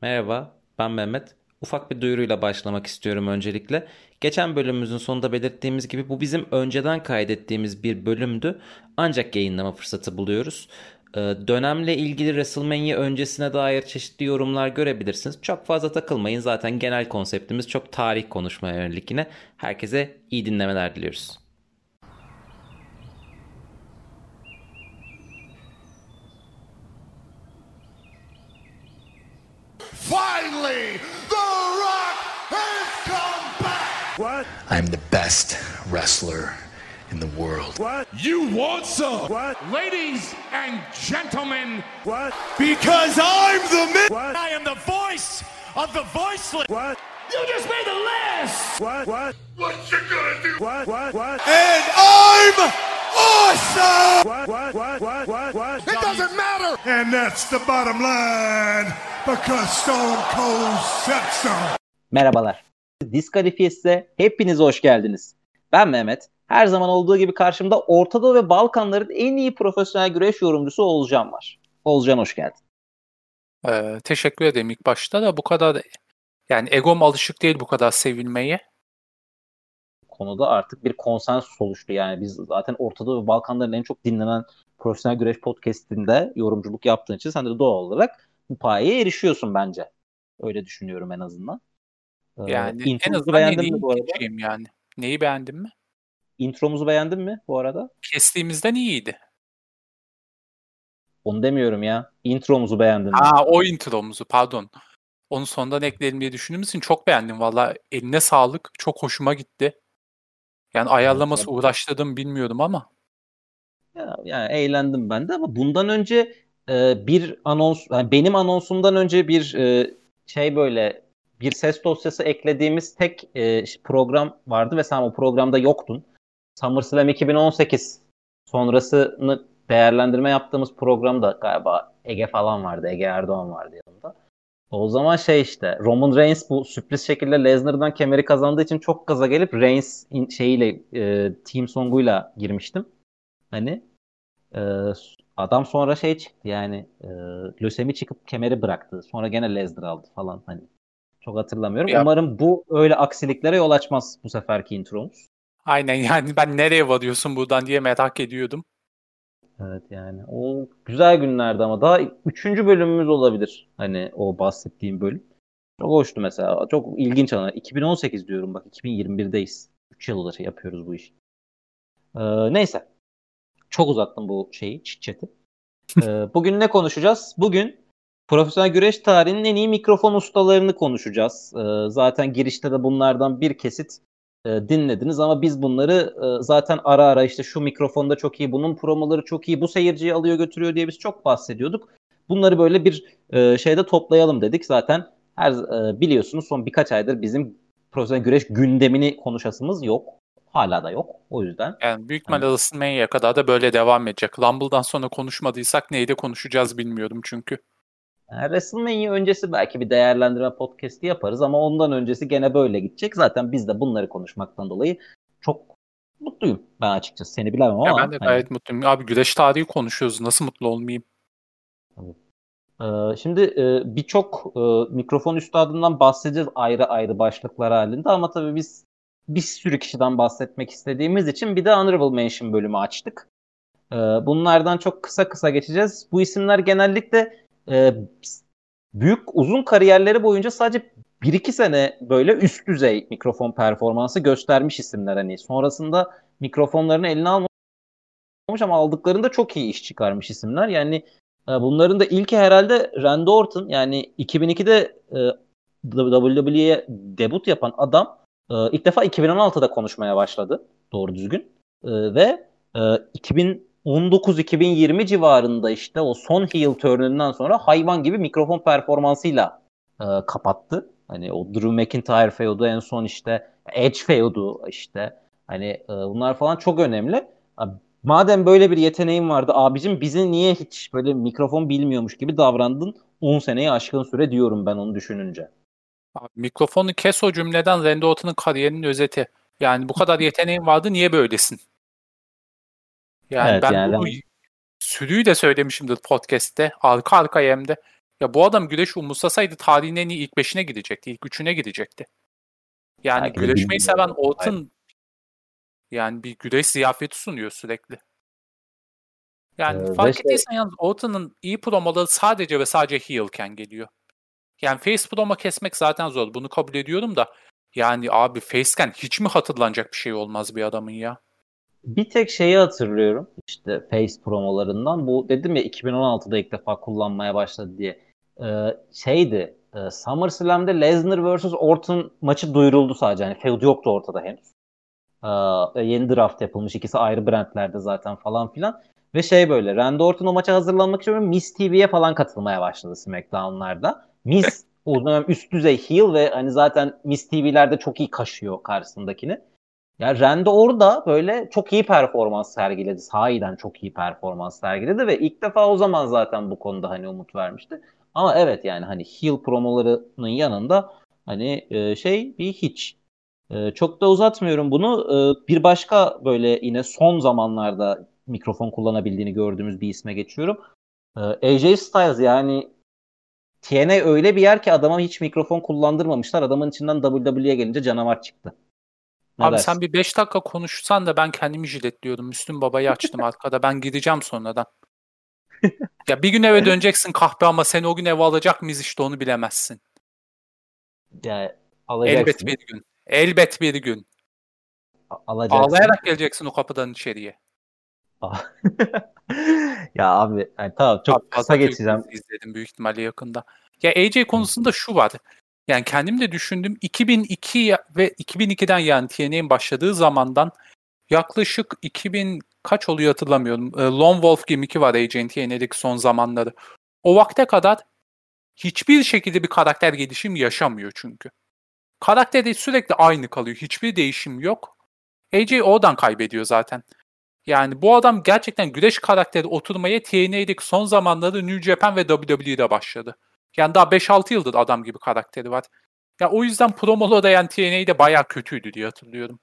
Merhaba, ben Mehmet. Ufak bir duyuruyla başlamak istiyorum öncelikle. Geçen bölümümüzün sonunda belirttiğimiz gibi bu bizim önceden kaydettiğimiz bir bölümdü. Ancak yayınlama fırsatı buluyoruz. Dönemle ilgili WrestleMania öncesine dair çeşitli yorumlar görebilirsiniz. Çok fazla takılmayın. Zaten genel konseptimiz çok tarih konuşmaya yönelik yine. Herkese iyi dinlemeler diliyoruz. Finally, The Rock has come back! What? I'm the best wrestler in the world. What? You want some? What? Ladies and gentlemen, What? because I'm the man! What? I am the voice of the voiceless! What? You just made the list! What? What? What you gonna do? What? What? What? And I'm awesome! What? What? What? What? What? What? It doesn't matter! And that's the bottom line, because Stone Cold said so. Merhabalar. Diskalifiyesi'ne hepiniz hoş geldiniz. Ben Mehmet. Her zaman olduğu gibi karşımda Orta Doğu ve Balkanların en iyi profesyonel güreş yorumcusu Oğulcan var. Oğulcan hoş geldin. Teşekkür ederim ilk başta da bu kadar yani egom alışık değil bu kadar sevilmeye. Bu konuda artık bir konsensus oluştu. Yani biz zaten Orta Doğu ve Balkanların en çok dinlenen profesyonel güreş podcast'inde yorumculuk yaptığın için sen de doğal olarak bu payeye erişiyorsun bence. Öyle düşünüyorum en azından. Yani en Intromuzu azından en beğendin iyi mi bu arada? ikinciyim yani. Neyi beğendin mi? Intromuzu beğendin mi bu arada? Kestiğimizden iyiydi. Onu demiyorum ya. Intromuzu beğendin mi? O intromuzu pardon. Onu sonradan ekleyelim diye düşündüğümüz için çok beğendim valla. Eline sağlık. Çok hoşuma gitti. Yani ayarlaması Evet. uğraştırdım bilmiyordum ama. Yani eğlendim ben de ama bundan önce bir anons, yani benim anonsumdan önce bir böyle bir ses dosyası eklediğimiz tek program vardı ve sen o programda yoktun. SummerSlam 2018 sonrasını değerlendirme yaptığımız programda galiba Ege falan vardı. Ege Erdoğan vardı yanında. O zaman işte Roman Reigns bu sürpriz şekilde Lesnar'dan kemeri kazandığı için çok gaza gelip Reigns team songuyla girmiştim. Hani ee, adam sonra çıktı yani lösemi çıkıp kemeri bıraktı. Sonra gene Lesnar aldı falan hani. Çok hatırlamıyorum. Ya, Umarım bu öyle aksiliklere yol açmaz bu seferki intromuz. aynen yani ben nereye varıyorsun buradan diye merak ediyordum. Evet yani o güzel günlerdi ama daha üçüncü bölümümüz olabilir. Hani o bahsettiğim bölüm. Çok hoştu mesela. Çok ilginç ana. 2018 diyorum bak 2021'deyiz. 3 yıldır yapıyoruz bu işi. Neyse. Çok uzattım bu chit-chat'i. Bugün ne konuşacağız? Bugün profesyonel güreş tarihinin en iyi mikrofon ustalarını konuşacağız. Zaten girişte de bunlardan bir kesit dinlediniz ama biz bunları zaten ara ara işte şu mikrofonda çok iyi, bunun promoları çok iyi, bu seyirciyi alıyor götürüyor diye biz çok bahsediyorduk. Bunları böyle bir şeyde toplayalım dedik. Zaten biliyorsunuz son birkaç aydır bizim profesyonel güreş gündemini konuşasımız yok. Hala da yok. O yüzden Yani büyük hani ihtimalle ısınmaya kadar da böyle devam edecek. Rumble'dan sonra konuşmadıysak neyde konuşacağız bilmiyorum çünkü. yani WrestleMania öncesi belki bir değerlendirme podcast'i yaparız ama ondan öncesi gene böyle gidecek. Zaten biz de bunları konuşmaktan dolayı çok mutluyum ben açıkçası. Seni bilemem Ya ben ama de hani gayet mutluyum. Abi güreş tarihi konuşuyoruz. Nasıl mutlu olmayayım? şimdi birçok mikrofon üstadından bahsedeceğiz ayrı ayrı başlıklar halinde ama tabii biz bir sürü kişiden bahsetmek istediğimiz için bir de Honorable Mention bölümü açtık. Bunlardan çok kısa kısa geçeceğiz. Bu isimler genellikle e, büyük uzun kariyerleri boyunca sadece bir iki sene böyle üst düzey mikrofon performansı göstermiş isimler hani. Sonrasında mikrofonlarını eline almamış ama aldıklarında çok iyi iş çıkarmış isimler. Yani bunların da ilki herhalde Randy Orton. Yani 2002'de WWE'ye debut yapan adam ilk defa 2016'da konuşmaya başladı doğru düzgün. Ve 2019-2020 civarında işte o son heel turn'ünden sonra hayvan gibi mikrofon performansıyla kapattı. Hani o Drew McIntyre feud'u en son işte Edge feud'u işte hani bunlar falan çok önemli. Madem böyle bir yeteneğin vardı abicim bizi niye hiç böyle mikrofon bilmiyormuş gibi davrandın 10 seneyi aşkın süre diyorum ben onu düşününce. Abi, mikrofonu kes o cümleden Randy Orton'un kariyerinin özeti. Yani bu kadar yeteneğin vardı niye böylesin? Yani Evet ben yani bunu sürüyü de söylemişimdir podcast'te. Arka arkaya hem de. Ya bu adam güreş umursasaydı tarihin en iyi ilk 5'ine gidecekti. İlk 3'üne gidecekti. Yani Belki de güreşmeyi seven bilmiyorum. Orton yani bir güreş ziyafeti sunuyor sürekli. Yani Ve fark ettiysen yalnız Orton'un iyi promoları sadece ve sadece heel'ken geliyor. Yani face promo kesmek zaten zor. Bunu kabul ediyorum da yani abi face'ken hiç mi hatırlanacak bir şey olmaz bir adamın ya? bir tek şeyi hatırlıyorum işte Face promolarından. Bu dedim ya 2016'da ilk defa kullanmaya başladı diye. Şeydi SummerSlam'de Lesnar vs. Orton maçı duyuruldu sadece. Yani feud yoktu ortada henüz. Yeni draft yapılmış. İkisi ayrı brandlerde zaten falan filan. Ve şey böyle Randy Orton o maça hazırlanmak için Miz TV'ye falan katılmaya başladı SmackDown'larda. Miz o dönem üst düzey heel ve hani zaten Miz TV'lerde çok iyi kaşıyor karşısındakini. Ya Randy orada böyle çok iyi performans sergiledi. Sahiden çok iyi performans sergiledi ve ilk defa o zaman zaten bu konuda hani umut vermişti. Ama evet yani hani heel promolarının yanında hani şey bir hiç. Çok da uzatmıyorum bunu. Bir başka böyle yine son zamanlarda mikrofon kullanabildiğini gördüğümüz bir isme geçiyorum. AJ Styles yani TNA öyle bir yer ki adama hiç mikrofon kullandırmamışlar. Adamın içinden WWE'ye gelince canavar çıktı. Ne Abi sen dersin? bir 5 dakika konuşsan da ben kendimi jiletliyordum. Müslüm Baba'yı açtım arkada. Ben gideceğim sonradan. Ya bir gün eve döneceksin kahpe ama seni o gün eve alacak mıyız işte onu bilemezsin. Yani Elbet alacaksın. bir gün. Elbet bir gün. Alacaksın. Ağlayarak geleceksin o kapıdan içeriye. Ya abi yani tamam Abi çok kısa fazla Türk geçeceğim. dizisi izledim büyük ihtimalle yakında. Ya AJ konusunda şu var. Yani kendim de düşündüm. 2002 ve 2002'den yani TNA'nin başladığı zamandan yaklaşık 2000 kaç oluyor hatırlamıyorum. Lone Wolf gimmick'i var AJ'in TNA'deki son zamanları. O vakte kadar hiçbir şekilde bir karakter gelişim yaşamıyor çünkü. Karakteri sürekli aynı kalıyor. Hiçbir değişim yok. AJ oradan kaybediyor zaten. Yani bu adam gerçekten güreş karakteri oturmaya TNA'deki son zamanlarda New Japan ve WWE'de başladı. Yani daha 5-6 yıldır adam gibi karakteri var. Ya o yüzden promoları da yani TNA'de bayağı kötüydü diye hatırlıyorum.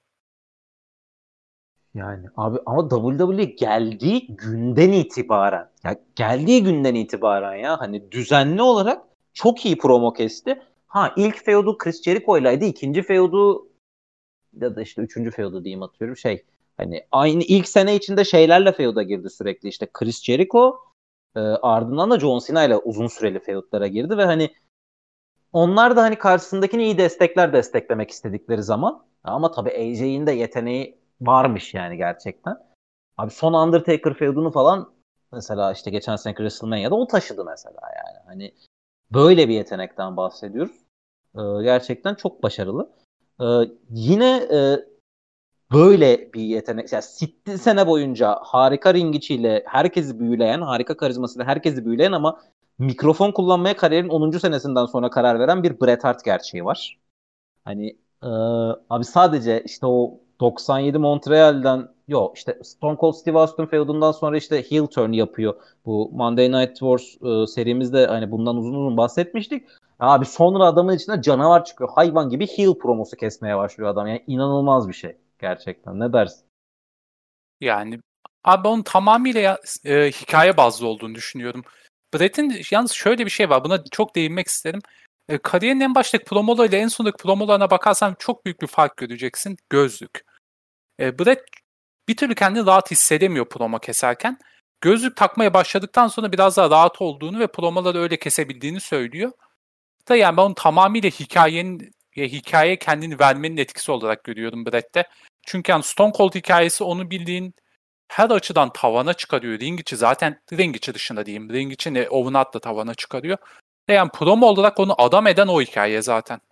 Yani abi ama WWE geldiği günden itibaren ya geldiği günden itibaren ya hani düzenli olarak çok iyi promo kesti. Ha ilk feudu Chris Jericho'ylaydı. İkinci feudu ya da işte üçüncü feudu diyeyim atıyorum şey hani aynı ilk sene içinde şeylerle feuda girdi sürekli işte Chris Jericho ardından da John Cena ile uzun süreli feudlara girdi ve hani onlar da hani karşısındakini iyi desteklemek istedikleri zaman. Ama tabii AJ'in de yeteneği varmış yani gerçekten. Abi son Undertaker feudunu falan mesela işte geçen seneki WrestleMania'da o taşıdı mesela yani. Hani böyle bir yetenekten bahsediyoruz. Gerçekten çok başarılı. Yine böyle bir yetenek. Yani 7 sene boyunca harika ring içiyle herkesi büyüleyen, harika karizmasıyla herkesi büyüleyen ama mikrofon kullanmaya kariyerin 10. senesinden sonra karar veren bir Bret Hart gerçeği var. Hani e, abi sadece işte o 97 Montreal'den yok işte Stone Cold Steve Austin feudundan sonra işte heel turn yapıyor. Bu Monday Night Wars serimizde hani bundan uzun uzun bahsetmiştik. Abi sonra adamın içinde canavar çıkıyor. Hayvan gibi heel promosu kesmeye başlıyor adam. Yani inanılmaz bir şey gerçekten. Ne dersin? Yani abi onun tamamıyla hikaye bazlı olduğunu düşünüyorum. Brett'in yalnız şöyle bir şey var. Buna çok değinmek isterim. Kariyerinin en baştaki promolarıyla en sondaki promolarına bakarsan çok büyük bir fark göreceksin. Gözlük. Brett bir türlü kendini rahat hissedemiyor promo keserken. Gözlük takmaya başladıktan sonra biraz daha rahat olduğunu ve promoları öyle kesebildiğini söylüyor. Da yani ben onu tamamıyla hikaye kendini vermenin etkisi olarak görüyorum Brett'te. Çünkü yani Stone Cold hikayesi onu bildiğin her açıdan tavana çıkarıyor. Ring içi zaten ring içi dışında diyeyim. Ring içi Owen Hart da tavana çıkarıyor. Ve yani promo olarak onu adam eden o hikaye zaten.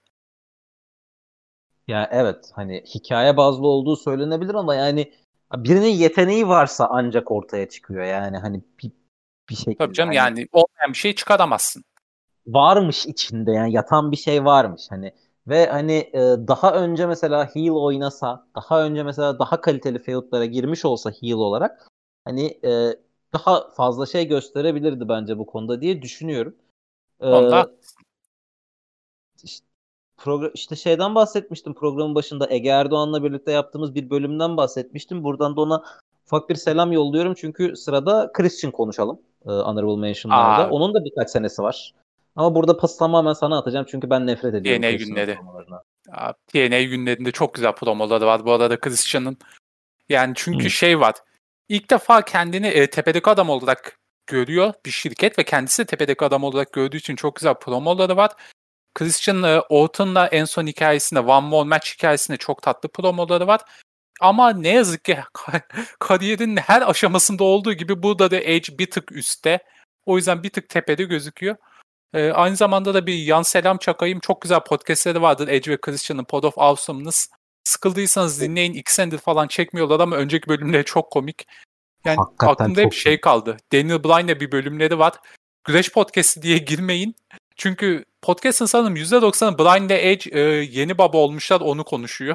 Ya evet hani hikaye bazlı olduğu söylenebilir ama yani birinin yeteneği varsa ancak ortaya çıkıyor yani hani bir Tabii şekilde canım hani yani olmayan bir şey çıkaramazsın. varmış içinde yani yatan bir şey varmış hani ve hani daha önce mesela heel oynasa daha önce mesela daha kaliteli feudlara girmiş olsa heel olarak hani daha fazla şey gösterebilirdi bence bu konuda diye düşünüyorum. E, Onda işte, işte şeyden bahsetmiştim programın başında Ege Erdoğan'la birlikte yaptığımız bir bölümden bahsetmiştim. Buradan da ona ufak bir selam yolluyorum çünkü sırada Christian konuşalım honorable mention'larda. aa, Onun da birkaç senesi var. Ama burada pası tamamen sana atacağım çünkü ben nefret ediyorum TNA Christian'ın günleri. promolarına. TNA günlerinde çok güzel promoları var bu arada Christian'ın. Yani çünkü şey var. İlk defa kendini tepedeki adam olarak görüyor bir şirket ve kendisi de tepedeki adam olarak gördüğü için çok güzel promoları var. Christian Orton'la en son hikayesinde One More Match hikayesinde çok tatlı promoları var. Ama ne yazık ki kariyerin her aşamasında olduğu gibi burada da Edge bir tık üstte. O yüzden bir tık tepede gözüküyor. Aynı zamanda da bir yan selam çakayım. Çok güzel podcastleri vardır Edge ve Christian'ın Pod of Awesomeness. Sıkıldıysanız dinleyin. 2 senedir falan çekmiyorlar ama önceki bölümleri çok komik. Yani Hakikaten aklımda hep çok şey kaldı. Daniel Bryan'la bir bölümleri var. Güreş podcast'i diye girmeyin. Çünkü podcast'ın sanırım %90'ı Bryan ile Edge yeni baba olmuşlar onu konuşuyor.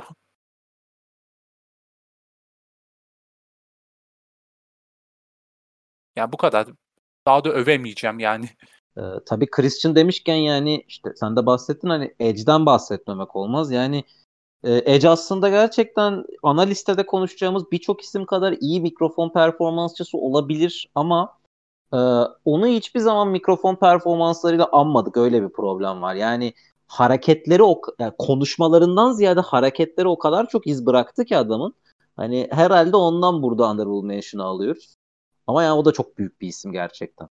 Yani bu kadar. Daha da övemeyeceğim yani. Tabii Christian demişken yani işte sen de bahsettin hani Edge'den bahsetmemek olmaz. Yani Edge aslında gerçekten ana listede konuşacağımız birçok isim kadar iyi mikrofon performansçısı olabilir ama e, onu hiçbir zaman mikrofon performanslarıyla anmadık. Öyle bir problem var. Yani hareketleri yani konuşmalarından ziyade hareketleri o kadar çok iz bıraktı ki adamın. Hani herhalde ondan burada honorable mention'ı alıyoruz. Ama yani o da çok büyük bir isim gerçekten.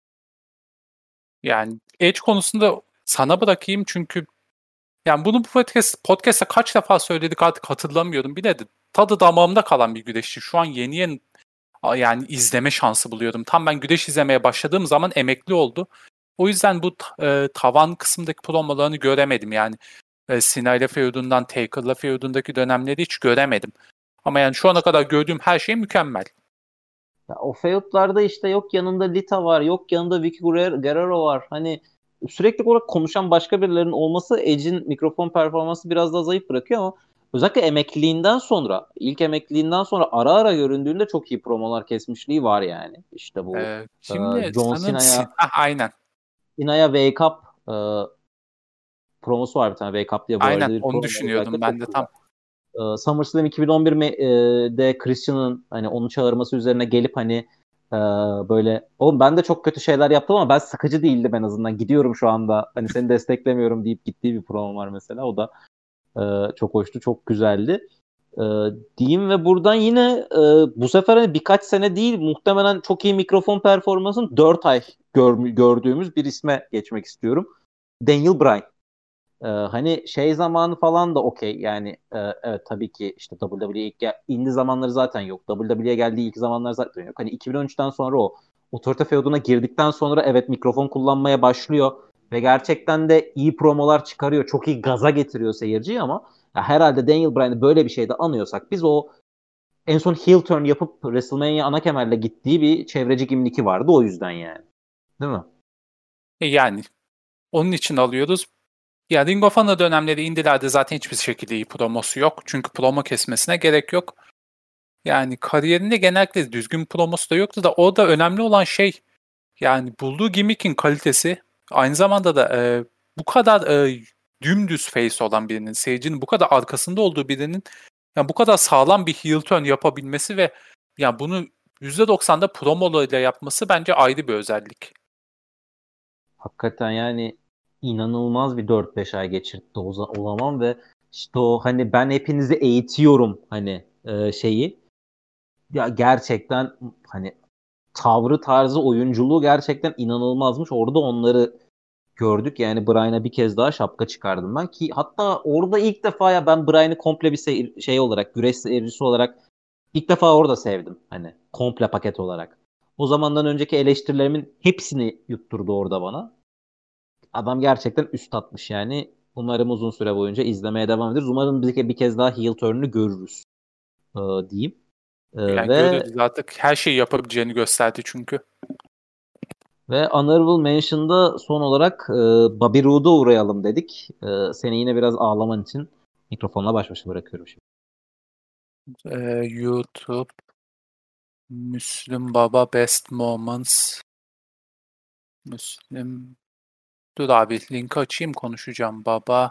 Yani Edge konusunda sana bırakayım çünkü yani bunu bu podcast'ta kaç defa söyledik artık hatırlamıyorum. Bir de tadı damağımda kalan bir güreşçi. Şu an yeni yani izleme şansı buluyorum. Tam ben güreş izlemeye başladığım zaman emekli oldu. O yüzden bu tavan kısımdaki promolarını göremedim. Yani Sinayla feudundan Taker'la feudundaki dönemleri hiç göremedim. Ama yani şu ana kadar gördüğüm her şey mükemmel. Ya o feudlarda işte yok yanında Lita var, yok yanında Vicky Guerrero var. Hani sürekli olarak konuşan başka birilerinin olması Edge'in mikrofon performansı biraz daha zayıf bırakıyor ama özellikle emekliliğinden sonra, ilk emekliliğinden sonra ara ara göründüğünde çok iyi promolar kesmişliği var yani. İşte bu Kimle? John Sanırım aynen. Sina'ya Wake Up promosu var bir tane. Wake Up diye bu arada Aynen bir onu promo özellikle düşünüyordum ben çok de güzel. tam. SummerSlam 2011'de Christian'ın hani onu çağırması üzerine gelip hani böyle oğlum ben de çok kötü şeyler yaptım ama ben sıkıcı değildim en azından gidiyorum şu anda hani seni desteklemiyorum deyip gittiği bir promo var mesela o da çok hoştu çok güzeldi e, diyeyim ve buradan yine bu sefer hani birkaç sene değil muhtemelen çok iyi mikrofon performansın 4 ay gördüğümüz bir isme geçmek istiyorum. Daniel Bryan. Hani şey zamanı falan da okey yani evet tabii ki işte WWE indie zamanları zaten yok. WWE'ye geldiği ilk zamanlar zaten yok. Hani 2013'ten sonra o otorite feuduna girdikten sonra evet mikrofon kullanmaya başlıyor ve gerçekten de iyi promolar çıkarıyor. Çok iyi gaza getiriyor seyirciyi ama ya herhalde Daniel Bryan'ı böyle bir şeyde anıyorsak biz o en son heel turn yapıp WrestleMania ana kemerle gittiği bir çevreci gimniki vardı o yüzden yani. Değil mi? Yani onun için alıyoruz. Ya Ring of Honor dönemleri indilerde zaten hiçbir şekilde iyi promosu yok. Çünkü promo kesmesine gerek yok. Yani kariyerinde genellikle düzgün promosu da yoktu da orada önemli olan şey yani bulduğu gimmickin kalitesi aynı zamanda da bu kadar dümdüz face olan birinin, seyircinin bu kadar arkasında olduğu birinin yani bu kadar sağlam bir heel turn yapabilmesi ve yani bunu %90'da promolarıyla yapması bence ayrı bir özellik. Hakikaten yani inanılmaz bir 4-5 ay geçirtti o zaman ve işte o hani ben hepinizi eğitiyorum hani şeyi ya gerçekten hani tavrı tarzı oyunculuğu gerçekten inanılmazmış. Orada onları gördük. Yani Bryan'a bir kez daha şapka çıkardım ben ki hatta orada ilk defa ya ben Bryan'ı komple bir şey olarak güreş seyircisi olarak ilk defa orada sevdim. Hani komple paket olarak. O zamandan önceki eleştirilerimin hepsini yutturdu orada bana. Adam gerçekten üst atmış yani. Umarım uzun süre boyunca izlemeye devam ederiz. Umarım bir kez daha heel turn'ünü görürüz diyeyim. Yani Ve görüyoruz artık her şeyi yapabileceğini gösterdi çünkü. Honorable Mention'da son olarak Bobby Roode'a uğrayalım dedik. Seni yine biraz ağlaman için mikrofonla baş başa bırakıyorum şimdi. YouTube Müslüm Baba Best Moments Müslüm Dur abi linki açayım konuşacağım. Baba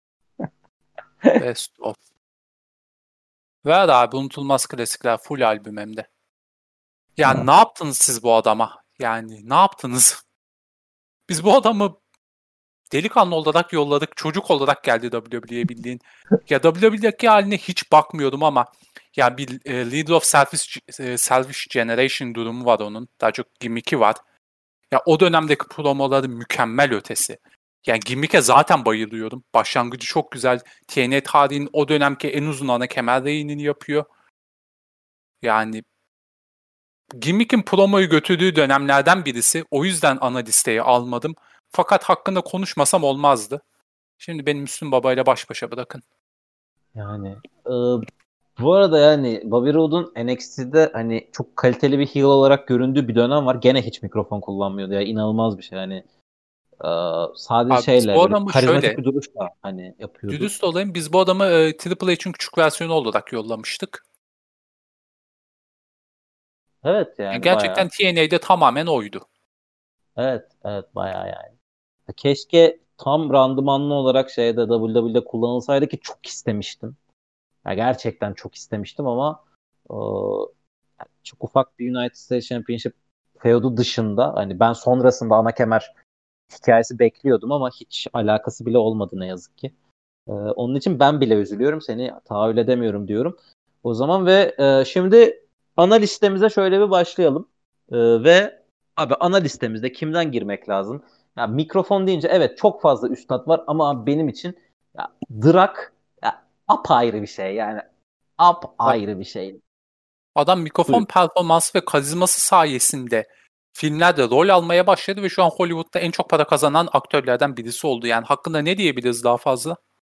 Best of. Ver abi unutulmaz klasikler full albüm hem de. Yani ne yaptınız siz bu adama? Yani ne yaptınız? Biz bu adamı delikanlı olarak yolladık. Çocuk olarak geldi WWE'ye bildiğin. Ya WWE'deki haline hiç bakmıyordum ama ya bir Leader of Selfish Generation durumu var onun. Daha çok gimmick'i var. Ya o dönemdeki promoları mükemmel ötesi. Yani gimmick'e zaten bayılıyorum. Başlangıcı çok güzel. TNA tarihinin o dönemki en uzun ana kemer reyinini yapıyor. Yani gimmick'in promoyu götürdüğü dönemlerden birisi. O yüzden ana listeye almadım. Fakat hakkında konuşmasam olmazdı. Şimdi beni Müslüm Baba ile baş başa bırakın. Yani bu arada yani Bobby Roode'un NXT'de hani çok kaliteli bir heel olarak göründüğü bir dönem var. Gene hiç mikrofon kullanmıyordu ya. İnanılmaz bir şey. Yani sadece Abi biz şeyle bu böyle adamı karizmatik şöyle bir duruşla hani yapıyordu. dürüst olayım. Biz bu adamı Triple H'in küçük versiyonu olarak yollamıştık. Evet Yani yani gerçekten bayağı. TNA'de tamamen oydu. Evet, evet bayağı yani. Keşke tam randımanlı olarak şeyde WWE'de kullanılsaydı ki çok istemiştim. Ya gerçekten çok istemiştim ama e, çok ufak bir United States Championship feudu dışında hani ben sonrasında ana kemer hikayesi bekliyordum ama hiç alakası bile olmadı ne yazık ki. Onun için ben bile üzülüyorum. Seni tahayyül edemiyorum diyorum. O zaman ve şimdi ana listemize şöyle bir başlayalım. Ve abi ana listemizde kimden girmek lazım? Ya mikrofon deyince evet çok fazla üstad var ama abi benim için ya, Drak ya, apayrı bir şey yani apayrı bir şey. Adam mikrofon Buyur. performansı ve karizması sayesinde filmlerde rol almaya başladı ve şu an Hollywood'da en çok para kazanan aktörlerden birisi oldu. Yani hakkında ne diyebiliriz daha fazla?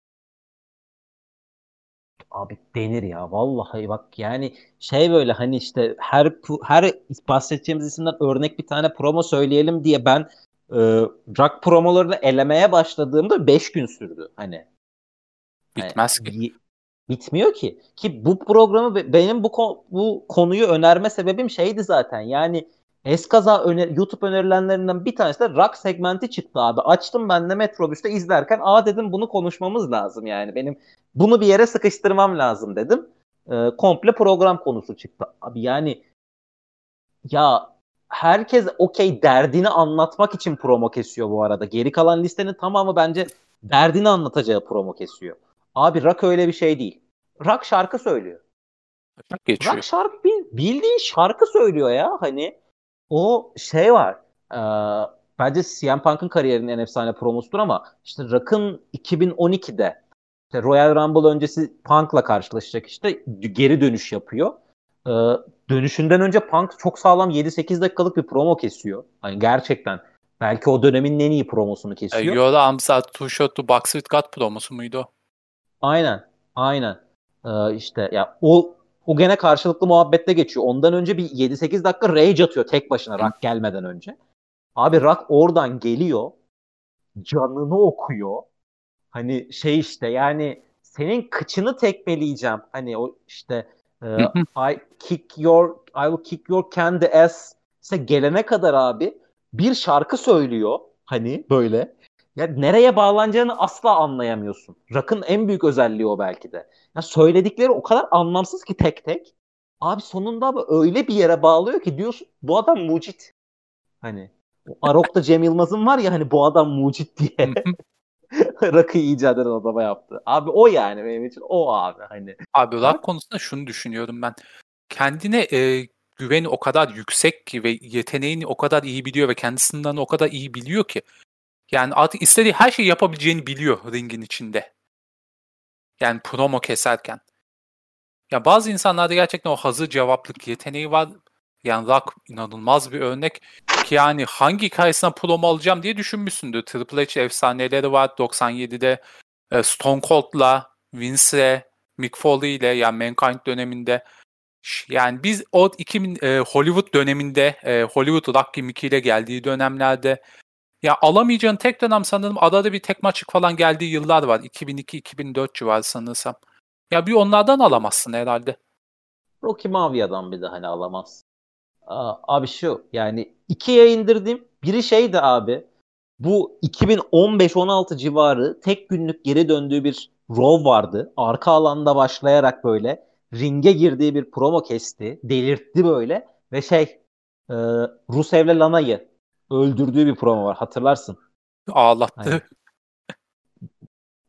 Abi denir ya vallahi bak yani şey böyle hani işte her bahsedeceğimiz isimden örnek bir tane promo söyleyelim diye ben e, rock promolarını elemeye başladığımda 5 gün sürdü hani. Hani Bitmez ki. bitmiyor ki bu programı benim bu konuyu önerme sebebim şeydi zaten yani eskaza YouTube önerilenlerinden bir tanesi de rock segmenti çıktı abi. Açtım ben de metrobüste izlerken dedim bunu konuşmamız lazım yani benim bunu bir yere sıkıştırmam lazım dedim. Komple program konusu çıktı. Abi yani ya herkes okey derdini anlatmak için promo kesiyor bu arada. Geri kalan listenin tamamı bence derdini anlatacağı promo kesiyor. Abi rock öyle bir şey değil. Rock şarkı söylüyor. Geçiyor. Rock şarkı bildiğin şarkı söylüyor ya. Hani o şey var. Bence CM Punk'ın kariyerinin en efsane promosudur ama işte Rock'ın 2012'de işte Royal Rumble öncesi Punk'la karşılaşacak işte geri dönüş yapıyor. Ee, Dönüşünden önce Punk çok sağlam 7-8 dakikalık bir promo kesiyor. Hani gerçekten belki o dönemin en iyi promosunu kesiyor. Yola Amsa Two Shot to Box with God promosu muydu o? Aynen. Aynen. İşte ya o gene karşılıklı muhabbette geçiyor. Ondan önce bir 7-8 dakika rage atıyor tek başına Hı. Rock gelmeden önce. Abi Rock oradan geliyor. Canını okuyor. Hani şey işte yani senin kıçını tekmeleyeceğim. Hani o işte Hı hı. I will kick your candy ass ise gelene kadar abi bir şarkı söylüyor. Hani böyle. Ya nereye bağlanacağını asla anlayamıyorsun. Rock'ın en büyük özelliği o belki de. Ya söyledikleri o kadar anlamsız ki tek tek. Abi sonunda abi öyle bir yere bağlıyor ki diyorsun bu adam mucit. Hani o Arok'ta Cem Yılmaz'ın var ya hani bu adam mucit Hı diye. hı. Rock'ı icat eden adama yaptı. Abi o yani benim için o abi hani. Abi rock Rock konusunda şunu düşünüyorum ben. Kendine güveni o kadar yüksek ki ve yeteneğini o kadar iyi biliyor ve kendisinden o kadar iyi biliyor ki. Yani artık istediği her şeyi yapabileceğini biliyor ringin içinde. Yani promo keserken. Ya bazı insanlarda gerçekten o hazır cevaplık yeteneği var. Yani Rock inanılmaz bir örnek. Ki yani hangi hikayesinden promo alacağım diye düşünmüşsündür. Triple H efsaneleri var 97'de. Stone Cold'la, Vince'le, Mick Foley ile yani Mankind döneminde. Yani biz o 2000 Hollywood döneminde Hollywood Rock gimmickiyle geldiği dönemlerde ya alamayacağın tek dönem sanırım arada bir tek maçlık falan geldiği yıllar var. 2002-2004 civarı sanırsam. Ya bir onlardan alamazsın herhalde. Rocky Mavia'dan bir de hani alamaz. Abi şu yani ikiye indirdim. Biri şeydi abi. Bu 2015-16 civarı tek günlük geri döndüğü bir Raw vardı. Arka alanda başlayarak böyle ringe girdiği bir promo kesti. Delirtti böyle. Ve e, Rusev'le Lana'yı öldürdüğü bir promo var. Hatırlarsın. Hani Ağlattı.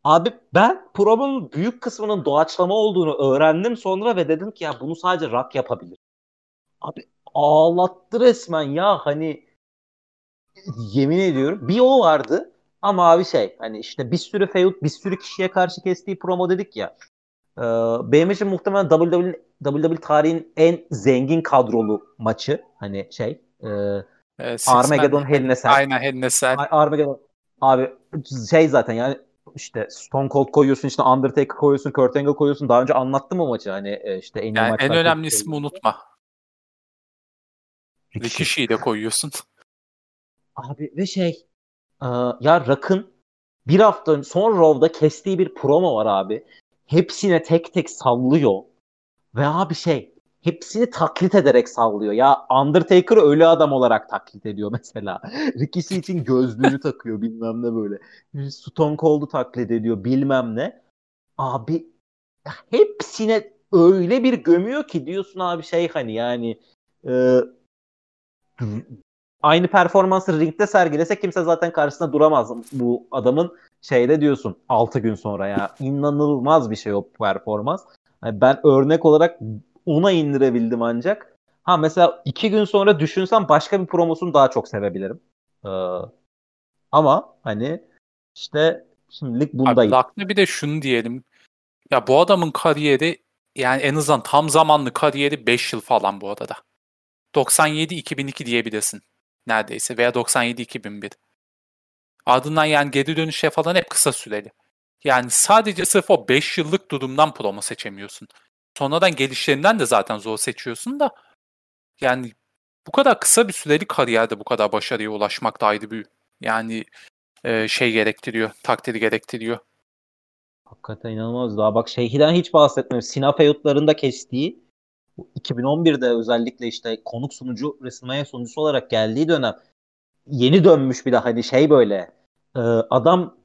Abi ben promonun büyük kısmının doğaçlama olduğunu öğrendim sonra ve dedim ki ya bunu sadece Rock yapabilir. Abi ağlattı resmen ya hani yemin ediyorum. Bir o vardı ama abi hani işte bir sürü feud bir sürü kişiye karşı kestiği promo dedik ya. Ee, Benim için muhtemelen WWE tarihin en zengin kadrolu maçı. Hani Six-Man, Armageddon Hell in a Cell. aynen Hell in a Cell. Armageddon abi zaten yani işte Stone Cold koyuyorsun, işte Undertaker koyuyorsun, Kurt Angle koyuyorsun. Daha önce anlattım o maçı hani işte en iyi Yani en maçlar önemli koyuyorsun. ismi unutma. Ricochet'i de koyuyorsun. Abi ve e, ya Rock'ın bir hafta son Raw'da kestiği bir promo var abi. Hepsine tek tek sallıyor. Ve abi hepsini taklit ederek sallıyor. Ya Undertaker'ı ölü adam olarak taklit ediyor mesela. Rikishi için gözlüğünü takıyor bilmem ne böyle. Stone Cold'u taklit ediyor bilmem ne. Abi hepsine öyle bir gömüyor ki diyorsun abi hani yani e, aynı performansı ringde sergilese kimse zaten karşısında duramaz bu adamın diyorsun 6 gün sonra ya. İnanılmaz bir şey o performans. Yani ben örnek olarak ona indirebildim ancak. Ha mesela 2 gün sonra düşünsem başka bir promosunu daha çok sevebilirim. Ee, Ama hani işte şimdilik Abi bundayım. Rock'ta bir de şunu diyelim. Ya bu adamın kariyeri yani en azından tam zamanlı kariyeri 5 yıl falan bu arada. 97-2002 diyebilirsin neredeyse veya 97-2001. Ardından yani geri dönüşe falan hep kısa süreli. Yani sadece sırf o 5 yıllık durumdan promo seçemiyorsun. Sonradan gelişlerinden de zaten zor seçiyorsun da yani bu kadar kısa bir süreli kariyerde bu kadar başarıya ulaşmak da ayrı bir yani gerektiriyor, takdiri gerektiriyor. Hakikaten inanılmaz. Daha bak Şeyh'den hiç bahsetmedim. Sina feudlarında kestiği 2011'de özellikle işte konuk sunucu WrestleMania sunucusu olarak geldiği dönem yeni dönmüş bir de hani böyle adam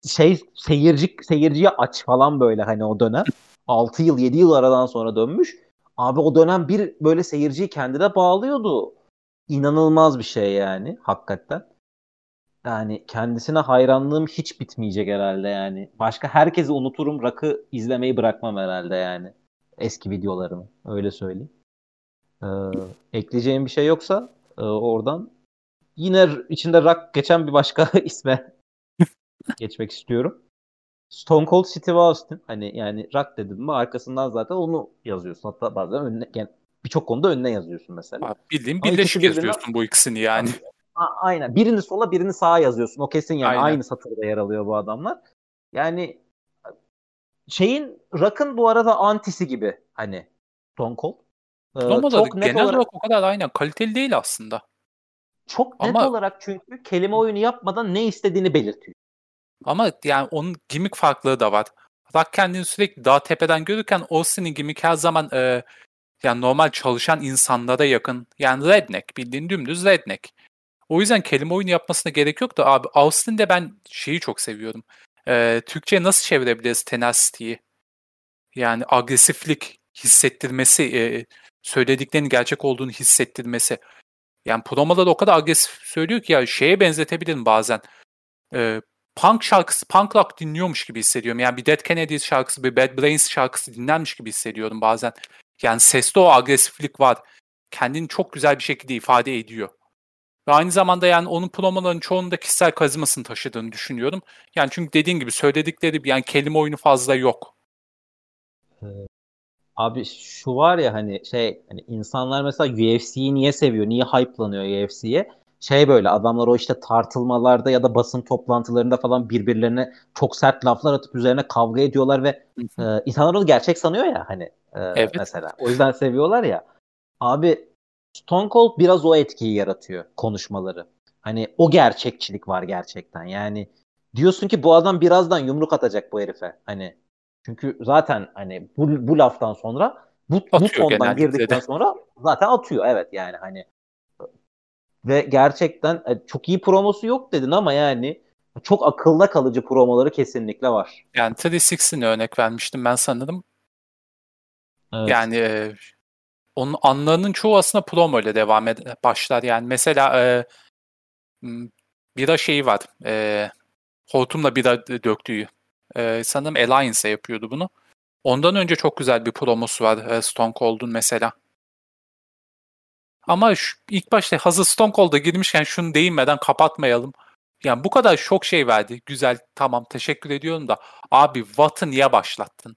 seyirciye aç falan böyle hani o dönem 6 yıl 7 yıl aradan sonra dönmüş. Abi o dönem bir böyle seyirciyi kendine bağlıyordu. İnanılmaz bir şey yani hakikaten. Yani kendisine hayranlığım hiç bitmeyecek herhalde yani. Başka herkesi unuturum. Rock'ı izlemeyi bırakmam herhalde yani. Eski videolarını. Öyle söyleyeyim. Ee, Ekleyeceğim bir şey yoksa oradan yine içinde Rock geçen bir başka isme geçmek istiyorum. Stone Cold Steve Austin. Hani yani Rock dedim mi arkasından zaten onu yazıyorsun. Hatta bazen önüne yani birçok konuda önüne yazıyorsun mesela. Abi bildiğin Ama ikisi birleşik birbirinden yazıyorsun bu ikisini yani. aynen. Birini sola birini sağa yazıyorsun. O kesin yani. Aynen. Aynı satırda yer alıyor bu adamlar. Yani Rock'ın bu arada antisi gibi hani Stone Cold. Promoları Çok net genel olarak olarak o kadar aynen kaliteli değil aslında. çok net Ama olarak çünkü kelime oyunu yapmadan ne istediğini belirtiyor. yani onun gimmick farklılığı da var. Rock kendini sürekli daha tepeden görürken Austin'in gimmick her zaman yani normal çalışan insanlara yakın. Yani redneck, bildiğin dümdüz redneck. O yüzden kelime oyunu yapmasına gerek yok da abi Austin'de ben şeyi çok seviyorum. Türkçe'ye nasıl çevirebiliriz tenacity'yi? Yani agresiflik hissettirmesi, söylediklerinin gerçek olduğunu hissettirmesi. Yani promoda da o kadar agresif söylüyor ki ya benzetebilirim bazen. E, Punk şarkısı, punk rock dinliyormuş gibi hissediyorum. Yani bir Dead Kennedys şarkısı, bir Bad Brains şarkısı dinlermiş gibi hissediyorum bazen. Yani seste o agresiflik var. Kendini çok güzel bir şekilde ifade ediyor. Ve aynı zamanda yani onun promoların çoğunda kişisel karizmasını taşıdığını düşünüyorum. Yani çünkü dediğin gibi söyledikleri yani kelime oyunu fazla yok. Ee, Abi şu var ya hani hani insanlar mesela UFC'yi niye seviyor? Niye hype'lanıyor UFC'ye? Böyle adamlar o işte tartılmalarda ya da basın toplantılarında falan birbirlerine çok sert laflar atıp üzerine kavga ediyorlar ve Hı hı. insanlar onu gerçek sanıyor ya hani Evet. mesela. O yüzden seviyorlar ya. Abi Stone Cold biraz o etkiyi yaratıyor konuşmaları. Hani o gerçekçilik var gerçekten. Yani diyorsun ki bu adam birazdan yumruk atacak bu herife. Hani çünkü zaten hani bu laftan sonra bu Atıyor tondan genellikle de. girdikten sonra zaten atıyor. Evet yani hani ve gerçekten çok iyi promosu yok dedin ama yani çok akılda kalıcı promoları kesinlikle var. Yani 360'ine örnek vermiştim ben sanırım. Evet. Yani onun anlarının çoğu aslında promo ile başlar. Yani mesela bira şeyi var. Hortumla bira döktüğü Sanırım Alliance'e yapıyordu bunu. Ondan önce çok güzel bir promosu var Stone Cold'un mesela. Ama ilk başta hazır Stone Cold'a girmişken şunu değinmeden kapatmayalım. Yani bu kadar çok şey verdi. Güzel, tamam, teşekkür ediyorum da abi Watt'ı niye başlattın?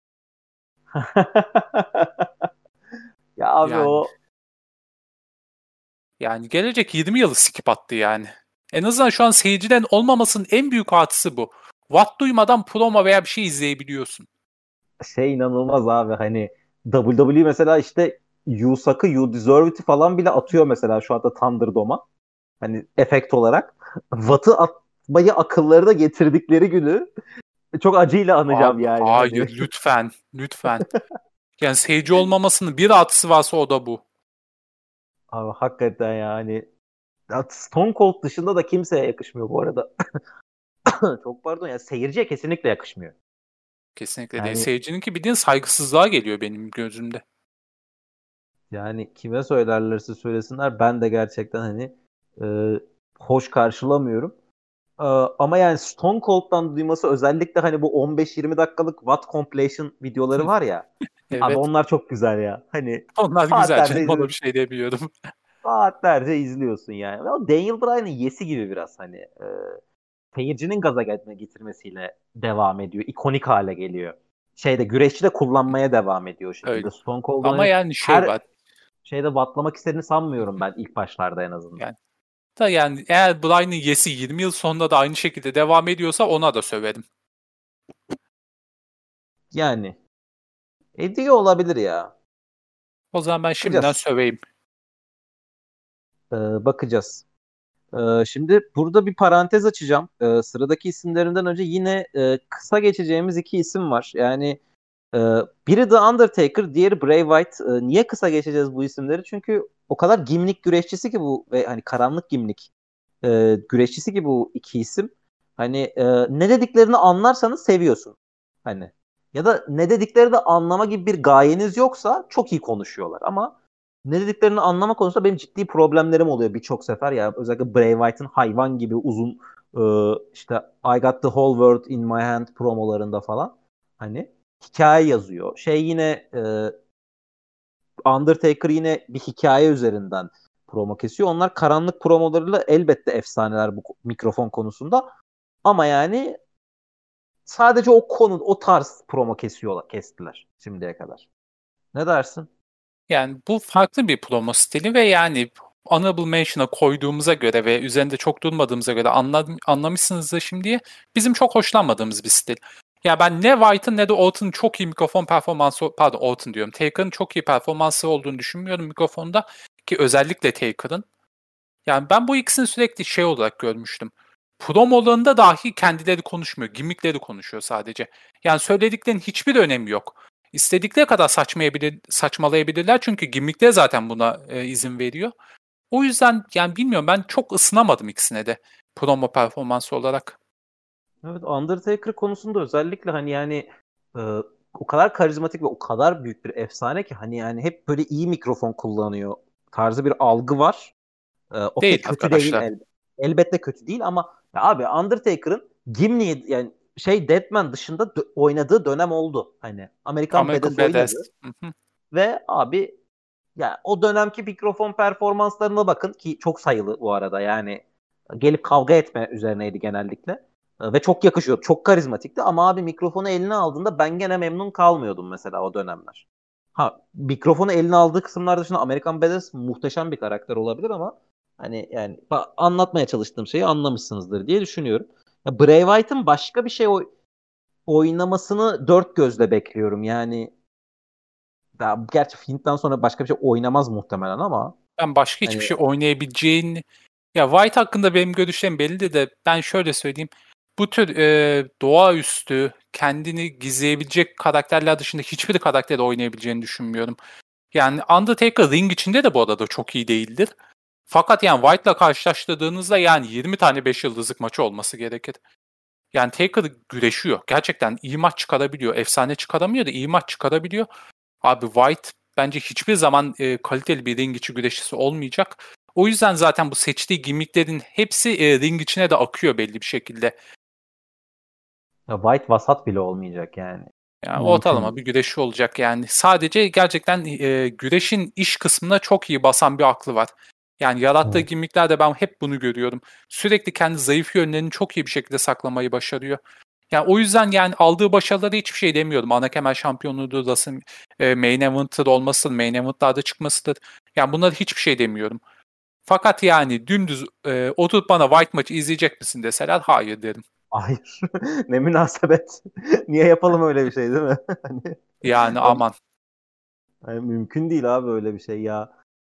Ya abi Yani o gelecek 20 yılı skip attı yani. En azından şu an seyirciden olmamasının en büyük artısı bu. Watt duymadan promo veya bir şey izleyebiliyorsun. şey inanılmaz abi, hani WWE mesela işte You Suck'ı You Deserve It'i falan bile atıyor mesela şu anda Thunderdome'a. Hani efekt olarak. Watt'ı atmayı akıllarına getirdikleri günü çok acıyla anacağım Abi yani. Hani. hayır, lütfen lütfen. Yani seyirci olmamasının bir artısı varsa o da bu. Abi hakikaten yani. Ya Stone Cold dışında da kimseye yakışmıyor bu arada. Çok pardon ya, seyirciye kesinlikle yakışmıyor. Kesinlikle değil. Yani Seyircininki bildiğin saygısızlığa geliyor benim gözümde. kime söylerlerse söylesinler ben de gerçekten hani e, hoş karşılamıyorum. Ama yani Stone Cold'dan duyması, özellikle hani bu 15-20 dakikalık What Compilation videoları var ya. Abi Evet. onlar çok güzel ya. Hani Onlar güzel saatlerce canım. Ona bir izliyorsun. şey demiyorum. Saatlerce izliyorsun yani. Ve o Daniel Bryan'ın yesi gibi biraz hani seyircinin gaza getirmesiyle devam ediyor. İkonik hale geliyor. Güreşçi de kullanmaya devam ediyor o Öyle. şekilde. Stone Cold'un Ama hani yani şey her var. şeyde batlamak istediğini sanmıyorum ben, ilk başlarda en azından. Yani eğer Bryan'ın yesi 20 yıl sonra da aynı şekilde devam ediyorsa ona da söverim. Yani ediyor olabilir ya. O zaman ben şimdiden Bakacağız. söveyim. Bakacağız. Şimdi burada bir parantez açacağım. Sıradaki isimlerinden önce yine kısa geçeceğimiz iki isim var. Yani e, biri The Undertaker, diğeri Bray Wyatt. Niye kısa geçeceğiz bu isimleri? Çünkü o kadar gimlik güreşçisi ki bu, ve hani karanlık gimlik güreşçisi ki bu iki isim. Hani ne dediklerini anlarsanız seviyorsun. Hani ya da ne dediklerini de anlama gibi bir gayeniz yoksa çok iyi konuşuyorlar. Ama ne dediklerini anlama konusunda benim ciddi problemlerim oluyor birçok sefer. Ya özellikle Bray Wyatt'ın hayvan gibi uzun işte I got the whole world in my hand promolarında falan. Hani hikaye yazıyor. Yine Undertaker yine bir hikaye üzerinden promo kesiyor. Onlar karanlık promolarıyla elbette efsaneler bu mikrofon konusunda. Ama yani sadece o tarz promo kestiler şimdiye kadar. Ne dersin? Yani bu farklı bir promo stili ve yani Honorable Mention'a koyduğumuza göre ve üzerinde çok durmadığımıza göre anlamışsınızdır şimdiye, bizim çok hoşlanmadığımız bir stil. Ya ben ne White'ın ne de Orton'un çok iyi mikrofon performansı, pardon Orton diyorum, Taker'ın çok iyi performansı olduğunu düşünmüyorum mikrofonda, ki özellikle Taker'ın. Yani ben bu ikisini sürekli şey olarak görmüştüm. Promolarında dahi kendileri konuşmuyor, gimmickleri konuşuyor sadece. Yani söylediklerinin hiçbir önemi yok. İstedikleri kadar saçmalayabilirler çünkü gimmickler zaten buna izin veriyor. O yüzden yani bilmiyorum, ben çok ısınamadım ikisine de promo performansı olarak. Evet, Undertaker konusunda özellikle hani yani e, o kadar karizmatik ve o kadar büyük bir efsane ki hani yani hep böyle iyi mikrofon kullanıyor tarzı bir algı var. Okey, Değil kötü değil arkadaşlar. elbette kötü değil ama ya abi Undertaker'ın Gimli yani Deadman dışında oynadığı dönem oldu. Hani Amerikan American Badass Badass. oynadı Hı hı. ve abi ya o dönemki mikrofon performanslarına bakın ki çok sayılı bu arada yani gelip kavga etme üzerineydi genellikle. Ve çok yakışıyordu. Çok karizmatikti ama abi mikrofonu eline aldığında ben gene memnun kalmıyordum mesela o dönemler. Ha, mikrofonu eline aldığı kısımlar dışında Amerikan Badass muhteşem bir karakter olabilir ama hani yani anlatmaya çalıştığım şeyi anlamışsınızdır diye düşünüyorum. Ya Bray Wyatt'ın başka bir şey oynamasını dört gözle bekliyorum. Yani ya, gerçi Fiend'den sonra başka bir şey oynamaz muhtemelen ama Ben başka hiçbir hani şey oynayabileceğini... Ya White hakkında benim görüşlerim belli de ben şöyle söyleyeyim. Bu tür doğaüstü, kendini gizleyebilecek karakterler dışında hiçbir karakteri oynayabileceğini düşünmüyorum. Yani Undertaker ring içinde de bu arada çok iyi değildir. Fakat yani White'la karşılaştırdığınızda yani 20 tane 5 yıldızlık maçı olması gerekir. Yani Taker güreşiyor. Gerçekten iyi maç çıkarabiliyor. Efsane çıkaramıyor da iyi maç çıkarabiliyor. Abi White bence hiçbir zaman kaliteli bir ring içi güreşçisi olmayacak. O yüzden zaten bu seçtiği gimmicklerin hepsi ring içine de akıyor belli bir şekilde. Ya White vasat bile olmayacak yani. Yani Mümkün ortalama değil. bir güreşi olacak yani. Sadece gerçekten güreşin iş kısmına çok iyi basan bir aklı var. Yani yarattığı Evet. gimmiklerde ben hep bunu görüyorum. Sürekli kendi zayıf yönlerini çok iyi bir şekilde saklamayı başarıyor. Yani o yüzden yani aldığı başarıları hiçbir şey demiyorum. Ana kemer şampiyonluğudur, main event'ır olmasıdır, main event'larda çıkmasıdır. Yani bunları hiçbir şey demiyorum. Fakat yani dümdüz oturup bana White maçı izleyecek misin deseler hayır derim. Hayır. Ne münasebet. Niye yapalım öyle bir şey değil mi? Hani, Yani aman. hani mümkün değil abi öyle bir şey ya.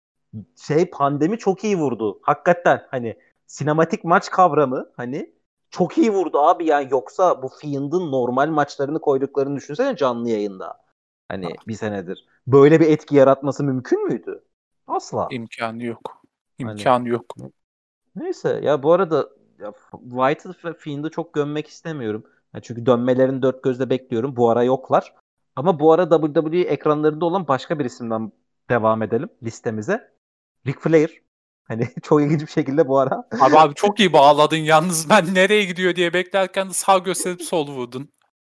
Pandemi çok iyi vurdu. Hakikaten hani sinematik maç kavramı hani çok iyi vurdu abi yani yoksa bu Fiend'in normal maçlarını koyduklarını düşünsene canlı yayında. Hani bir senedir. Böyle bir etki yaratması mümkün müydü? Asla. İmkanı yok. Hani İmkanı yok. neyse ya bu arada ya, White'ı ve Fiend'i çok gömmek istemiyorum. Ya çünkü dönmelerini dört gözle bekliyorum. Bu ara yoklar. Ama bu ara WWE ekranlarında olan başka bir isimden devam edelim listemize. Ric Flair. Hani çok ilginç bir şekilde bu ara. Abi çok iyi bağladın yalnız ben nereye gidiyor diye beklerken sağ gösterip sol vurdun.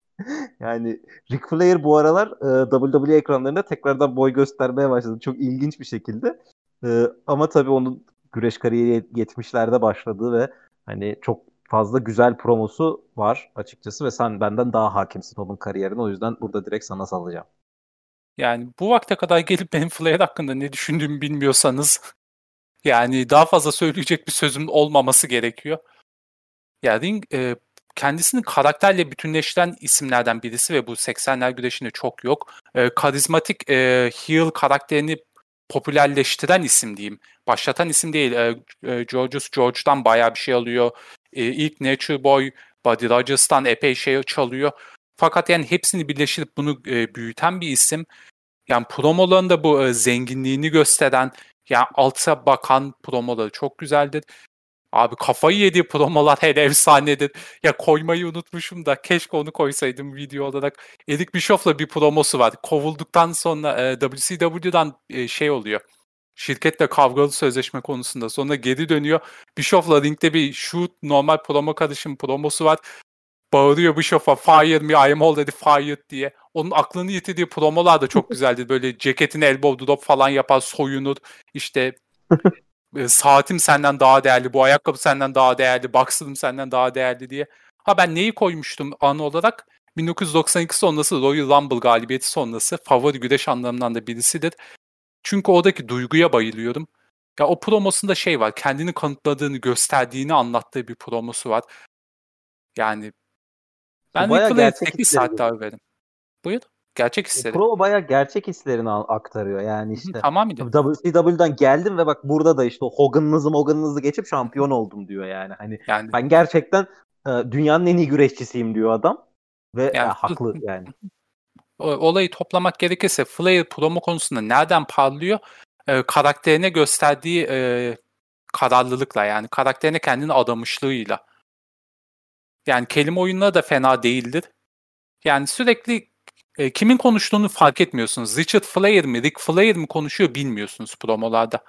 Yani Ric Flair bu aralar WWE ekranlarında tekrardan boy göstermeye başladı. Çok ilginç bir şekilde. Ama tabii onun güreş kariyeri 70'lerde başladı ve hani çok fazla güzel promosu var açıkçası ve sen benden daha hakimsin onun kariyerine. O yüzden burada direkt sana salacağım. Yani bu vakte kadar gelip benim Flair hakkında ne düşündüğümü bilmiyorsanız yani daha fazla söyleyecek bir sözüm olmaması gerekiyor. Yani kendisini karakterle bütünleştiren isimlerden birisi ve bu 80'ler güreşinde çok yok. Karizmatik heel karakterini popülerleştiren isim diyeyim. Başlatan isim değil. George'dan bayağı bir şey alıyor. İlk Nature Boy, Buddy Rogers'tan epey şey çalıyor. Fakat yani hepsini birleştirip bunu büyüten bir isim. Yani promolarında bu zenginliğini gösteren, yani alta bakan promoları çok güzeldir. Abi kafayı yediği promolar hele efsanedir. Ya koymayı unutmuşum da keşke onu koysaydım video olarak. Eric Bischoff'la bir promosu var. Kovulduktan sonra WCW'dan şey oluyor. Şirketle kavgalı sözleşme konusunda. Sonra geri dönüyor. Bischoff'la ringde bir shoot normal promo karışım promosu var. Bağırıyor Bischoff'a fire me I am already fired diye. Onun aklını yitirdiği promolar da çok güzeldi. Böyle ceketini elbow drop falan yapar, soyunur. İşte saatim senden daha değerli, bu ayakkabı senden daha değerli, boxer'ım senden daha değerli diye. Ha ben neyi koymuştum an olarak? 1992 sonrası Royal Rumble galibiyeti sonrası favori güreş anlarımdan da birisidir. Çünkü oradaki duyguya bayılıyorum. Ya o promosunda şey var, kendini kanıtladığını, gösterdiğini anlattığı bir promosu var. Yani Bu ben Ric bayağı Flair'e gerçek 8 hisleri saat gibi. daha veririm. Buyur. Gerçek hisleri. Pro bayağı gerçek hislerini aktarıyor. Yani Hı hı, işte tamamıyla. WCW'dan geldim ve bak burada da işte Hogan'ınızı geçip şampiyon oldum diyor yani. Hani Yani ben gerçekten dünyanın en iyi güreşçisiyim diyor adam. Ve yani haklı yani. olayı toplamak gerekirse Flair promo konusunda nereden parlıyor? Karakterine gösterdiği kararlılıkla, yani karakterine kendini adamışlığıyla. Yani kelime oyunları da fena değildir. Yani sürekli kimin konuştuğunu fark etmiyorsunuz. Richard Flair mi, Ric Flair mi konuşuyor bilmiyorsunuz promolarda.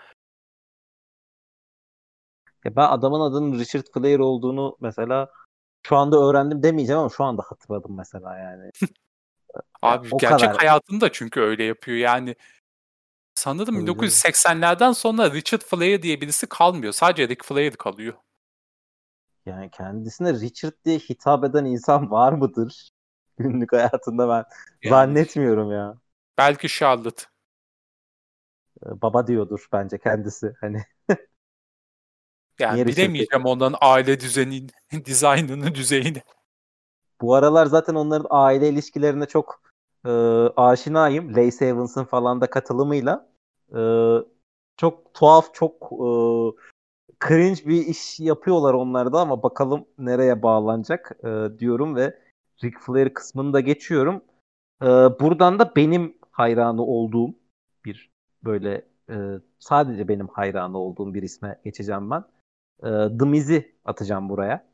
Ya ben adamın adının Richard Flair olduğunu mesela şu anda öğrendim demeyeceğim ama şu anda hatırladım mesela yani. Ya Abi o gerçek kadar hayatında çünkü öyle yapıyor. Yani sanırım tabii canım. 1980'lerden sonra Richard Flair diye birisi kalmıyor. Sadece Ric Flair kalıyor. Yani kendisine Richard diye hitap eden insan var mıdır? Günlük hayatında ben Yani zannetmiyorum ya. belki Charlotte. Baba diyordur bence kendisi. Hani niye Yani Richard dedi? bilemeyeceğim onların aile düzenini, dizaynını, düzeyini. Bu aralar zaten onların aile ilişkilerine çok aşinayım. Lacey Evans'ın falan da katılımıyla. E, çok tuhaf, çok cringe bir iş yapıyorlar onlar da ama bakalım nereye bağlanacak diyorum ve Ric Flair kısmını da geçiyorum. Buradan da benim hayranı olduğum bir böyle sadece benim hayranı olduğum bir isme geçeceğim ben. The Miz'i atacağım buraya.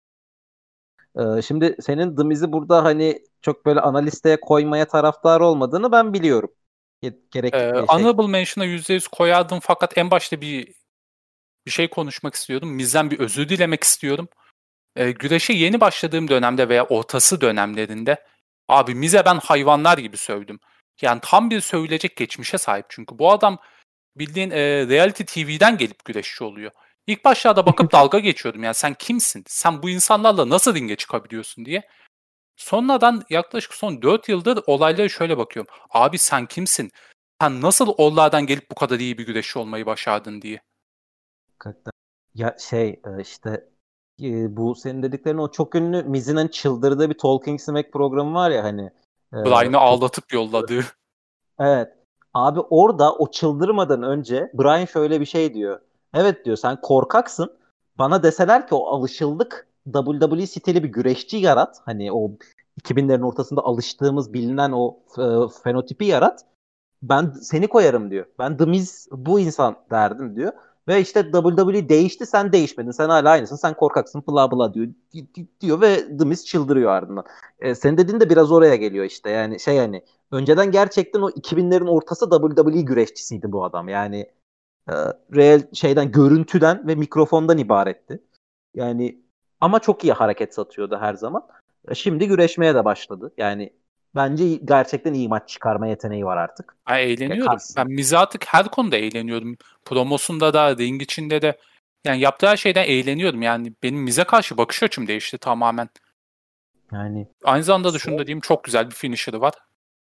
Şimdi senin The Miz'i burada hani çok böyle ana listeye koymaya taraftar olmadığını ben biliyorum. Gerek şey Honorable Mention'a %100 koyardım fakat en başta bir şey konuşmak istiyordum. Miz'den bir özür dilemek istiyorum. güreşe yeni başladığım dönemde veya ortası dönemlerinde abi Miz'e ben hayvanlar gibi sövdüm. Yani tam bir sövülecek geçmişe sahip çünkü. Bu adam bildiğin reality TV'den gelip güreşçi oluyor. İlk başlarda bakıp dalga geçiyordum. Yani sen kimsin? Sen bu insanlarla nasıl ringe çıkabiliyorsun diye. Sonradan yaklaşık son 4 yıldır olaylara şöyle bakıyorum. Abi sen kimsin? Sen nasıl onlardan gelip bu kadar iyi bir güreşçi olmayı başardın diye. Hakikaten. Ya işte bu senin dediklerin o çok ünlü Mizi'nin çıldırdığı bir Talking Smack programı var ya hani e, Brian'ı çok ağlatıp yolladığı. evet. Abi orada o çıldırmadan önce Brian şöyle bir şey diyor. Evet diyor sen korkaksın. Bana deseler ki o alışıldık WWE stili bir güreşçi yarat. Hani o 2000'lerin ortasında alıştığımız bilinen o fenotipi yarat. Ben seni koyarım diyor. Ben The Miz bu insan derdim diyor. Ve işte WWE değişti sen değişmedin. Sen hala aynısın. Sen korkaksın bla bla diyor ve The Miz çıldırıyor ardından. Senin dediğin de biraz oraya geliyor işte. Yani hani önceden gerçekten o 2000'lerin ortası WWE güreşçisiydi bu adam. Yani e, real görüntüden ve mikrofondan ibaretti. Yani ama çok iyi hareket satıyordu her zaman. Şimdi güreşmeye de başladı. Yani bence gerçekten iyi maç çıkarma yeteneği var artık. Ben eğleniyorum. Ben Karşısında. Miz'e artık her konuda eğleniyorum. Promosunda da, ring içinde de. Yani yaptığı her şeyden eğleniyorum. Yani benim Miz'e karşı bakış açım değişti tamamen. Yani Aynı zamanda da şunu da diyeyim, çok güzel bir finisher'ı var.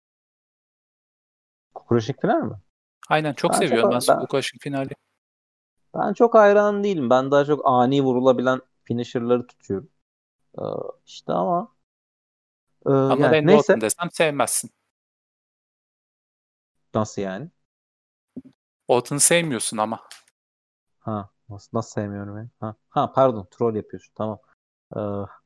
Kukurajik falan mı? Aynen, çok Ben çok seviyorum ben ben, Squash'ın finali. ben çok hayran değilim. Ben daha çok ani vurulabilen finisher'ları tutuyorum. Ee, işte ama Ama yani Randy neyse. Orton desem sevmezsin. Nasıl yani? Orton'u sevmiyorsun ama. Nasıl sevmiyorum yani? Pardon, troll yapıyorsun. Tamam. Ee,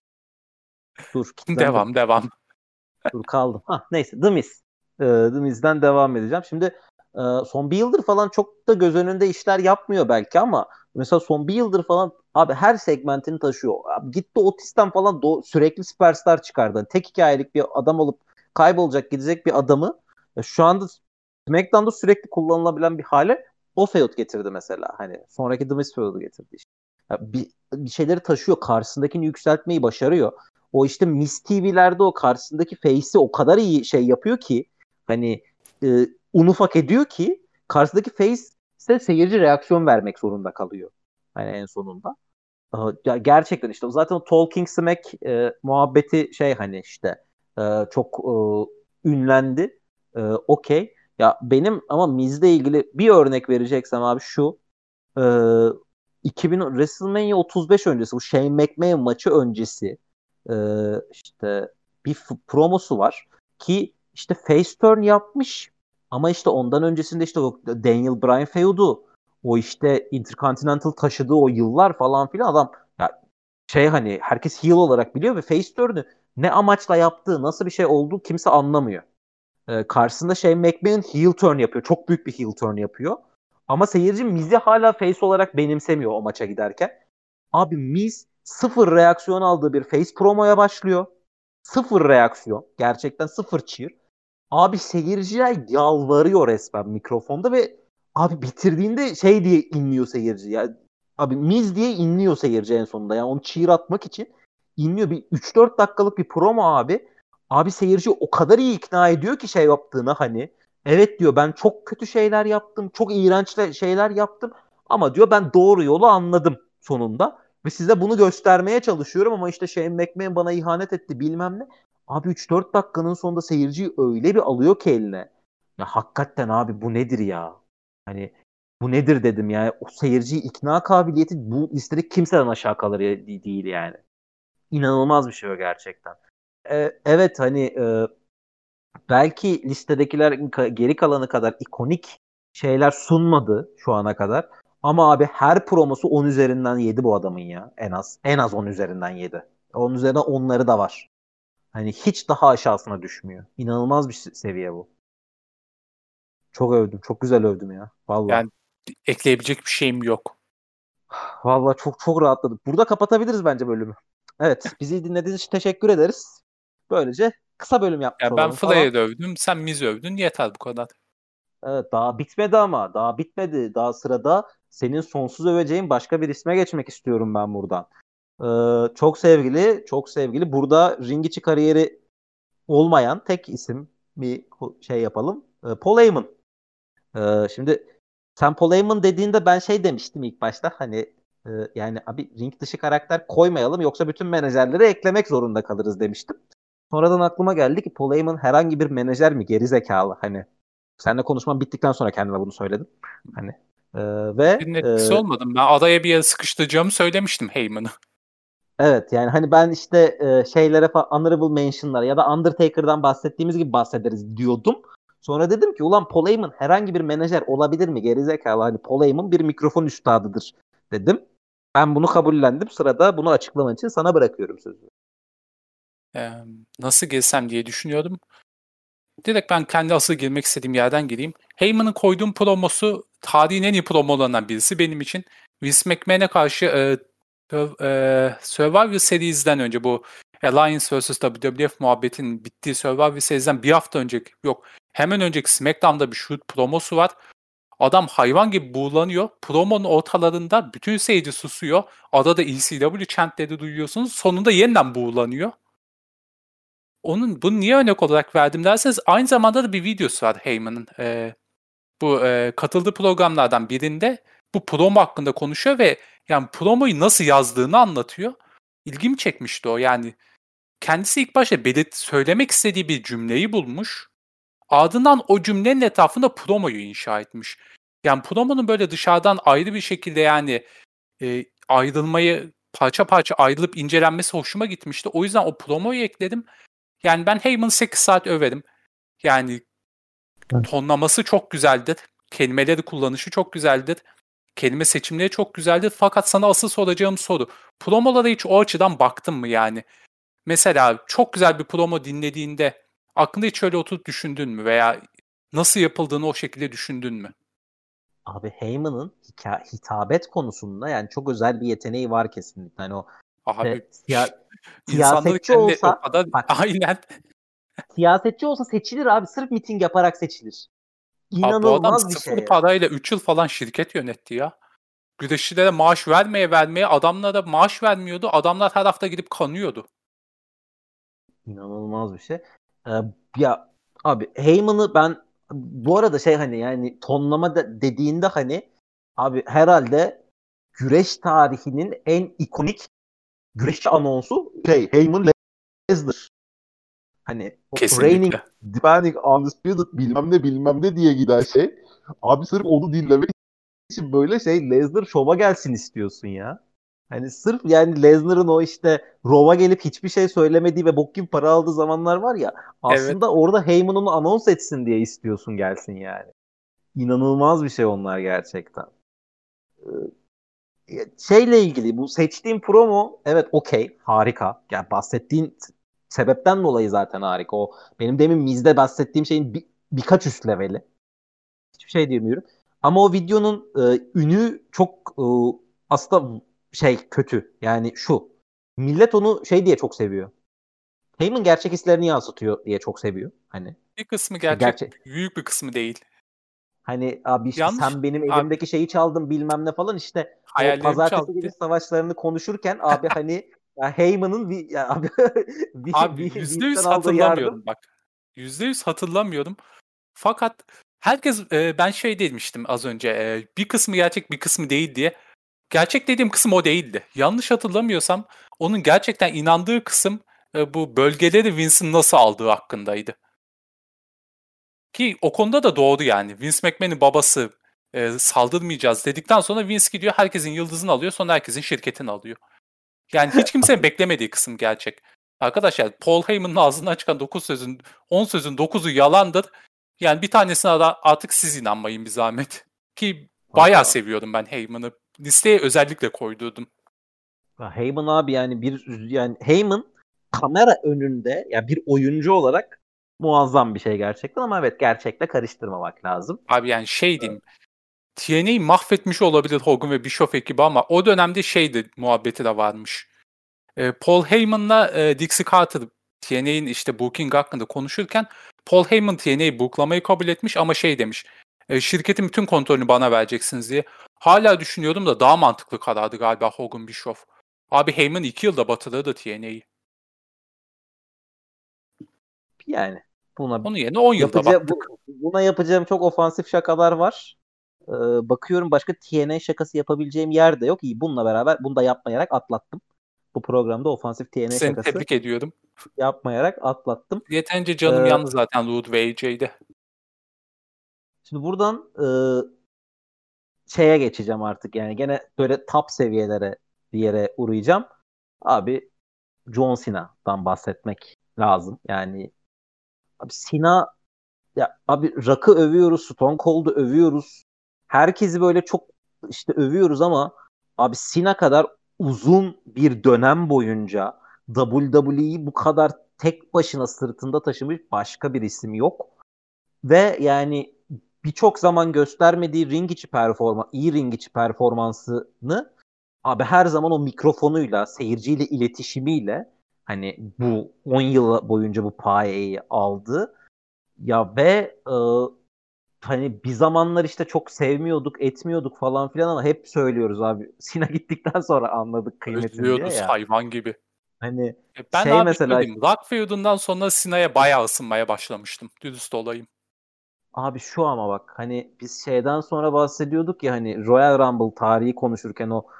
dur kilitlendim. Devam devam. Dur kaldım. Neyse The Miz. The Miz'den devam edeceğim. Şimdi son bir yıldır falan çok da göz önünde işler yapmıyor belki ama mesela son bir yıldır falan abi her segmentini taşıyor. Abi gitti Otis'ten falan sürekli süperstar çıkardı. Tek hikayelik bir adam olup kaybolacak gidecek bir adamı şu anda SmackDown'da sürekli kullanılabilen bir hale o feud getirdi mesela. Hani sonraki The Miz feud'u getirdi işte. Ya bir şeyleri taşıyor. Karşısındakini yükseltmeyi başarıyor. O işte Miss TV'lerde o karşısındaki face'i o kadar iyi şey yapıyor ki hani un ufak ediyor ki karşısındaki face ise seyirci reaksiyon vermek zorunda kalıyor. Hani en sonunda. Gerçekten işte zaten o Talking Smack muhabbeti hani işte çok ünlendi. Okey. Ya benim ama Miz'le ilgili bir örnek vereceksem abi şu e, 2000 WrestleMania 35 öncesi bu Shane McMahon maçı öncesi e, işte bir promosu var ki işte face turn yapmış ama işte ondan öncesinde işte o Daniel Bryan feud'u o işte Intercontinental taşıdığı o yıllar falan filan adam ya hani herkes heel olarak biliyor ve face turn'ü ne amaçla yaptığı nasıl bir şey olduğu kimse anlamıyor. Karşısında Shane McMahon heel turn yapıyor. Çok büyük bir heel turn yapıyor. Ama seyirci Miz'i hala face olarak benimsemiyor o maça giderken. Abi Miz sıfır reaksiyon aldığı bir face promoya başlıyor. Sıfır reaksiyon. Gerçekten sıfır cheer. Abi seyirciler yalvarıyor resmen mikrofonda ve abi bitirdiğinde diye inliyor seyirci ya. Abi Miz diye inliyor seyirci en sonunda. Yani onu cheer atmak için inliyor. Bir 3-4 dakikalık bir promo abi. Abi seyirci o kadar iyi ikna ediyor ki yaptığını hani. Evet diyor ben çok kötü şeyler yaptım. Çok iğrenç şeyler yaptım. Ama diyor ben doğru yolu anladım sonunda. Ve size bunu göstermeye çalışıyorum ama işte Shane McMahon bana ihanet etti bilmem ne. Abi 3-4 dakikanın sonunda seyirciyi öyle bir alıyor ki eline. Ya hakikaten abi bu nedir ya? Hani bu nedir dedim yani. O seyirciyi ikna kabiliyeti bu listede kimseden aşağı kalır değil yani. İnanılmaz bir şey o gerçekten. Evet hani belki listedekiler geri kalanı kadar ikonik şeyler sunmadı şu ana kadar. Ama abi her promosu 10 üzerinden 7 bu adamın ya. En az. En az 10 üzerinden 7. 10 üzerinden onları da var. Hani hiç daha aşağısına düşmüyor. İnanılmaz bir seviye bu. Çok övdüm. Çok güzel övdüm ya. Valla. Yani ekleyebilecek bir şeyim yok. Valla çok çok rahatladım. Burada kapatabiliriz bence bölümü. Evet. Bizi dinlediğiniz için teşekkür ederiz. Böylece kısa bölüm yapmış Ya ben olalım falan. Flair'ı övdüm, sen Miz'i övdün, yeter bu kadar. Evet, daha bitmedi ama. Daha bitmedi. Daha sırada senin sonsuz öveceğin başka bir isme geçmek istiyorum ben buradan. Çok sevgili, çok sevgili. Burada ring içi kariyeri olmayan tek isim bir şey yapalım. Paul Heyman. Şimdi sen Paul Heyman dediğinde ben şey demiştim ilk başta, hani yani abi ring dışı karakter koymayalım yoksa bütün menajerleri eklemek zorunda kalırız demiştim. Sonradan aklıma geldi ki Paul Heyman herhangi bir menajer mi? Geri zekalı hani. Seninle konuşmam bittikten sonra kendime bunu söyledim. Hani Bir ve etkisi olmadım. Ben araya bir yere sıkıştıracağımı söylemiştim Heyman'ı. evet yani hani ben işte şeylere falan honorable mention'lar ya da Undertaker'dan bahsettiğimiz gibi bahsederiz diyordum. Sonra dedim ki ulan Paul Heyman herhangi bir menajer olabilir mi? Gerizekalı, hani Paul Heyman bir mikrofon üstadıdır dedim. Ben bunu kabullendim. Sırada bunu açıklaman için sana bırakıyorum sözü. Ee, Nasıl girsem diye düşünüyordum. Direkt ben kendi asıl girmek istediğim yerden gireyim. Heyman'ın koyduğum promosu tarihin en iyi promolarından birisi benim için. Vince McMahon'e karşı Survivor Series'den önce, bu Alliance vs. WWF muhabbetinin bittiği Survivor Series'den bir hafta önce, yok hemen önceki SmackDown'da bir shoot promosu var. Adam hayvan gibi buğulanıyor. Promonun ortalarında bütün seyirci susuyor. Arada ECW chantleri duyuyorsunuz. Sonunda yeniden buğulanıyor. Bunu niye örnek olarak verdim derseniz, aynı zamanda da bir videosu var Heyman'ın. Bu katıldığı programlardan birinde bu promo hakkında konuşuyor ve yani promoyu nasıl yazdığını anlatıyor. İlgimi çekmişti o. Yani kendisi ilk başta söylemek istediği bir cümleyi bulmuş. Ardından o cümlenin etrafında promoyu inşa etmiş. Yani promonun böyle dışarıdan ayrı bir şekilde, yani ayrılmayı, parça parça ayrılıp incelenmesi hoşuma gitmişti. O yüzden o promoyu ekledim. Yani ben Heyman'ı 8 saat överim. Yani tonlaması çok güzeldir. Kelimeleri kullanışı çok güzeldir. Kelime seçimleri çok güzeldir. Fakat sana asıl soracağım soru: promolara hiç o açıdan baktın mı yani? Mesela çok güzel bir promo dinlediğinde aklında hiç öyle oturup düşündün mü? Veya nasıl yapıldığını o şekilde düşündün mü? Abi Heyman'ın hitabet konusunda yani çok özel bir yeteneği var kesinlikle. Hani o Abi insanları siyasetçi kendi o olsa kadar bak, aynen. siyasetçi olsa seçilir abi, sırf miting yaparak seçilir. Abi bu adam İnanılmaz bir şey sıfır ya. parayla 3 yıl falan şirket yönetti ya. Güreşçilere maaş vermeye adamlara maaş vermiyordu. Adamlar her hafta gidip kanıyordu. İnanılmaz bir şey. Ee, Ya abi Heyman'ı ben bu arada şey, hani yani tonlama dediğinde hani abi herhalde güreş tarihinin en ikonik güreş anonsu şey Heyman Lesnar. Hani o reigning Kesinlikle. Defending Undisputed bilmem ne bilmem ne diye giden şey. Abi sırf onu dinlemek için böyle şey Lesnar şova gelsin istiyorsun ya. Hani sırf yani Lesnar'ın o işte Raw'a gelip hiçbir şey söylemediği ve bok gibi para aldığı zamanlar var ya, Evet. aslında orada Heyman onu anons etsin diye istiyorsun gelsin yani. İnanılmaz bir şey onlar gerçekten. Şeyle ilgili bu seçtiğim promo, evet okey, harika. Yani bahsettiğin sebepten dolayı zaten harika. O benim demin Miz'de bahsettiğim şeyin birkaç üst leveli. Hiçbir şey diyemiyorum. Ama o videonun ünü çok aslında şey kötü. Yani şu. Millet onu şey diye çok seviyor. Heyman gerçek hislerini yansıtıyor diye çok seviyor. Hani Bir kısmı işte gerçek, büyük bir kısmı değil. hani abi işte Yanlış. sen benim Abi elimdeki şeyi çaldın bilmem ne falan, işte o hayallerimi pazartesi çaldı günü diye. savaşlarını konuşurken abi hani ya Heyman'ın ya abi Abi Vince'den %100 aldığı yardım. hatırlamıyorum bak. %100 hatırlamıyorum. Fakat herkes, ben şey demiştim az önce, bir kısmı gerçek bir kısmı değil diye. Gerçek dediğim kısım o değildi. Yanlış hatırlamıyorsam onun gerçekten inandığı kısım bu bölgeleri Vince'in nasıl aldığı hakkındaydı. Ki o konuda da doğru yani. Vince McMahon'in babası saldırmayacağız dedikten sonra Vince gidiyor herkesin yıldızını alıyor, sonra herkesin şirketini alıyor. Yani hiç kimsenin beklemediği kısım gerçek. Arkadaşlar, Paul Heyman'ın ağzından çıkan 9 sözün 10 sözün 9'u yalandır. Yani bir tanesine artık siz inanmayın bir zahmet. Ki bayağı Kanka, seviyorum ben Heyman'ı. Listeye özellikle koydurdum. Heyman abi yani yani Heyman kamera önünde ya bir oyuncu olarak muazzam bir şey gerçekten, ama evet gerçekle karıştırmamak lazım. Abi yani şey diyeyim. TNA'yı mahvetmiş olabilir Hogan ve Bischoff ekibi ama o dönemde şeydi, muhabbeti de varmış. Paul Heyman'la Dixie Carter TNA'nin işte booking hakkında konuşurken Paul Heyman TNA'yı booklamayı kabul etmiş ama şey demiş. Şirketin bütün kontrolünü bana vereceksiniz diye. Hala düşünüyorum da daha mantıklı karardı galiba Hogan Bischoff. Abi Heyman 2 yılda batırdı TNA'yı. Yani buna Onun yerine 10 yılda battık. buna yapacağım çok ofansif şakalar var. Bakıyorum başka TNA şakası yapabileceğim yer de yok. İyi, bununla beraber bunu da yapmayarak atlattım. Bu programda ofansif TNA Seni şakası tebrik ediyorum. yapmayarak atlattım. Yeterince canım Ee, yandı zaten Rude ve AJ'de. Şimdi buradan şeye geçeceğim artık, yani gene böyle top seviyelere bir yere uğrayacağım. Abi John Cena'dan bahsetmek lazım. Yani abi Cena, ya abi Rock'ı övüyoruz, Stone Cold'u övüyoruz. Herkesi böyle çok işte övüyoruz ama abi Cena kadar uzun bir dönem boyunca WWE'yi bu kadar tek başına sırtında taşımış başka bir isim yok. Ve yani birçok zaman göstermediği iyi ring içi performansını abi her zaman o mikrofonuyla, seyirciyle iletişimiyle hani bu 10 yıl boyunca bu payeyi aldı. Ya ve hani bir zamanlar işte çok sevmiyorduk, etmiyorduk falan filan ama hep söylüyoruz abi. Sina gittikten sonra anladık kıymetini diye Özlüyoruz ya. hayvan gibi. Hani Ben şey abi mesela söyleyeyim. Rock feud'undan sonra Sina'ya bayağı ısınmaya başlamıştım. Dürüst olayım. abi şu ama bak hani biz şeyden sonra bahsediyorduk ya, hani Royal Rumble tarihi konuşurken o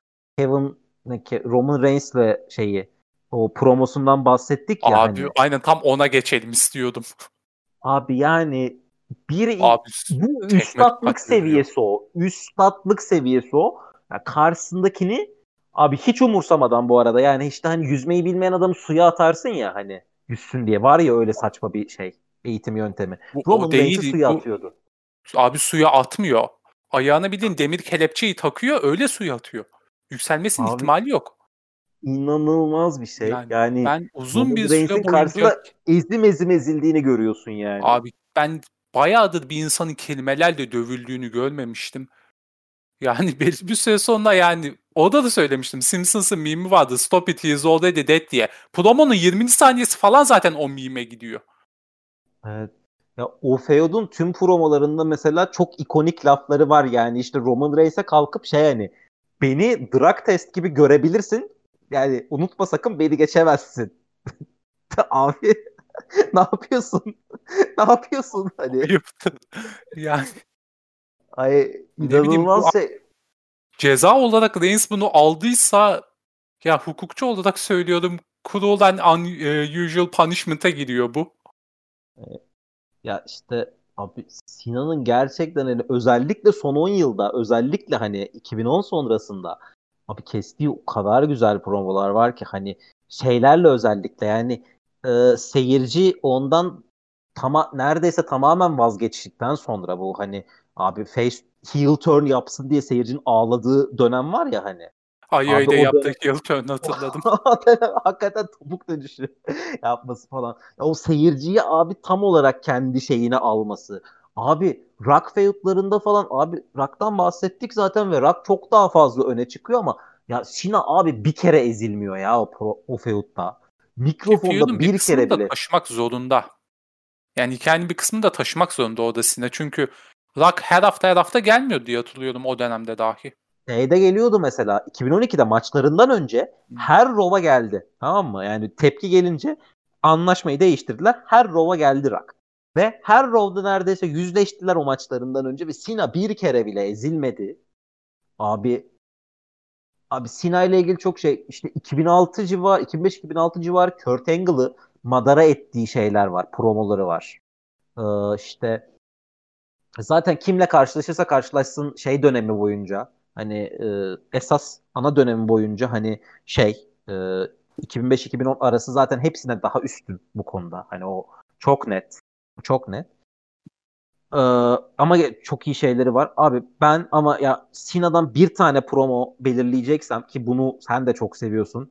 Roman Reigns'le o promosundan bahsettik ya Abi hani. aynen tam ona geçelim istiyordum. Abi yani bir Abi bu tekme üstatlık tokat dövüyor. seviyesi o. Üstatlık seviyesi o. Ya karşısındakini abi hiç umursamadan, bu arada yani işte hani yüzmeyi bilmeyen adamı suya atarsın ya hani yüzsün diye, var ya öyle saçma bir eğitim yöntemi. Bu o Roman Reigns'i değil. suya Bu atıyordu. abi suya atmıyor. Ayağına bildiğin demir kelepçeyi takıyor öyle suya atıyor. Yükselmesinin Abi ihtimali yok. inanılmaz bir şey. Yani Yani ben uzun bir Roman süre Reigns'in boyunca karşısında ezildiğini görüyorsun yani. abi ben bayağıdır bir insanın kelimelerle dövüldüğünü görmemiştim. Yani bir süre sonra yani orada da söylemiştim. Simpsons'ın mimi vardı. Stop it, he's already dead diye. Promo'nun 20. saniyesi falan zaten o mime gidiyor. Evet. Ya o feudun tüm promolarında mesela çok ikonik lafları var, yani işte Roman Reigns'e kalkıp hani beni drug test gibi görebilirsin. Yani unutma sakın, beni geçemezsin. Abi ne yapıyorsun? Ne yapıyorsun hani? Ayıptı. Yani Ay ne bileyim bu inanılmaz şey. ceza olarak Reigns bunu aldıysa ya hukukçu olarak söylüyorum cruel and unusual punishment'a giriyor bu. Ya işte abi Sinan'ın gerçekten hani özellikle son 10 yılda, özellikle hani 2010 sonrasında abi kestiği o kadar güzel promolar var ki hani şeylerle, özellikle yani seyirci ondan neredeyse tamamen vazgeçtikten sonra bu hani abi face heel turn yapsın diye seyircinin ağladığı dönem var ya hani. Abi Ayağıyla o dönem yaptığı heel turn'u hatırladım. hakikaten topuk dönüşü yapması falan. Ya o seyirciyi abi tam olarak kendi şeyine alması. Abi rock feudlarında falan, abi rock'tan bahsettik zaten ve rock çok daha fazla öne çıkıyor ama ya Cena abi bir kere ezilmiyor ya o feudda. Ki Mikrofonda feud'un bir bir kısmını kere da bile. taşımak zorunda. Yani hikayenin bir kısmını da taşımak zorunda odasına. Çünkü Rock her hafta gelmiyor diye hatırlıyorum o dönemde dahi. Şeyde geliyordu mesela 2012'de maçlarından önce her Raw'a geldi. Tamam mı? Yani tepki gelince anlaşmayı değiştirdiler. Her Raw'a geldi Rock. Ve her Raw'da neredeyse yüzleştiler o maçlarından önce ve Cena bir kere bile ezilmedi. Abi Cena ile ilgili çok işte 2005-2006 civarı Kurt Angle'ı madara ettiği şeyler var, promoları var. İşte zaten kimle karşılaşırsa karşılaşsın dönemi boyunca hani esas ana dönemi boyunca hani 2005-2010 arası zaten hepsine daha üstün bu konuda. Hani o çok net. Çok net. Ee, ama çok iyi şeyleri var. Abi ben ama ya Sina'dan bir tane promo belirleyeceksem, ki bunu sen de çok seviyorsun.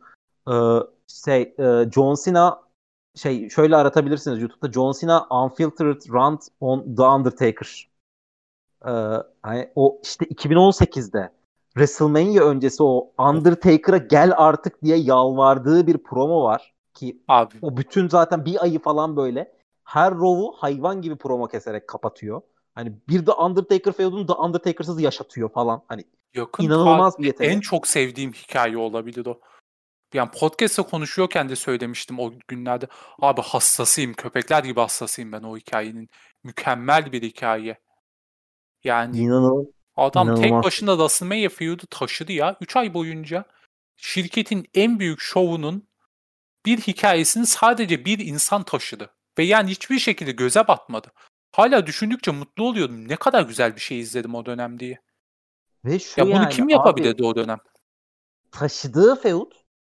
John Cena şöyle aratabilirsiniz YouTube'da: John Cena Unfiltered Rant on The Undertaker. Ee, hani o işte 2018'de WrestleMania öncesi o Oh, Undertaker'a gel artık diye yalvardığı bir promo var ki abi o bütün zaten bir ayı falan böyle her Raw'u hayvan gibi promo keserek kapatıyor. Hani bir de Undertaker feudunu da Undertaker'sız yaşatıyor falan. Hani yakın inanılmaz bir tarihte en yetenek. çok sevdiğim hikaye olabilir o. yani podcast'te konuşuyorken de söylemiştim o günlerde. Abi hassasıyım. Köpekler gibi hassasıyım ben o hikayenin. Mükemmel bir hikaye. Yani İnanılmaz. adam tek İnanılmaz. başına WrestleMania feud'u taşıdı ya. 3 ay boyunca şirketin en büyük şovunun bir hikayesini sadece bir insan taşıdı. Ve yani hiçbir şekilde göze batmadı. Hala düşündükçe mutlu oluyordum. Ne kadar güzel bir şey izledim o dönem diye. Ve şu Ya bunu yani kim abi yapabilirdi o dönem? taşıdığı feud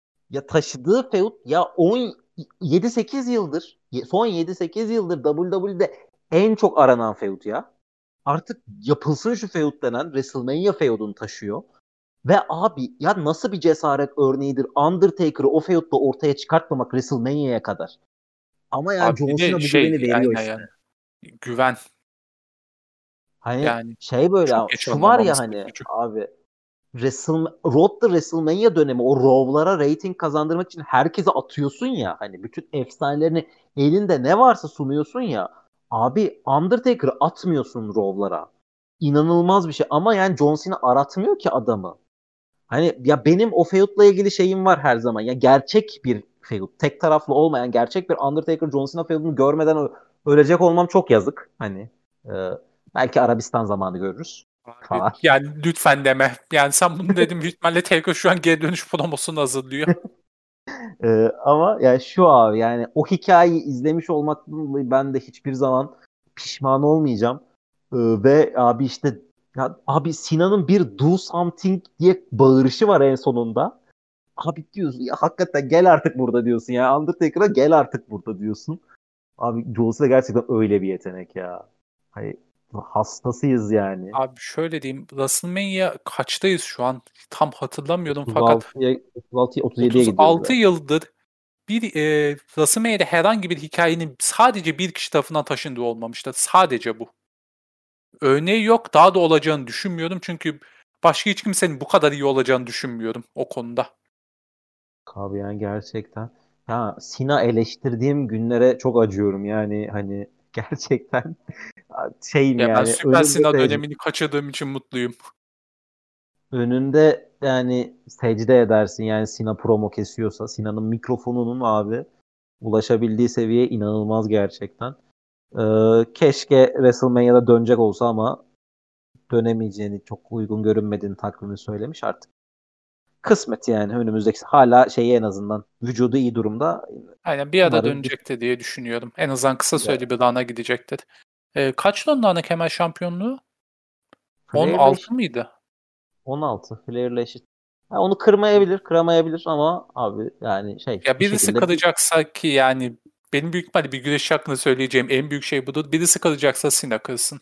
ya 17-8 yıldır son 7-8 yıldır WWE'de en çok aranan feud ya. Artık yapılsın şu feud denen WrestleMania feudunu taşıyor. Ve abi ya nasıl bir cesaret örneğidir Undertaker'ı o feudda ortaya çıkartmamak WrestleMania'ya kadar. Ama yani Abi John bir de Cena bu güveni veriyor yani, işte. yani güven. Hani Yani şey böyle çok geç şu var ya anlamamız hani üzücü. abi Road to WrestleMania dönemi o Raw'lara rating kazandırmak için herkese atıyorsun ya hani bütün efsanelerini elinde ne varsa sunuyorsun ya abi Undertaker'ı atmıyorsun Raw'lara. İnanılmaz bir şey ama yani John Cena aratmıyor ki adamı. Hani ya benim o feud'la ilgili şeyim var her zaman. Ya gerçek bir feud, tek taraflı olmayan gerçek bir Undertaker John Cena feud'unu görmeden ölecek olmam çok yazık. Hani e, belki Arabistan zamanı görürüz Abi, falan. yani lütfen deme. Yani sen bunu dedim büyük ihtimalle Taker şu an geri dönüş promosunu hazırlıyor. Ama yani şu abi yani o hikayeyi izlemiş olmaktan ben de hiçbir zaman pişman olmayacağım. Ve abi işte ya abi Sinan'ın bir do something diye bağırışı var en sonunda. Abi diyorsun ya hakikaten gel artık burada diyorsun ya. Undertaker'a gel artık burada diyorsun. Abi John Cena gerçekten öyle bir yetenek ya. Hani hastasıyız yani. Abi şöyle diyeyim. WrestleMania kaçtayız şu an? Tam hatırlamıyorum fakat 36'ya 36'ya 37'ye gidiyoruz 36 galiba. yıldır bir WrestleMania'da herhangi bir hikayenin sadece bir kişi tarafından taşındığı olmamıştı. Sadece bu. Örneği yok. Daha da olacağını düşünmüyorum. Çünkü başka hiç kimsenin bu kadar iyi olacağını düşünmüyorum o konuda. Abi yani gerçekten. Ya Sina eleştirdiğim günlere çok acıyorum yani hani gerçekten şeyim Ya ben yani Süper Sina dönemini kaçırdığım için mutluyum. önünde yani secde edersin yani Sina promo kesiyorsa Sina'nın mikrofonunun abi ulaşabildiği seviye inanılmaz gerçekten. Keşke WrestleMania'da dönecek olsa ama dönemeyeceğini çok uygun görünmediğini takvimi söylemiş artık. Kısmet yani önümüzdeki hala şeyi en azından vücudu iyi durumda. Aynen bir ara Umarım dönecektir diye düşünüyorum. En azından kısa ya, süreli bir ana gidecektir. Kaç Londra Kemal şampiyonluğu? Flair'le 16 eşit mıydı? 16. Flair'le eşit. Ha, onu kırmayabilir, kıramayabilir ama abi yani şey Ya bir birisi şekilde kalacaksa ki yani benim büyük ihtimalle bir güreş hakkında söyleyeceğim en büyük şey budur. Birisi kalacaksa Cena kılsın.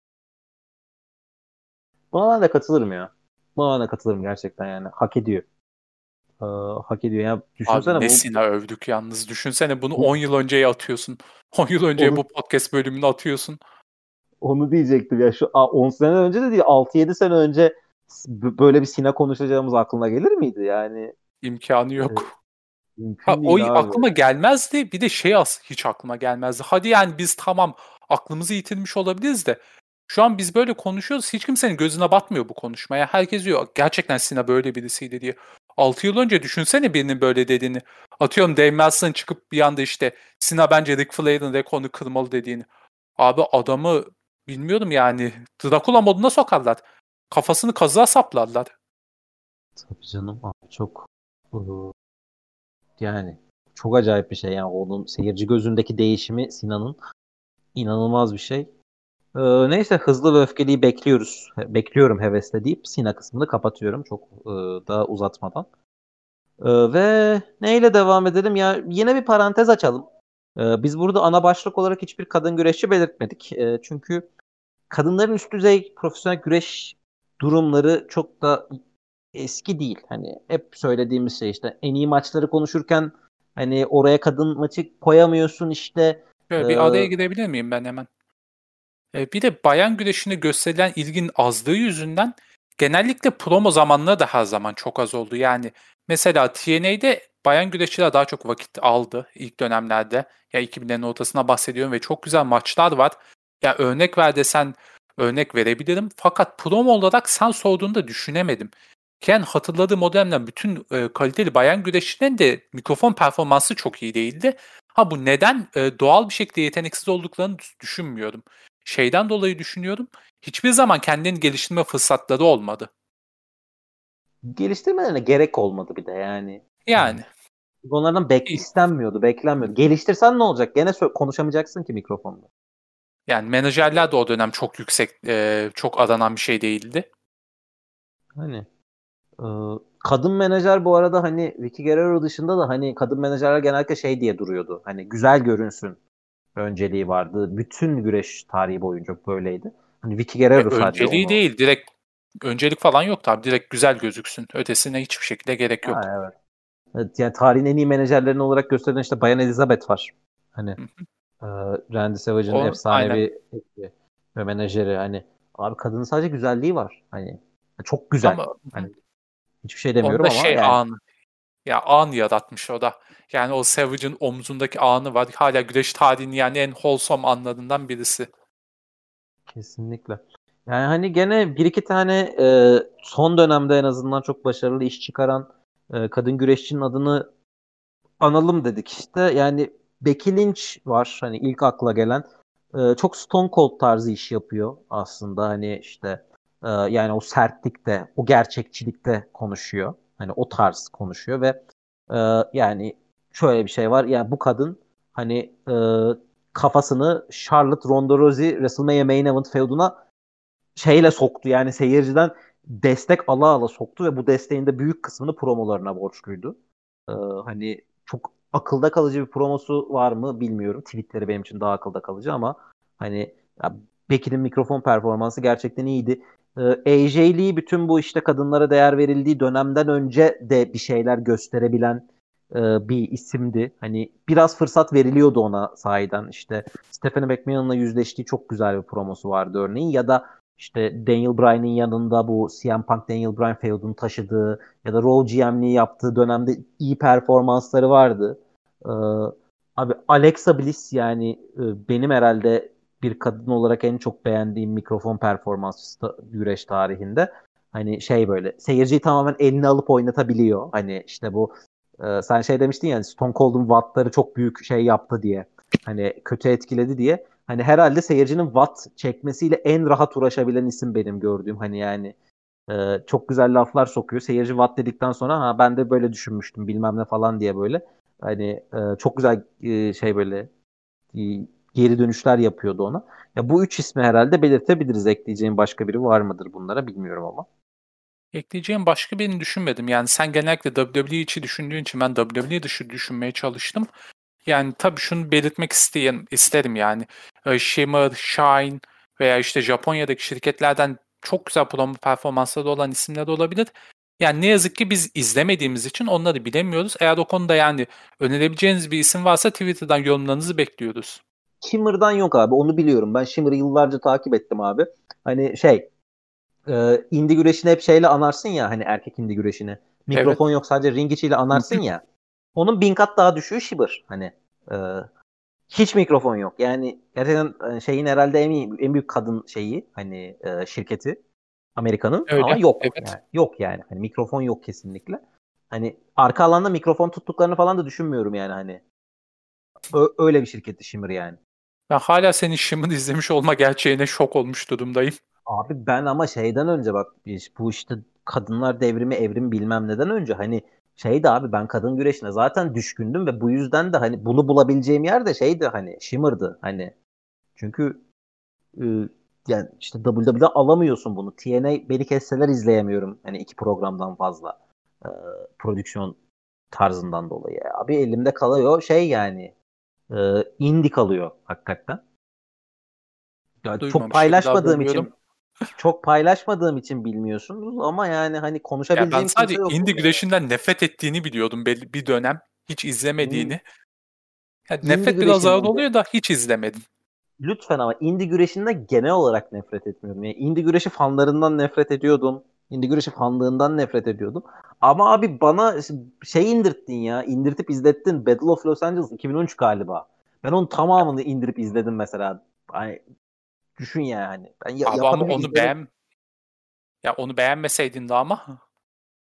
buna ben de katılırım ya. Buna ben de katılırım gerçekten yani. Hak ediyor. Ee, hak ediyor. Ya Abi düşünsene ne bu, Cena övdük yalnız. Düşünsene bunu bu 10 yıl önceye atıyorsun. 10 yıl önceye onu bu podcast bölümünü atıyorsun. onu diyecektim ya şu 10 sene önce de değil 6-7 sene önce böyle bir Sina konuşacağımız aklına gelir miydi? Yani İmkanı e, yok. Ha, mümkün o değil abi. aklıma gelmezdi. Bir de şey hiç aklıma gelmezdi. Hadi yani biz tamam aklımızı yitirmiş olabiliriz de şu an biz böyle konuşuyoruz. Hiç kimsenin gözüne batmıyor bu konuşmaya. Herkes diyor gerçekten Sina böyle birisiydi diye. 6 yıl önce düşünsene birinin böyle dediğini. Atıyorum Dave Meltzer'ın çıkıp bir anda işte Sina bence Ric Flair'ın rekorunu kırmalı dediğini. Abi adamı bilmiyorum yani Dracula moduna sokarlar. Kafasını kazığa saplarlar. Tabii canım abi çok e, yani çok acayip bir şey yani onun seyirci gözündeki değişimi Sinan'ın inanılmaz bir şey. Neyse hızlı ve öfkeliyi bekliyoruz. Bekliyorum hevesle deyip Sina kısmını kapatıyorum çok daha uzatmadan. Ve neyle devam edelim ya yine bir parantez açalım. Biz burada ana başlık olarak hiçbir kadın güreşçi belirtmedik. Çünkü kadınların üst düzey profesyonel güreş durumları çok da eski değil. Hani hep söylediğimiz şey işte en iyi maçları konuşurken hani oraya kadın maçı koyamıyorsun işte. Şöyle bir araya girebilir miyim ben hemen? Bir de bayan güreşine gösterilen ilginin azlığı yüzünden genellikle promo zamanları da her zaman çok az oldu. Yani mesela TNA'de bayan güreşçiler daha çok vakit aldı ilk dönemlerde. Ya 2000'lerin ortasına bahsediyorum ve çok güzel maçlar var. Ya örnek ver desen örnek verebilirim. Fakat promo olarak sen sorduğunda düşünemedim. Ken hatırladığım o dönemden bütün kaliteli bayan güreşçilerin de mikrofon performansı çok iyi değildi. Ha bu neden doğal bir şekilde yeteneksiz olduklarını düşünmüyorum. Şeyden dolayı düşünüyorum. Hiçbir zaman kendini geliştirme fırsatları olmadı. Geliştirmelerine gerek olmadı bir de yani. Yani Onlardan İyi. istenmiyordu, beklenmiyordu. Geliştirsen ne olacak? Gene konuşamayacaksın ki mikrofonda. Yani menajerler de o dönem çok yüksek, çok aranan bir şey değildi. Hani e, kadın menajer bu arada hani Vicky Guerrero dışında da hani kadın menajerler genellikle şey diye duruyordu. Hani güzel görünsün önceliği vardı. Bütün güreş tarihi boyunca böyleydi. Hani Vicky Guerrero sadece Önceliği onu. değil, direkt öncelik falan yok tabii. Direkt güzel gözüksün. Ötesine hiçbir şekilde gerek yok. Ha, evet. Evet, yani tarihin en iyi menajerlerini olarak gösterilen işte Bayan Elizabeth var. Hani Hı hı. e, Randy Savage'ın Aynen. efsanevi eşi ve menajeri. Hani abi kadının sadece güzelliği var. Hani çok güzel. Ama Hani hiçbir şey demiyorum onda ama şey yani anı. Ya an yaratmış o da. Yani o Savage'ın omzundaki anı var. Hala güreş tarihinin yani en wholesome anlarından birisi. kesinlikle. Yani hani gene bir iki tane son dönemde en azından çok başarılı iş çıkaran kadın güreşçinin adını analım dedik işte. Yani Becky Lynch var hani ilk akla gelen. Çok Stone Cold tarzı iş yapıyor aslında. Hani işte yani o sertlikte, o gerçekçilikte konuşuyor. Hani o tarz konuşuyor ve yani şöyle bir şey var. Yani bu kadın hani kafasını Charlotte Ronda Rousey WrestleMania Main Event feuduna şeyle soktu. Yani seyirciden destek ala ala soktu ve bu desteğin de büyük kısmını promolarına borçluydu. Ee, Hani çok akılda kalıcı bir promosu var mı bilmiyorum. Tweetleri benim için daha akılda kalıcı ama hani ya Becky'nin mikrofon performansı gerçekten iyiydi. AJ Lee bütün bu işte kadınlara değer verildiği dönemden önce de bir şeyler gösterebilen bir isimdi. Hani biraz fırsat veriliyordu ona sahiden. İşte Stephanie McMahon'la yüzleştiği çok güzel bir promosu vardı örneğin. Ya da işte Daniel Bryan'ın yanında bu CM Punk Daniel Bryan feudunu taşıdığı ya da Raw GM'liği yaptığı dönemde iyi performansları vardı. Ee, Abi Alexa Bliss yani benim herhalde bir kadın olarak en çok beğendiğim mikrofon performansı güreş tarihinde. Hani şey böyle seyirciyi tamamen eline alıp oynatabiliyor. Hani işte bu sen şey demiştin yani Stone Cold'un wattları çok büyük şey yaptı diye. Hani kötü etkiledi diye. Hani herhalde seyircinin watt çekmesiyle en rahat uğraşabilen isim benim gördüğüm. Hani yani çok güzel laflar sokuyor. Seyirci watt dedikten sonra ha ben de böyle düşünmüştüm bilmem ne falan diye böyle. Hani çok güzel şey böyle e, geri dönüşler yapıyordu ona. Ya bu üç ismi herhalde belirtebiliriz. Ekleyeceğim başka biri var mıdır bunlara bilmiyorum ama. Ekleyeceğim başka birini düşünmedim. Yani sen genellikle WWE içi düşündüğün için ben WWE dışı düşünmeye çalıştım. Yani tabii şunu belirtmek isterim yani. Shimmer, Shine veya işte Japonya'daki şirketlerden çok güzel promo performansları olan isimler olabilir. Yani ne yazık ki biz izlemediğimiz için onları bilemiyoruz. Eğer o konuda yani önerebileceğiniz bir isim varsa Twitter'dan yorumlarınızı bekliyoruz. Shimmer'dan yok abi onu biliyorum. Ben Shimmer'ı yıllarca takip ettim abi. Hani şey indie güreşini hep şeyle anarsın ya hani erkek indie güreşini. Evet. Mikrofon yok sadece ring içiyle anarsın ya. Onun 1000 kat daha düşüğü Shimmer. Hani e, hiç mikrofon yok. Yani gerçekten şeyin herhalde en büyük kadın şeyi hani şirketi Amerika'nın ama Öyle. yok Evet. yani. Yok yani. Hani mikrofon yok kesinlikle. Hani arka alanda mikrofon tuttuklarını falan da düşünmüyorum yani hani. Öyle bir şirketti Shimmer yani. Ben hala senin Shimmer'ı izlemiş olma gerçeğine şok olmuş durumdayım. Abi ben ama şeyden önce bak bu işte kadınlar devrimi evrim bilmem neden önce hani şeydi abi ben kadın güreşine zaten düşkündüm ve bu yüzden de hani bunu bulabileceğim yer de şeydi hani Shimmer'dı hani. Çünkü e, yani işte WWE'de alamıyorsun bunu. TNA beni kesseler izleyemiyorum. Hani iki programdan fazla. E, Prodüksiyon tarzından dolayı. Abi elimde kalıyor şey yani indie kalıyor hakikaten. Ya Duymamış gibi davranıyorum. çok paylaşmadığım için bilmiyorsunuz ama yani hani Ya ben konuşabileceğim kimse sadece yok indie burada ya. güreşinden nefret ettiğini biliyordum belli bir dönem. Hiç İn- izlemediğini. Yani Indie nefret biraz ağır güreşinden de oluyor da hiç izlemedim. lütfen ama indie güreşinden genel olarak nefret etmiyorum. Yani indie güreşi fanlarından nefret ediyordum. Indie güreşi fanlığından nefret ediyordum. Ama abi bana şey indirttin ya. İndirtip izlettin. Battle of Los Angeles 2013 galiba. Ben onun tamamını indirip izledim mesela. Hani düşün yani. Ben Abi ama yapabilir izlerim. onu beğenmeseydin de ama.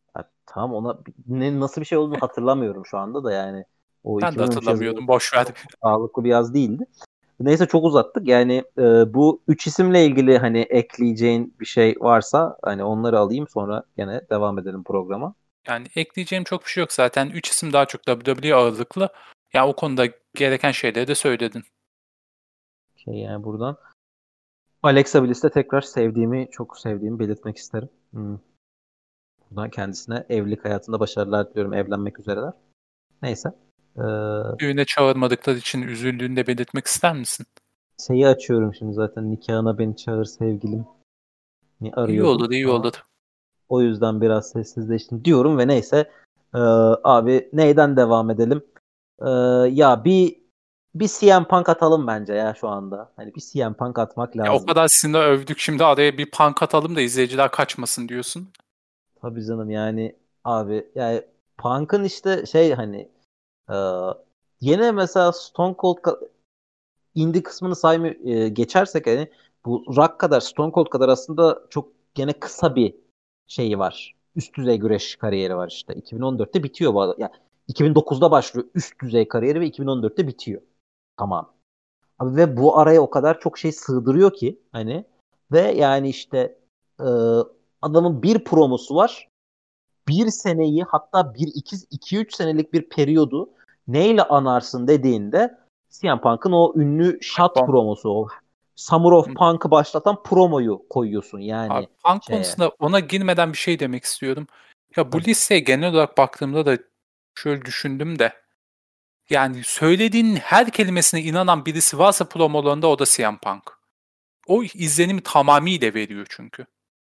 Ha, tamam ona nasıl bir şey olduğunu hatırlamıyorum şu anda da yani. O Ben de 2013 yazı hatırlamıyordum. Boş ver. çok sağlıklı bir yaz değildi. Neyse çok uzattık. Yani bu 3 isimle ilgili hani ekleyeceğin bir şey varsa hani onları alayım sonra gene devam edelim programa. Yani ekleyeceğim çok bir şey yok zaten. 3 isim daha çok WWE ağırlıklı. Ya o konuda gereken şeyleri de söyledin. Yani buradan Alexa Bliss'te tekrar çok sevdiğimi belirtmek isterim. Buradan kendisine evlilik hayatında başarılar diliyorum. Evlenmek üzereler. Neyse. Ee, Düğüne çağırmadıkları için üzüldüğünü de belirtmek ister misin? Şeyi açıyorum şimdi zaten nikahına beni çağır sevgilim. Ni İyi arıyordum olur, iyi ama olur. o yüzden biraz sessizleştim diyorum ve neyse. Abi neyden devam edelim? Ee, ya bir CM Punk atalım bence ya şu anda. Hani bir CM Punk atmak Ya o lazım. kadar sizinle övdük. Şimdi araya bir punk atalım da izleyiciler kaçmasın diyorsun. Tabii canım yani abi yani Punk'ın işte şey hani e, yine mesela Stone Cold indie kısmını geçersek hani bu Rock kadar Stone Cold kadar aslında çok gene kısa bir şeyi var. Üst düzey güreş kariyeri var işte. 2014'te bitiyor bu arada. Yani 2009'da başlıyor üst düzey kariyeri ve 2014'te bitiyor. Tamam. Abi ve bu araya o kadar çok şey sığdırıyor ki hani ve yani işte e, adamın bir promosu var. Bir seneyi hatta iki üç senelik bir periyodu neyle anarsın dediğinde CM Punk'ın o ünlü shot Bom. promosu o Summer of Punk'ı başlatan promoyu koyuyorsun Abi, yani punk şeye. konusunda ona girmeden bir şey demek istiyorum. Ya bu Tabii. listeye genel olarak baktığımda da şöyle düşündüm de yani söylediğin her kelimesine inanan birisi varsa promolarında o da CM Punk. O izlenimi tamamıyla veriyor çünkü.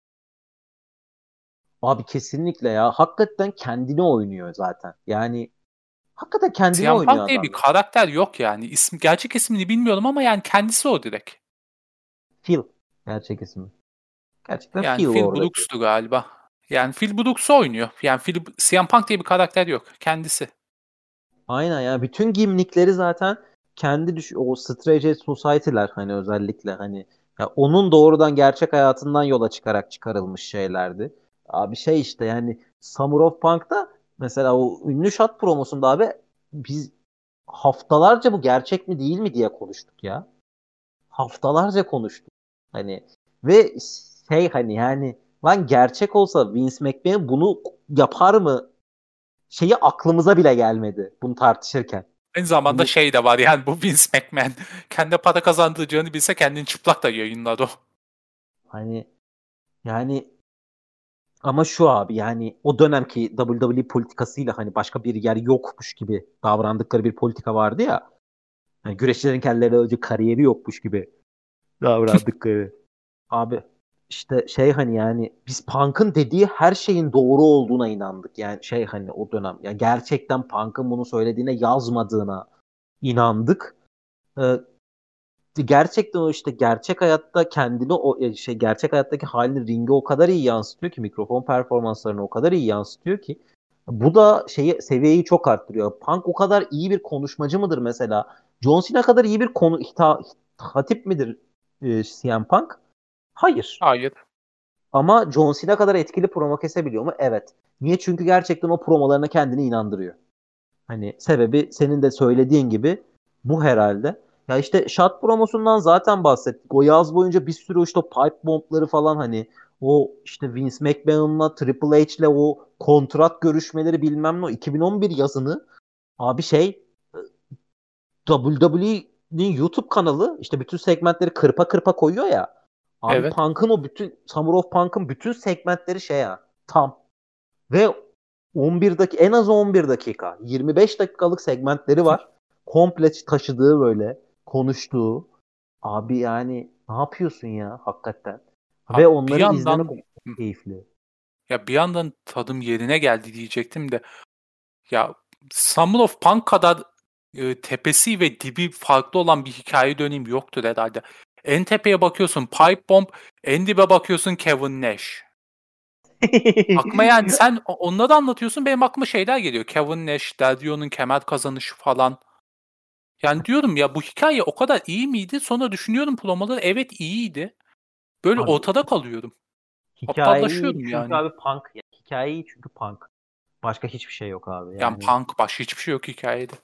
Abi kesinlikle ya. Hakikaten kendini oynuyor zaten. Yani hakikaten kendini CM oynuyor Punk diye bir adam. karakter yok yani. Gerçek ismini bilmiyorum ama yani kendisi o direkt. Phil gerçek ismi. Gerçekten Yani Phil Phil orada. Brooks'tu galiba. Yani Phil Brooks'u oynuyor. Yani CM Punk diye bir karakter yok. Kendisi. Aynen ya. Bütün gimmickleri zaten o Stranger Society'ler hani özellikle hani ya onun doğrudan gerçek hayatından yola çıkarak çıkarılmış şeylerdi. Abi şey işte yani Summer of Punk'ta mesela o ünlü shot promosunda abi biz haftalarca bu gerçek mi değil mi diye konuştuk ya. Haftalarca konuştuk. Hani ve şey hani yani lan gerçek olsa Vince McMahon bunu yapar mı? Şeyi aklımıza bile gelmedi bunu tartışırken. Aynı zamanda Hani şey de var yani bu Vince McMahon. Kendi para kazandıracağını bilse kendini çıplak da yayınlar o. hani yani ama şu abi yani o dönemki WWE politikasıyla hani başka bir yer yokmuş gibi davrandıkları bir politika vardı ya. Hani güreşçilerin kendilerine önce kariyeri yokmuş gibi davrandıkları. Abi işte şey hani yani biz Punk'ın dediği her şeyin doğru olduğuna inandık. Yani şey hani o dönem ya gerçekten Punk'ın bunu söylediğine yazmadığına inandık. Ee, gerçekten o işte gerçek hayatta kendini gerçek hayattaki halini ringe o kadar iyi yansıtıyor ki mikrofon performanslarını o kadar iyi yansıtıyor ki bu da seviyeyi çok arttırıyor. Punk o kadar iyi bir konuşmacı mıdır mesela? John Cena kadar iyi bir hatip midir CM Punk? Hayır. Hayır. Ama John Cena kadar etkili promo kesebiliyor mu? Evet. Niye? Çünkü gerçekten o promolarına kendini inandırıyor. Hani sebebi senin de söylediğin gibi bu herhalde. Ya işte Shot promosundan zaten bahsettik. O yaz boyunca bir sürü işte o pipe bombları falan hani o işte Vince McMahon'la Triple H'le o kontrat görüşmeleri bilmem ne o 2011 yazını abi WWE'nin YouTube kanalı işte bütün segmentleri kırpa kırpa koyuyor ya. Abi Evet. Punk'ın o bütün Summer of Punk'ın bütün segmentleri ya tam. Ve en az 11 dakika 25 dakikalık segmentleri var. Komple taşıdığı böyle konuştuğu. Abi yani ne yapıyorsun ya hakikaten. Ve Abi bir onları izlemek yandan çok keyifli. ya bir yandan tadım yerine geldi diyecektim de ya Summer of Punk kadar tepesi ve dibi farklı olan bir hikaye dönemi yoktur herhalde. En tepeye bakıyorsun Pipe Bomb, en dibe bakıyorsun Kevin Nash. Aklıma yani sen onları anlatıyorsun benim aklıma şeyler geliyor. Kevin Nash, Del Rio'nun kemer kazanışı falan. Yani diyorum ya bu hikaye o kadar iyi miydi? Sonra düşünüyorum promoları evet iyiydi. Böyle Abi ortada kalıyorum. hikaye iyi Aptallaşıyorum çünkü yani. abi Punk hikayeyi çünkü Punk. Başka hiçbir şey yok abi. Yani Punk başka hiçbir şey yok hikayede.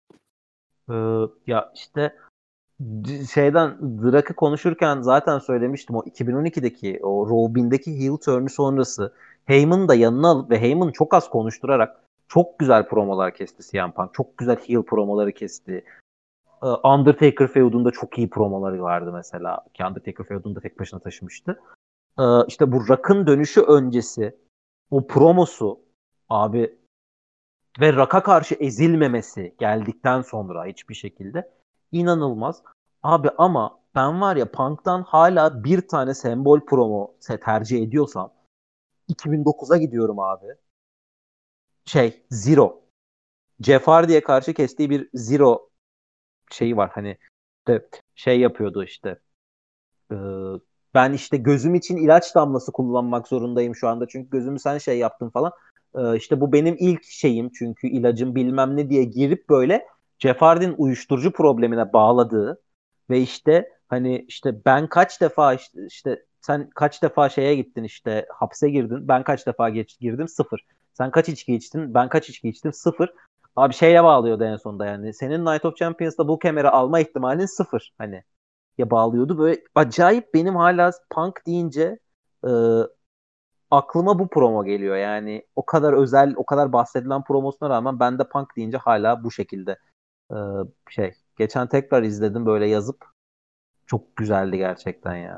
Ya işte şeyden Drak'ı konuşurken zaten söylemiştim, o 2012'deki o Robin'deki heel turn'ü sonrası Heyman'ı da yanına alıp ve Heyman'ı çok az konuşturarak çok güzel promolar kesti CM Punk. Çok güzel heel promoları kesti. Undertaker feudunda çok iyi promoları vardı mesela. Ki Undertaker feudunda tek başına taşımıştı. İşte bu Rock'ın dönüşü öncesi o promosu abi ve Rock'a karşı ezilmemesi geldikten sonra hiçbir şekilde inanılmaz. Abi ama ben var ya Punk'tan hala bir tane sembol promo tercih ediyorsam 2009'a gidiyorum abi. Zero. Jeff Hardy'ye karşı kestiği bir Zero şeyi var. Hani işte yapıyordu işte. Ee, Ben işte gözüm için ilaç damlası kullanmak zorundayım şu anda. Çünkü gözümü sen yaptın falan. İşte bu benim ilk şeyim çünkü ilacım bilmem ne diye girip böyle Jeff Hardy'nin uyuşturucu problemine bağladığı ve işte hani işte ben kaç defa işte sen kaç defa gittin işte hapse girdin. Ben kaç defa girdim? Sıfır. Sen kaç içki içtin? Ben kaç içki içtim? Sıfır. Abi bağlıyordu en sonunda yani. Senin Night of Champions'ta bu kemeri alma ihtimalin sıfır. Hani bağlıyordu. Böyle acayip benim hala Punk deyince e, aklıma bu promo geliyor. Yani o kadar özel, o kadar bahsedilen promosuna rağmen ben de Punk deyince hala bu şekilde e, Geçen tekrar izledim böyle yazıp. Çok güzeldi gerçekten ya.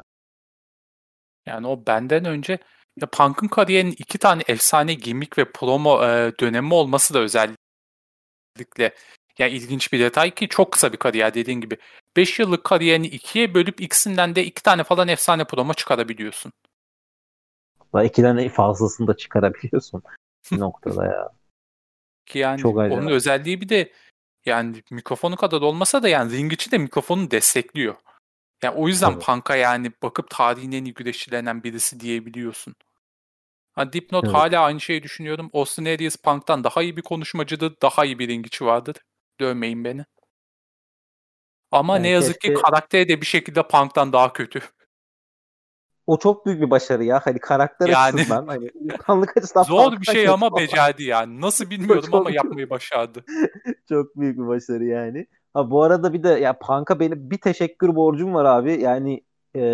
Yani o benden önce ya Punk'ın kariyerinin 2 tane efsane gimmick ve promo dönemi olması da özellikle yani ilginç bir detay ki çok kısa bir kariyer dediğin gibi. 5 yıllık kariyerini 2'ye bölüp ikisinden de 2 tane falan efsane promo çıkarabiliyorsun. Daha ikiden fazlasını da çıkarabiliyorsun bir noktada ya. Ki yani Çok onun acayip. özelliği bir de yani mikrofonu kadar olmasa da yani ring içi de mikrofonu destekliyor. Yani o yüzden Tabii. Punk'a yani bakıp tarihin en iyi güreşçilerinden birisi diyebiliyorsun. Ha, dipnot Evet. hala aynı şeyi düşünüyorum. Austin Aries Punk'tan daha iyi bir konuşmacıdır, daha iyi bir ring içi vardır. Dövmeyin beni. Ama ne Yani yazık ki keşke karakteri de bir şekilde Punk'tan daha kötü. o çok büyük bir başarı ya. Hani karakter Yani açısından hani insanlık açısından zor bir Punk'tan şey kötü ama olan. becerdi yani. Nasıl O bilmiyorum ama çok yapmayı başardı. çok büyük bir başarı yani. Ha bu arada bir de ya Punk'a benim bir teşekkür borcum var abi. Yani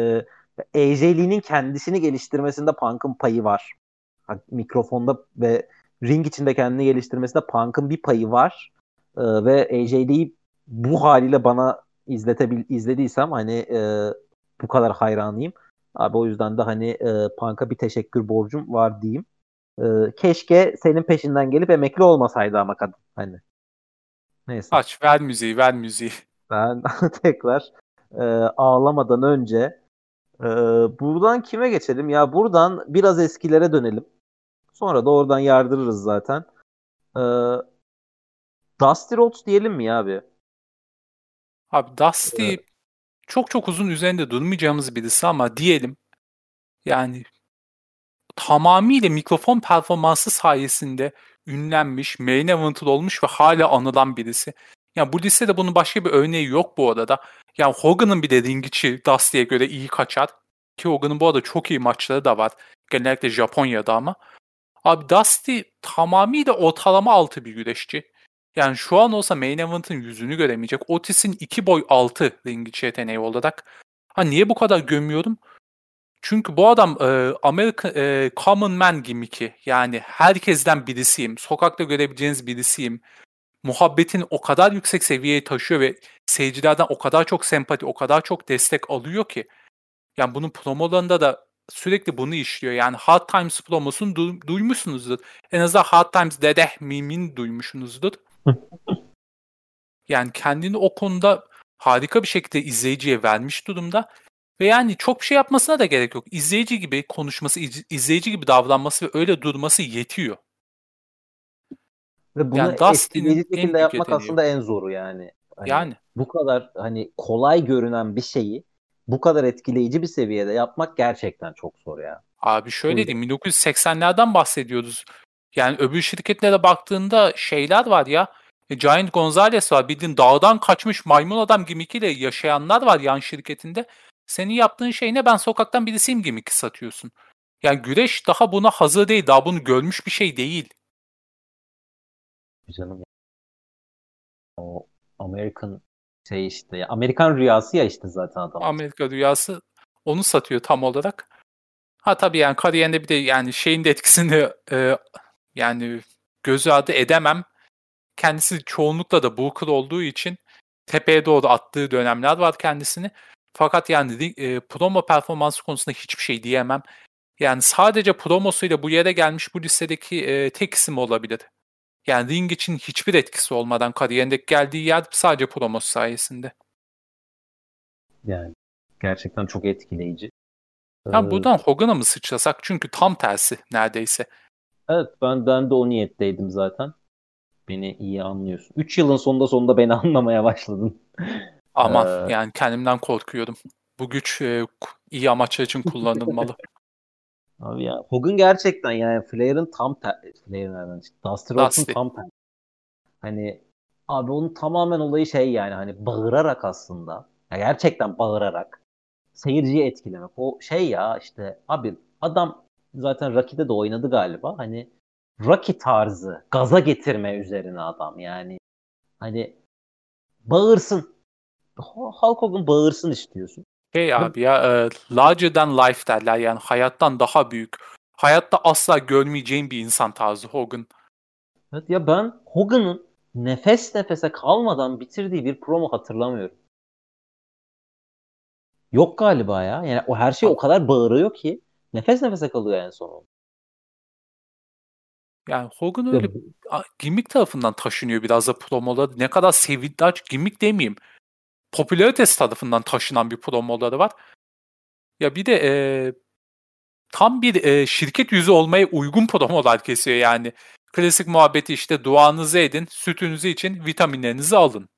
AJ Lee'nin kendisini geliştirmesinde Punk'ın payı var. Ha, mikrofonda ve ring içinde kendini geliştirmesinde Punk'ın bir payı var. Ve AJ Lee'yi bu haliyle bana izlediysem hani bu kadar hayranıyım. Abi o yüzden de hani Punk'a bir teşekkür borcum var diyeyim. Keşke senin peşinden gelip emekli olmasaydı ama kadın. Hani neyse. Aç ver müziği ver müziği. Ben tekrar ağlamadan önce e, buradan kime geçelim? Ya buradan biraz eskilere dönelim. Sonra da oradan yardırırız zaten. E, Dusty Rhodes diyelim mi ya abi? Abi Dusty E, çok çok uzun üzerinde durmayacağımız birisi ama diyelim yani tamamıyla mikrofon performansı sayesinde ünlenmiş, main event'ı olmuş ve hala anılan birisi. Yani bu listede bunun başka bir örneği yok bu arada. Yani Hogan'ın bir de ring içi Dusty'ye göre iyi kaçar. Ki Hogan'ın bu arada çok iyi maçları da var. Genellikle Japonya'da ama. Abi Dusty tamamıyla ortalama altı bir güreşçi. Yani şu an olsa main event'ın yüzünü göremeyecek. Otis'in 2 boy 6 ring içi yeteneği olarak. Ha niye bu kadar gömüyorum? Çünkü bu adam Amerika common man gimmick'i yani herkesten birisiyim. Sokakta görebileceğiniz birisiyim. Muhabbetini o kadar yüksek seviyeye taşıyor ve seyircilerden o kadar çok sempati, o kadar çok destek alıyor ki. Yani bunun promolarında da sürekli bunu işliyor. Yani Hard Times promosunu duymuşsunuzdur. En azından Hard Times dedeh mimini duymuşsunuzdur. Yani kendini o konuda harika bir şekilde izleyiciye vermiş durumda. Ve yani çok bir şey yapmasına da gerek yok. İzleyici gibi konuşması, izleyici gibi davranması ve öyle durması yetiyor. Ve bunu Yani Dustin'in etkileyici en şekilde büyük yapmak yeteneği o. aslında en zoru yani. Hani Yani bu kadar hani kolay görünen bir şeyi bu kadar etkileyici bir seviyede yapmak gerçekten çok zor ya. abi O şöyle yüzden diyeyim 1980'lerden bahsediyoruz. Yani öbür şirketlere baktığında şeyler var ya. Giant Gonzalez var. Bildiğin dağdan kaçmış maymun adam gimikiyle yaşayanlar var yan şirketinde. Senin yaptığın şey ne? Ben sokaktan birisiyim gimiki satıyorsun. Yani güreş daha buna hazır değil. Daha bunu görmüş bir şey değil. Canım, o American şey işte ya, Amerikan rüyası ya işte zaten adam. Amerika rüyası onu satıyor tam olarak. Ha tabii yani kariyerinde bir de yani şeyin de etkisini yani gözü ardı edemem. Kendisi çoğunlukla da Booker olduğu için tepeye doğru attığı dönemler var kendisini. Fakat yani promo performansı konusunda hiçbir şey diyemem. Yani sadece promosuyla bu yere gelmiş bu listedeki tek isim olabilir. Yani ring için hiçbir etkisi olmadan kariyerindeki geldiği yer sadece promosu sayesinde. Yani gerçekten çok etkileyici. Yani Ee, buradan Hogan'a mı sıçrasak? Çünkü tam tersi neredeyse. evet, ben de o niyetteydim zaten. Beni iyi anlıyorsun. 3 yılın sonunda beni anlamaya başladın. Aman Ee, yani kendimden korkuyorum. Bu güç iyi amaçlar için kullanılmalı. abi ya Hogan gerçekten yani Flair nereden çıktı? Dusty Rhodes'un Dusty. tam tersi. Hani abi onun tamamen olayı şey yani hani bağırarak aslında. Ya gerçekten bağırarak seyirciyi etkilemek. O şey ya işte abi adam zaten Rocky'de de oynadı galiba. Hani Rocky tarzı gaza getirme üzerine adam yani. Hani bağırsın. Hulk Hogan bağırsın istiyorsun. Şey Ve abi ya larger than life derler yani hayattan daha büyük. Hayatta asla görmeyeceğin bir insan tarzı Hogan. evet, ya ben Hogan'ın nefes nefese kalmadan bitirdiği bir promo hatırlamıyorum. Yok galiba ya. Yani o her şey o kadar bağırıyor ki nefes nefese kalıyor en son. Yani Hogan Ya, öyle gimmick tarafından taşınıyor biraz da promoları. Ne kadar sevildiği gimmick demeyeyim. Popülaritesi tarafından taşınan bir promoları var. Ya bir de tam bir şirket yüzü olmaya uygun promolar kesiyor yani. Klasik muhabbeti işte duanızı edin, sütünüzü için vitaminlerinizi alın.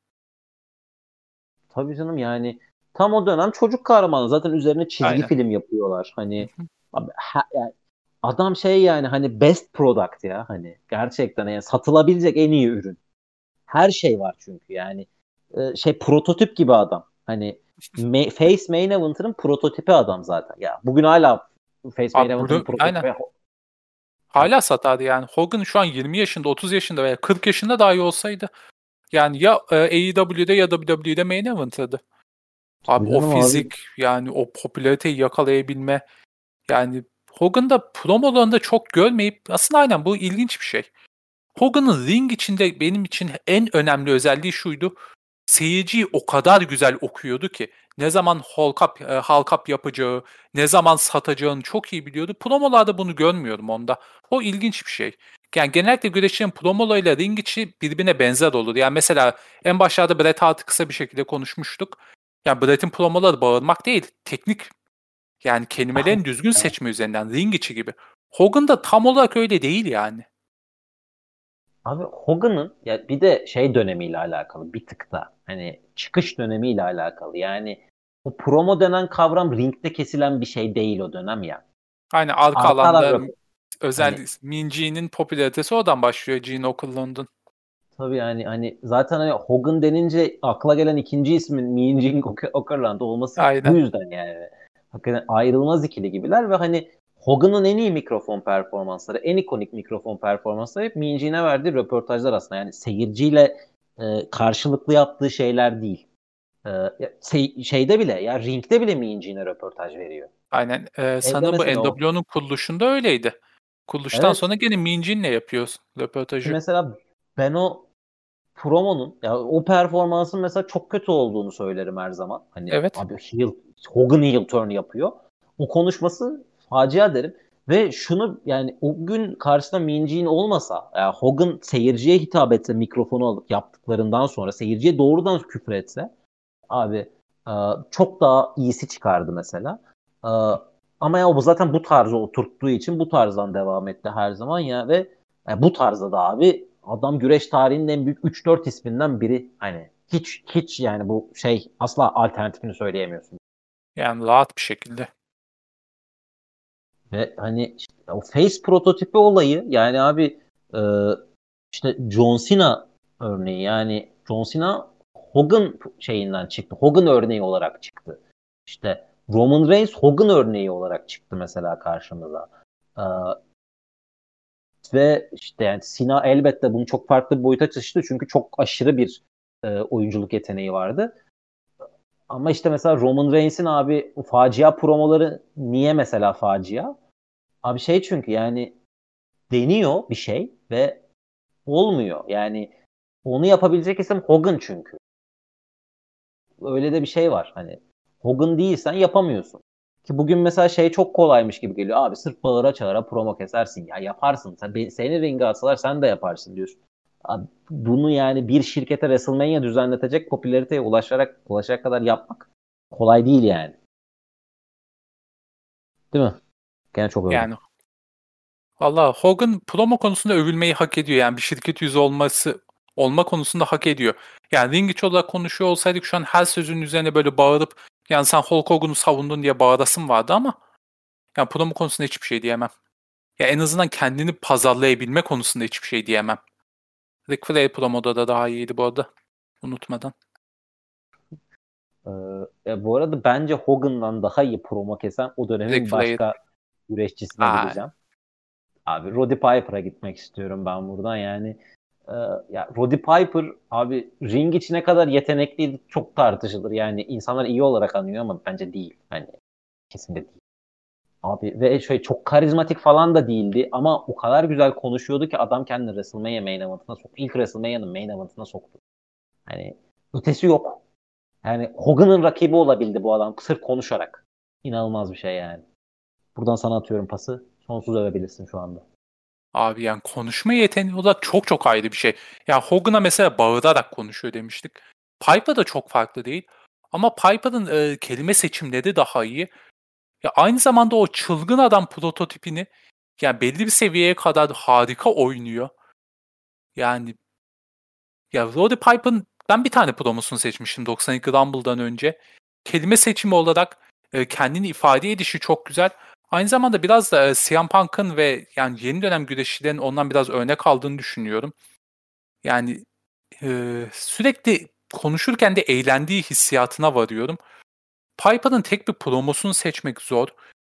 tabii canım yani tam o dönem çocuk kahramanı. Zaten üzerine çizgi Aynen. film yapıyorlar. Hı Hani hı. abi, yani adam şey yani hani best product ya hani gerçekten yani satılabilecek en iyi ürün. Her şey var çünkü yani şey prototip gibi adam. Hani Face Main Event'ın prototipi adam zaten. Ya bugün hala Face Main Abi Event'ın bunu aynen. prototipi. Hala satardı yani. Hogan şu an 20 yaşında, 30 yaşında veya 40 yaşında dahi olsaydı yani ya AEW'de ya WWE'de main event'ıydı. Tabii Abi o canım abi. fizik yani o popülariteyi yakalayabilme yani Hogan'da promolarında çok görmeyip aslında aynen bu ilginç bir şey. Hogan'ın ring içinde benim için en önemli özelliği şuydu. Seyirciyi o kadar güzel okuyordu ki ne zaman Hulk up yapacağı, ne zaman satacağını çok iyi biliyordu. Promolarda bunu görmüyorum onda. O ilginç bir şey. Yani genellikle güreşçinin promolarıyla ring içi birbirine benzer olur. Yani mesela en başlarda Bret Hart'ı kısa bir şekilde konuşmuştuk. Yani Bret'in promoları bağırmak değil, teknik yani kelimelerin düzgün seçme üzerinden ring içi gibi. Hogan da tam olarak öyle değil yani. Abi Hogan'ın ya bir de şey dönemiyle alakalı bir tık da hani çıkış dönemiyle alakalı. Yani o promo denen kavram ringde kesilen bir şey değil o dönem ya. Aynı arka Arkadan alanda hani özel Mean Gene'in popülaritesi oradan başlıyor Gene Okerlund'un. tabii yani hani zaten hani Hogan denince akla gelen ikinci ismin Mean Gene Okerlund olması bu Aynen. yüzden yani. Hakikaten ayrılmaz ikili gibiler ve hani Hogan'ın en iyi mikrofon performansları, en ikonik mikrofon performansları hep Mean Gene'e verdiği röportajlar aslında. Yani seyirciyle karşılıklı yaptığı şeyler değil. Şeyde bile ya ringde bile Mean Gene'e röportaj veriyor. Aynen. Evde Sanırım bu mesela o. NWO'nun kuruluşunda öyleydi. Kuruluştan Evet. sonra gene Mean Gene'le yapıyoruz röportajı. Mesela ben o promonun ya o performansın mesela çok kötü olduğunu söylerim her zaman. Hani Evet. abi Hogan heel turn yapıyor. O konuşması facia derim. Ve şunu yani o gün karşısında Mean Gene olmasa yani Hogan seyirciye hitap etse mikrofonu alıp yaptıklarından sonra seyirciye doğrudan küfür etse abi çok daha iyisi çıkardı mesela. E, ama ya bu zaten bu tarzı oturttuğu için bu tarzdan devam etti her zaman ya ve bu tarzda da abi adam güreş tarihinin en büyük 3-4 isminden biri. Hani hiç yani bu şey asla alternatifini söyleyemiyorsun. Yani rahat bir şekilde. Ve hani işte o face prototipi olayı yani abi e, işte John Cena örneği yani John Cena Hogan şeyinden çıktı. Hogan örneği olarak çıktı. İşte Roman Reigns Hogan örneği olarak çıktı mesela karşımıza. Ee, Ve işte yani Cena elbette bunu çok farklı bir boyuta taşıdı çünkü çok aşırı bir oyunculuk yeteneği vardı. Ama işte mesela Roman Reigns'in abi facia promoları niye mesela facia? Abi şey çünkü yani deniyor bir şey ve olmuyor. Yani onu yapabilecek isim Hogan çünkü. Öyle de bir şey var. Hani Hogan değilsen yapamıyorsun. Ki bugün mesela şey çok kolaymış gibi geliyor. Abi sırf bağıra çağıra promo kesersin. Ya yaparsın. Seni ringe atsalar sen de yaparsın diyorsun. Abi, bunu yani bir şirkete WrestleMania düzenletecek popülariteye ulaşacak kadar yapmak kolay değil yani. Değil mi? Gene çok övdüm. Yani valla Hogan promo konusunda övülmeyi hak ediyor. Yani bir şirket yüzü olma konusunda hak ediyor. Yani ring içi olarak konuşuyor olsaydık şu an her sözün üzerine böyle bağırıp yani sen Hulk Hogan'ı savundun diye bağırasım vardı ama yani promo konusunda hiçbir şey diyemem. Ya en azından kendini pazarlayabilme konusunda hiçbir şey diyemem. Ric Flair promoda da daha iyiydi bu arada. Unutmadan. Bu arada bence Hogan'dan daha iyi promo kesen o Ric dönemin Flair. başka güreşçisine Aa, gideceğim. Abi Roddy Piper'a gitmek istiyorum ben buradan yani. e, Ya Roddy Piper abi ring içine kadar yetenekliydi çok tartışılır. Yani insanlar iyi olarak anıyor ama bence değil. Hani kesinlikle değil. Abi ve şöyle çok karizmatik falan da değildi ama o kadar güzel konuşuyordu ki adam kendini WrestleMania main event'ına soktu. İlk WrestleMania'nın main event'ına soktu. Hani ötesi yok. Yani Hogan'ın rakibi olabildi bu adam sırf konuşarak. İnanılmaz bir şey yani. Buradan sana atıyorum pası. Sonsuz övebilirsin şu anda. abi yani konuşma yeteneği o da çok çok ayrı bir şey. Ya Hogan'a mesela bağırarak konuşuyor demiştik. Piper da çok farklı değil. Ama Piper'ın kelime seçimleri daha iyi. Ya aynı zamanda o çılgın adam prototipini yani belli bir seviyeye kadar harika oynuyor. Yani ya Roddy Piper'ın ben bir tane promosunu seçmiştim 92 Rumble'dan önce. Kelime seçimi olarak kendini ifade edişi çok güzel. Aynı zamanda biraz da CM Punk'ın ve yani yeni dönem güreşçilerin ondan biraz örnek aldığını düşünüyorum. Yani sürekli konuşurken de eğlendiği hissiyatına varıyorum. Piper'ın tek bir promosunu seçmek zor.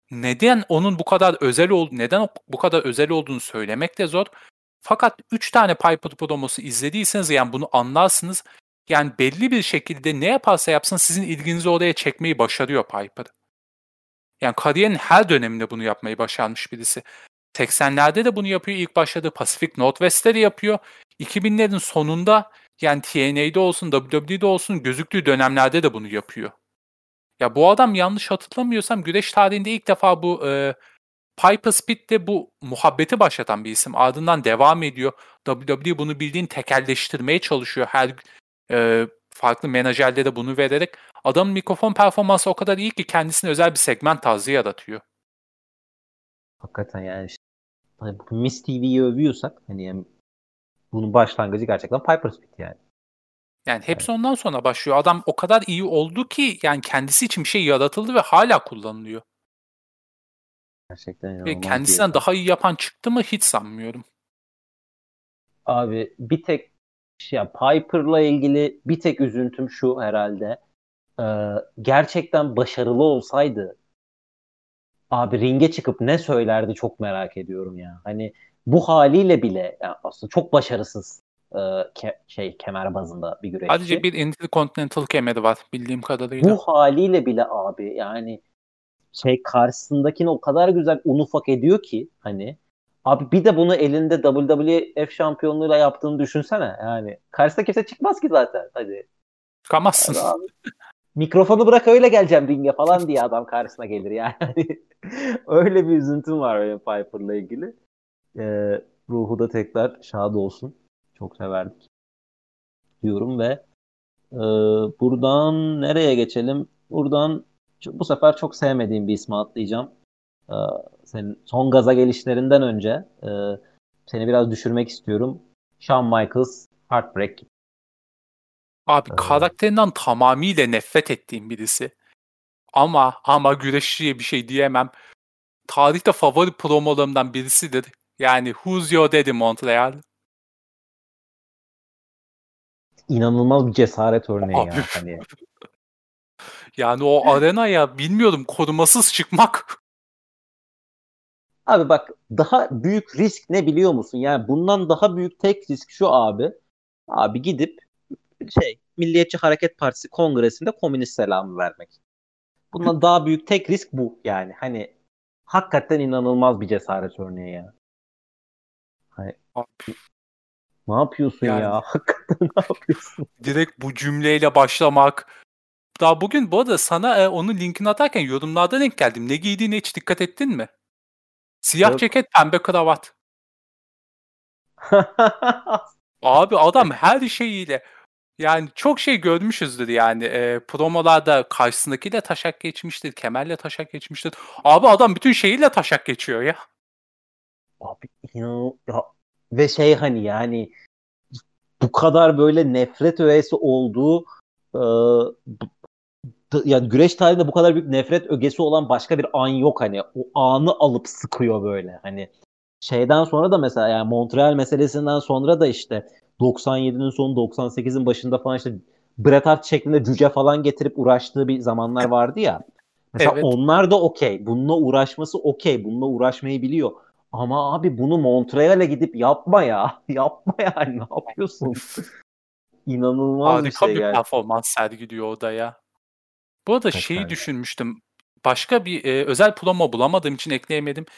Neden bu kadar özel olduğunu söylemek de zor. Fakat 3 tane Piper promosu izlediyseniz yani bunu anlarsınız. Yani belli bir şekilde ne yaparsa yapsın sizin ilginizi oraya çekmeyi başarıyor Piper. Yani kariyerin her döneminde bunu yapmayı başarmış birisi. 80'lerde de bunu yapıyor. İlk başladığı Pacific Northwest'te de yapıyor. 2000'lerin sonunda yani TNA'de olsun, WWE'de olsun gözüktüğü dönemlerde de bunu yapıyor. Ya bu adam yanlış hatırlamıyorsam güreş tarihinde ilk defa bu Piper Speed'de bu muhabbeti başlatan bir isim. Ardından devam ediyor. WWE bunu bildiğin tekelleştirmeye çalışıyor. Her farklı menajerlere bunu vererek. Adamın mikrofon performansı o kadar iyi ki kendisine özel bir segment tarzı yaratıyor. Hakikaten yani işte, hani bu Miss TV'yi övüyorsak hani yani bunun başlangıcı gerçekten Piper Speed yani. Yani Yani hepsi ondan sonra başlıyor. Adam o kadar iyi oldu ki yani kendisi için bir şey yaratıldı ve hala kullanılıyor. gerçekten Ve inanılmaz bir kendisinden yetenek. daha iyi yapan çıktı mı hiç sanmıyorum. Abi bir tek ya Piper'la ilgili bir tek üzüntüm şu herhalde. Gerçekten başarılı olsaydı abi ringe çıkıp ne söylerdi çok merak ediyorum ya. Hani bu haliyle bile yani aslında çok başarısız kemer bazında bir Sadece güreşçi. bir Intercontinental kemeri var bildiğim kadarıyla. Bu haliyle bile abi yani karşısındakini o kadar güzel un ufak ediyor ki hani abi bir de bunu elinde WWF şampiyonluğuyla yaptığını düşünsene yani karşısında kimse çıkmaz ki zaten hadi Çıkamazsın. abi, mikrofonu bırak öyle geleceğim ringe falan diye adam karşısına gelir yani. Öyle bir üzüntüm var benim Piper'la ilgili. Ruhu da tekrar şad olsun. Çok severdik diyorum ve e, buradan nereye geçelim? Buradan bu sefer çok sevmediğim bir ismi atlayacağım. Ee, Senin son gaza gelişlerinden önce seni biraz düşürmek istiyorum. Shawn Michaels Heartbreak. Abi Ee, karakterinden tamamıyla nefret ettiğim birisi. Ama güreşçiye bir şey diyemem. Tarihte favori promolarımdan birisidir. Yani Who's Your Daddy Montreal. inanılmaz bir cesaret örneği Abi ya. Hani Yani o arenaya bilmiyorum korumasız çıkmak. Abi bak, daha büyük risk ne biliyor musun? Yani bundan daha büyük tek risk şu abi. Abi gidip Milliyetçi Hareket Partisi kongresinde komünist selamı vermek. Bundan daha büyük tek risk bu yani. Hani hakikaten inanılmaz bir cesaret örneği ya. Hani, ne yapıyorsun ya? Yani Hakikaten ne yapıyorsun? direkt bu cümleyle başlamak. Daha bugün bu arada sana onun linkini atarken yorumlarda denk geldim. Ne giydiğine hiç dikkat ettin mi? Siyah Yok. ceket, pembe kravat. Abi adam her şeyiyle yani çok şey görmüşüzdür yani. Promolarda karşısındakiyle taşak geçmiştir, kemerle taşak geçmiştir. Abi adam bütün şeyiyle taşak geçiyor ya. Abi ya, ve hani yani bu kadar böyle nefret öğesi olduğu e, yani güreş tarihinde bu kadar büyük nefret ögesi olan başka bir an yok hani. O anı alıp sıkıyor böyle. Hani şeyden sonra da mesela yani Montreal meselesinden sonra da işte 97'nin sonu 98'in başında falan işte Bret Hart şeklinde cüce falan getirip uğraştığı bir zamanlar vardı ya. Mesela Evet. onlar da okey. Bununla uğraşması okey. Bununla uğraşmayı biliyor. Ama abi bunu Montreal'e gidip yapma ya. Yapma yani. Ne yapıyorsun? İnanılmaz bir Harika şey bir yani. performans sergiliyor o da ya. Bu arada şeyi Hakikaten. düşünmüştüm. Başka bir özel promo bulamadığım için ekleyemedim.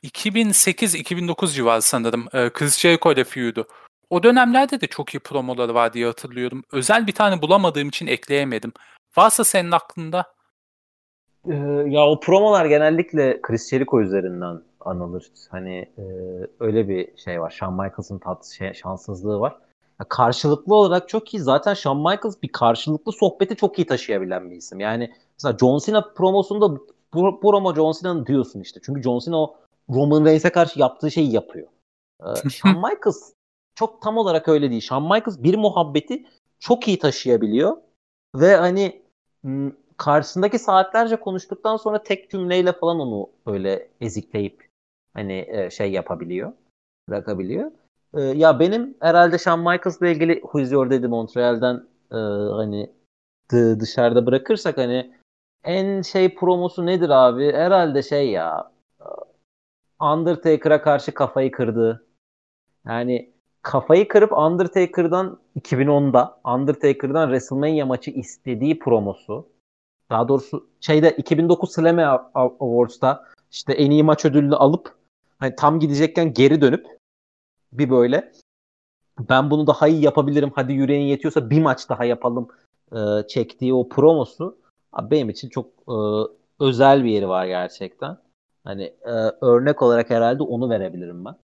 2008-2009 civarı sanırım. Chris Jericho ile feud'u. O dönemlerde de çok iyi promoları var diye hatırlıyorum. Özel bir tane bulamadığım için ekleyemedim. Varsa senin aklında? Ee, Ya o promolar genellikle Chris Jericho üzerinden anılır. Hani öyle bir şey var. Shawn Michaels'ın şanssızlığı var. Ya karşılıklı olarak çok iyi. Zaten Shawn Michaels bir karşılıklı sohbeti çok iyi taşıyabilen bir isim. Yani mesela John Cena promosunda bu promo John Cena'nın diyorsun işte. Çünkü John Cena o Roman Reigns'e karşı yaptığı şeyi yapıyor. Shawn Michaels çok tam olarak öyle değil. Shawn Michaels bir muhabbeti çok iyi taşıyabiliyor ve hani karşısındaki saatlerce konuştuktan sonra tek cümleyle falan onu böyle ezikleyip hani yapabiliyor, bırakabiliyor. Ya benim herhalde Shawn Michaels'la ilgili Who's Your Daddy Montreal'den hani dışarıda bırakırsak hani en promosu nedir abi? Herhalde ya, Undertaker'a karşı kafayı kırdı. Yani kafayı kırıp Undertaker'dan 2010'da Undertaker'dan WrestleMania maçı istediği promosu. Daha doğrusu 2009 Slammy Awards'ta işte en iyi maç ödülünü alıp hani tam gidecekken geri dönüp bir böyle ben bunu daha iyi yapabilirim, hadi yüreğin yetiyorsa bir maç daha yapalım çektiği o promosu abi benim için çok özel bir yeri var gerçekten. Hani örnek olarak herhalde onu verebilirim ben.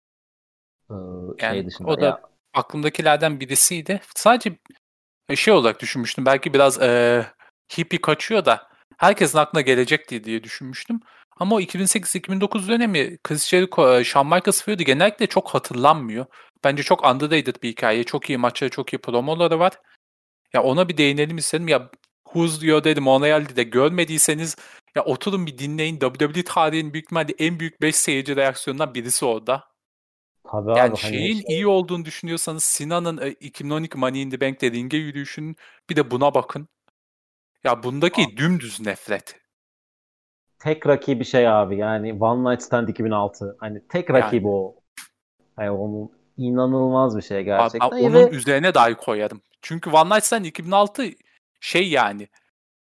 Yani Dışında o da ya. aklımdakilerden birisiydi. Sadece şey olarak düşünmüştüm. Belki biraz hippie kaçıyor da herkesin aklına gelecek diye düşünmüştüm. Ama o 2008-2009 dönemi Chris Jericho, Shawn Michaels feud'u genellikle çok hatırlanmıyor. Bence çok underrated bir hikaye. Çok iyi maçları, çok iyi promoları var. Ya ona bir değinelim istedim. Ya Who's Your Daddy Montreal'de de görmediyseniz ya oturun bir dinleyin. WWE tarihinin büyük ihtimalle en büyük 5 seyirci reaksiyonundan birisi orada. Tabii abi Yani hani şeyin iyi olduğunu düşünüyorsanız Sinan'ın 2012 Money in the Bank'te ringe yürüyüşünün bir de buna bakın. Ya bundaki dümdüz nefret. tek rakibi abi yani One Night Stand 2006. Hani tek Yani rakibi o. Yani onun inanılmaz bir şey abi ben gerçekten. onun Ve üzerine dahi koyarım. Çünkü One Night Stand 2006 şey yani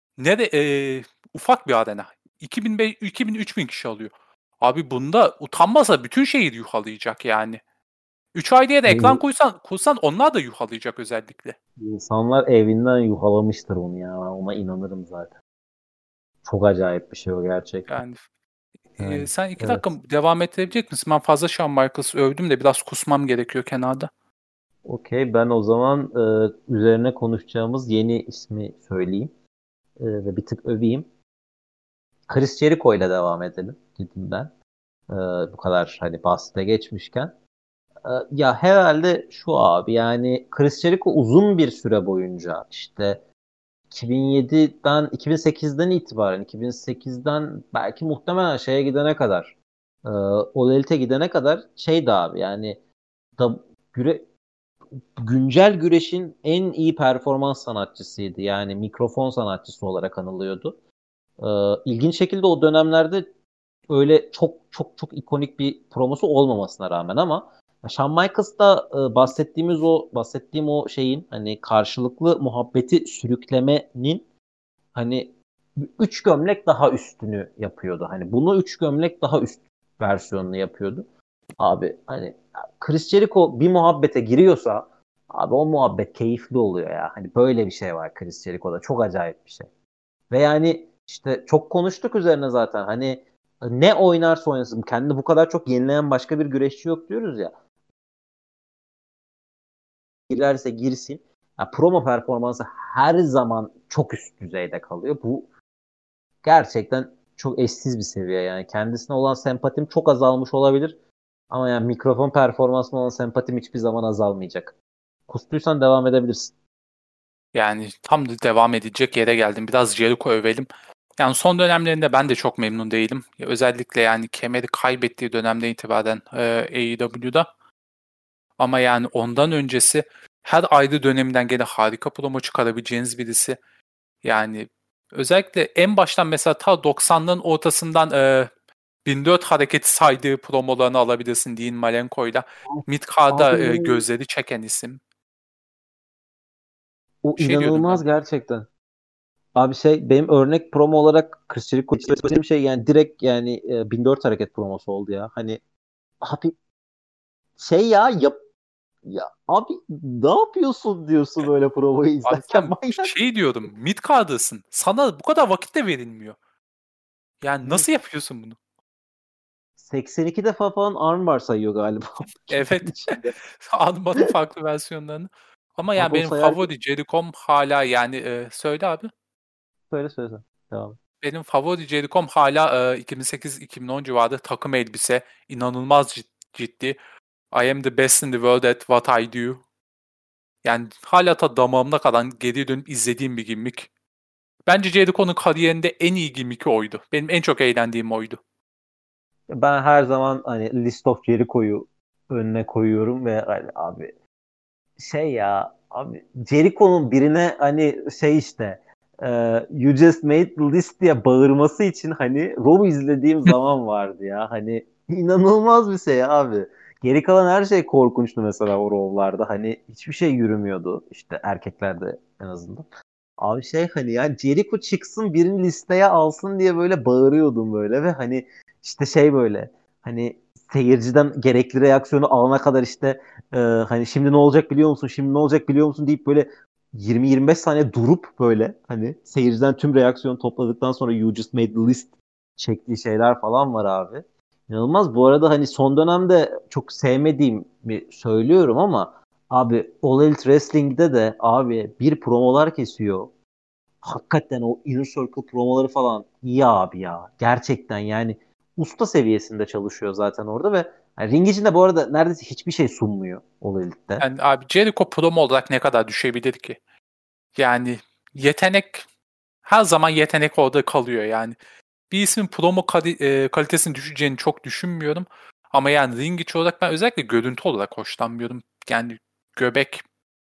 ufak bir arena. 2005 2000-3000 kişi alıyor. Abi bunda utanmasa bütün şehir yuhalayacak yani. 3 ayrı yere ekran kursan onlar da yuhalayacak özellikle. insanlar evinden yuhalamıştır onu ya. Ben ona inanırım zaten. Çok acayip bir şey o gerçekten. Yani Yani sen 2 dakika evet. devam ettirebilecek misin? Ben fazla Shawn Michaels'ı övdüm de biraz kusmam gerekiyor kenarda. Okey, ben o zaman üzerine konuşacağımız yeni ismi söyleyeyim. Ve bir tık öveyim. Chris Jericho ile devam edelim dedim ben. E, Bu kadar hani bahsite geçmişken. Ya herhalde şu abi yani Chris Jericho uzun bir süre boyunca işte 2007'den 2008'den itibaren 2008'den belki muhtemelen gidene kadar o Elite gidene kadar abi yani da güre güncel güreşin en iyi performans sanatçısıydı. Yani mikrofon sanatçısı olarak anılıyordu. İlginç şekilde o dönemlerde öyle çok çok çok ikonik bir promosu olmamasına rağmen ama Shawn Michaels'ta bahsettiğim o şeyin hani karşılıklı muhabbeti sürüklemenin hani 3 gömlek daha üstünü yapıyordu. Hani bunu 3 gömlek daha üst versiyonunu yapıyordu. Abi hani Chris Jericho bir muhabbete giriyorsa abi o muhabbet keyifli oluyor ya. Hani böyle bir şey var Chris Jericho'da. Çok acayip bir şey. Ve yani işte çok konuştuk üzerine zaten. Hani ne oynarsa oynasın. Kendini bu kadar çok yenileyen başka bir güreşçi yok diyoruz ya. Girerse girsin. Ya, promo performansı her zaman çok üst düzeyde kalıyor. Bu gerçekten çok eşsiz bir seviye yani. Kendisine olan sempatim çok azalmış olabilir. Ama yani mikrofon performansına olan sempatim hiçbir zaman azalmayacak. Kustuysan devam edebilirsin. Yani tam da devam edecek yere geldim. Biraz Jericho övelim. Yani son dönemlerinde ben de çok memnun değilim. Ya özellikle yani kemeri kaybettiği dönemden itibaren AEW'da. Ama yani ondan öncesi her ayrı döneminden gene harika promo çıkarabileceğiniz birisi. Yani özellikle en baştan mesela ta 90'ların ortasından 1004 hareketi saydığı promolarını alabilirsin Dean Malenko'yla. Mid-Card'a Abi gözleri çeken isim. o Bir şey diyordum ben. inanılmaz gerçekten. Abi şey benim örnek promo olarak Chris Jericho için söylediğim şey yani direkt yani 1004 hareket promosu oldu ya. Hani abi şey ya abi ne yapıyorsun diyorsun böyle promoyu Abi izlerken sen manyak. şey diyordum, mid-card'ısın. Sana bu kadar vakit de verilmiyor. Yani nasıl Evet. yapıyorsun bunu? 82 defa falan armbar sayıyor galiba makinenin Evet. içinde. Almanın farklı versiyonlarını. Ama yani Abi o benim sayar favori Jericho'm hala yani söyle abi. söyle. Devam. Benim favori Jericho'm hala 2008-2010 civarı takım elbise. İnanılmaz ciddi. I am the best in the world at what I do. Yani hala ta damağımda kalan geri dönüp izlediğim bir gimmick. Bence Jericho'nun kariyerinde en iyi gimmick'i oydu. Benim en çok eğlendiğim oydu. Ben her zaman hani List of Jericho'yu önüne koyuyorum ve hani abi şey ya abi Jericho'nun birine hani şey işte e, You Just Made the List diye bağırması için hani Raw izlediğim zaman vardı ya. Hani inanılmaz bir şey abi. Geri kalan her şey korkunçtu mesela o Raw'larda. Hani hiçbir şey yürümüyordu. İşte erkeklerde en azından. Abi şey hani yani Jericho çıksın birini listeye alsın diye böyle bağırıyordum böyle ve hani işte şey böyle hani seyirciden gerekli reaksiyonu alana kadar işte hani şimdi ne olacak biliyor musun? Şimdi ne olacak biliyor musun deyip böyle 20-25 saniye durup böyle hani seyirciden tüm reaksiyonu topladıktan sonra You Just Made the List çektiği şeyler falan var abi. İnanılmaz. Bu arada hani son dönemde çok sevmediğimi söylüyorum ama abi All Elite Wrestling'de de abi bir promolar kesiyor. Hakikaten o Inner Circle promoları falan iyi abi ya. Gerçekten yani usta seviyesinde çalışıyor zaten orada ve yani ring içinde bu arada neredeyse hiçbir şey sunmuyor All Elite'de. Yani abi Jericho promo olarak ne kadar düşebilir ki? Yani yetenek her zaman yetenek orada kalıyor yani. Bir ismin promo kalitesinin düşeceğini çok düşünmüyorum. Ama yani ring içi olarak ben özellikle görüntü olarak hoşlanmıyorum. Yani göbek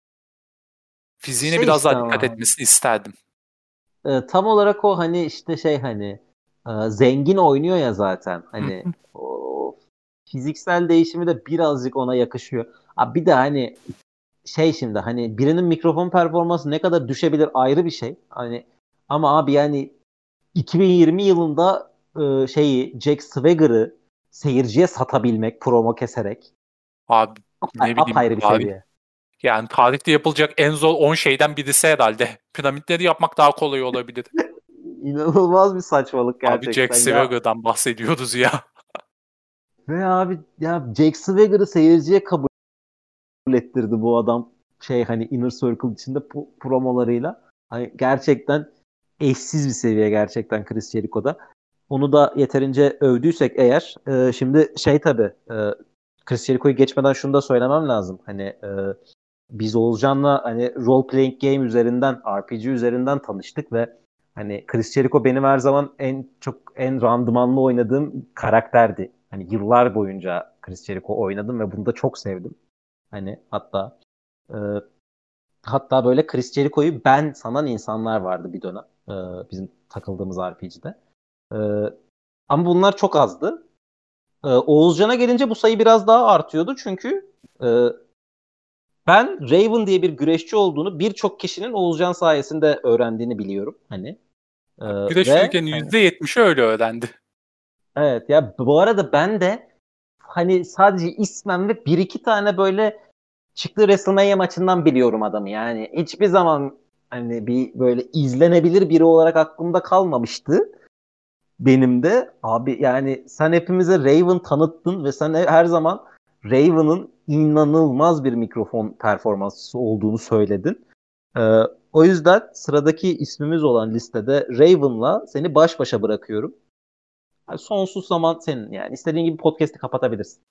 fiziğine Şey biraz işte daha dikkat ama etmesini isterdim. tam olarak o hani işte şey hani zengin oynuyor ya zaten Hı hani hı. o fiziksel değişimi de birazcık ona yakışıyor. Abi bir de hani şey şimdi hani birinin mikrofon performansı ne kadar düşebilir ayrı bir şey. Hani ama abi yani 2020 yılında şeyi Jack Swagger'ı seyirciye satabilmek promo keserek Abi ne bileyim apayrı bir seviye. yani tarihte yapılacak en zor 10 şeyden birisi herhalde. Piramitleri yapmak daha kolay olabilir. İnanılmaz bir saçmalık Abi Jack gerçekten ya. Swagger'dan bahsediyoruz ya. Ve abi ya Jack Swagger'ı seyirciye kabul ettirdi bu adam şey hani Inner Circle içinde promolarıyla. Hani gerçekten eşsiz bir seviye gerçekten Chris Jericho'da. Onu da yeterince övdüysek eğer şimdi şey tabii Chris Jericho'yu geçmeden şunu da söylemem lazım. Hani biz Oğuzcan'la hani role playing game üzerinden RPG üzerinden tanıştık ve hani Chris Jericho benim her zaman en randımanlı oynadığım karakterdi. Hani yıllar boyunca Chris Jericho oynadım ve bunu da çok sevdim. Hani hatta Ee, Hatta böyle Chris Jericho'yu ben sanan insanlar vardı bir dönem. Bizim takıldığımız RPG'de. Ee, Ama bunlar çok azdı. Oğuzcan'a gelince bu sayı biraz daha artıyordu. Çünkü ben Raven diye bir güreşçi olduğunu birçok kişinin Oğuzcan sayesinde öğrendiğini biliyorum. Hani Güreş ve ülkenin hani, %70'i öyle öğrendi. evet ya bu arada ben de hani sadece ismen ve bir iki tane böyle çıktığı WrestleMania maçından biliyorum adamı. Yani hiçbir zaman hani bir böyle izlenebilir biri olarak aklımda kalmamıştı. Benim de abi yani sen hepimize Raven tanıttın ve sen her zaman Raven'ın inanılmaz bir mikrofon performansçısı olduğunu söyledin. Ee, O yüzden sıradaki ismimiz olan listede Raven'la seni baş başa bırakıyorum. Yani sonsuz zaman senin yani istediğin gibi podcast'i kapatabilirsin.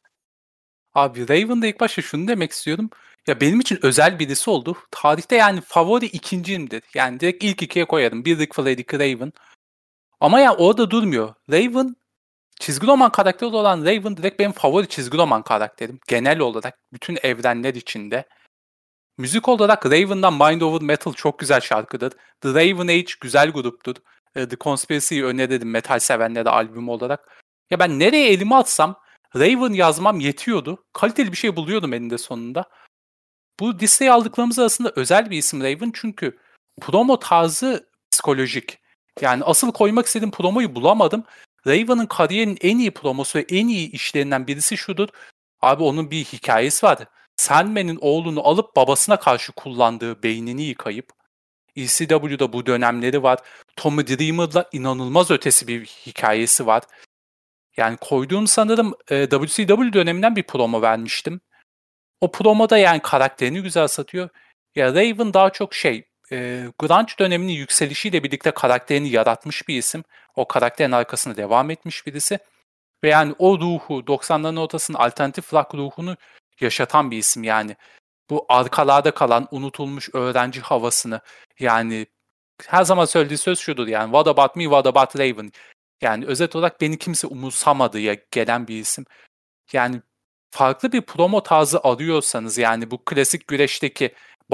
Abi Raven'da ilk başta şunu demek istiyorum. Ya benim için özel birisi oldu. Tarihte yani favori ikincimdir. Yani direkt ilk ikiye koyarım. Bir Ric Flair, iki Raven. Ama ya orada durmuyor. Raven, çizgi roman karakteri olan Raven direkt benim favori çizgi roman karakterim. Genel olarak bütün evrenler içinde. Müzik olarak Raven'dan Mind Over Metal çok güzel şarkıdır. The Raven Age güzel gruptur. The Conspiracy'yi öneririm metal sevenlere albüm olarak. Ya ben nereye elimi atsam Raven yazmam yetiyordu. Kaliteli bir şey buluyordum eninde sonunda. Bu listeyi aldıklarımız arasında özel bir isim Raven çünkü promo tarzı psikolojik. Yani asıl koymak istediğim promoyu bulamadım. Raven'ın kariyerinin en iyi promosu ve en iyi işlerinden birisi şudur. Abi onun bir hikayesi var. Sandman'in oğlunu alıp babasına karşı kullandığı beynini yıkayıp ECW'da bu dönemleri var. Tommy Dreamer'la inanılmaz ötesi bir hikayesi var. Yani koyduğum sanırım WCW döneminden bir promo vermiştim. O promoda yani karakterini güzel satıyor. Ya Raven daha çok grunge döneminin yükselişiyle birlikte karakterini yaratmış bir isim. O karakterin arkasında devam etmiş birisi. Ve yani o ruhu 90'ların ortasının alternatif rock ruhunu yaşatan bir isim yani. Bu arkalarda kalan unutulmuş öğrenci havasını yani her zaman söylediği söz şudur yani What about me, what about Raven? Yani özet olarak beni kimse umursamadı ya gelen bir isim. Yani farklı bir promo tarzı arıyorsanız yani bu klasik güreşteki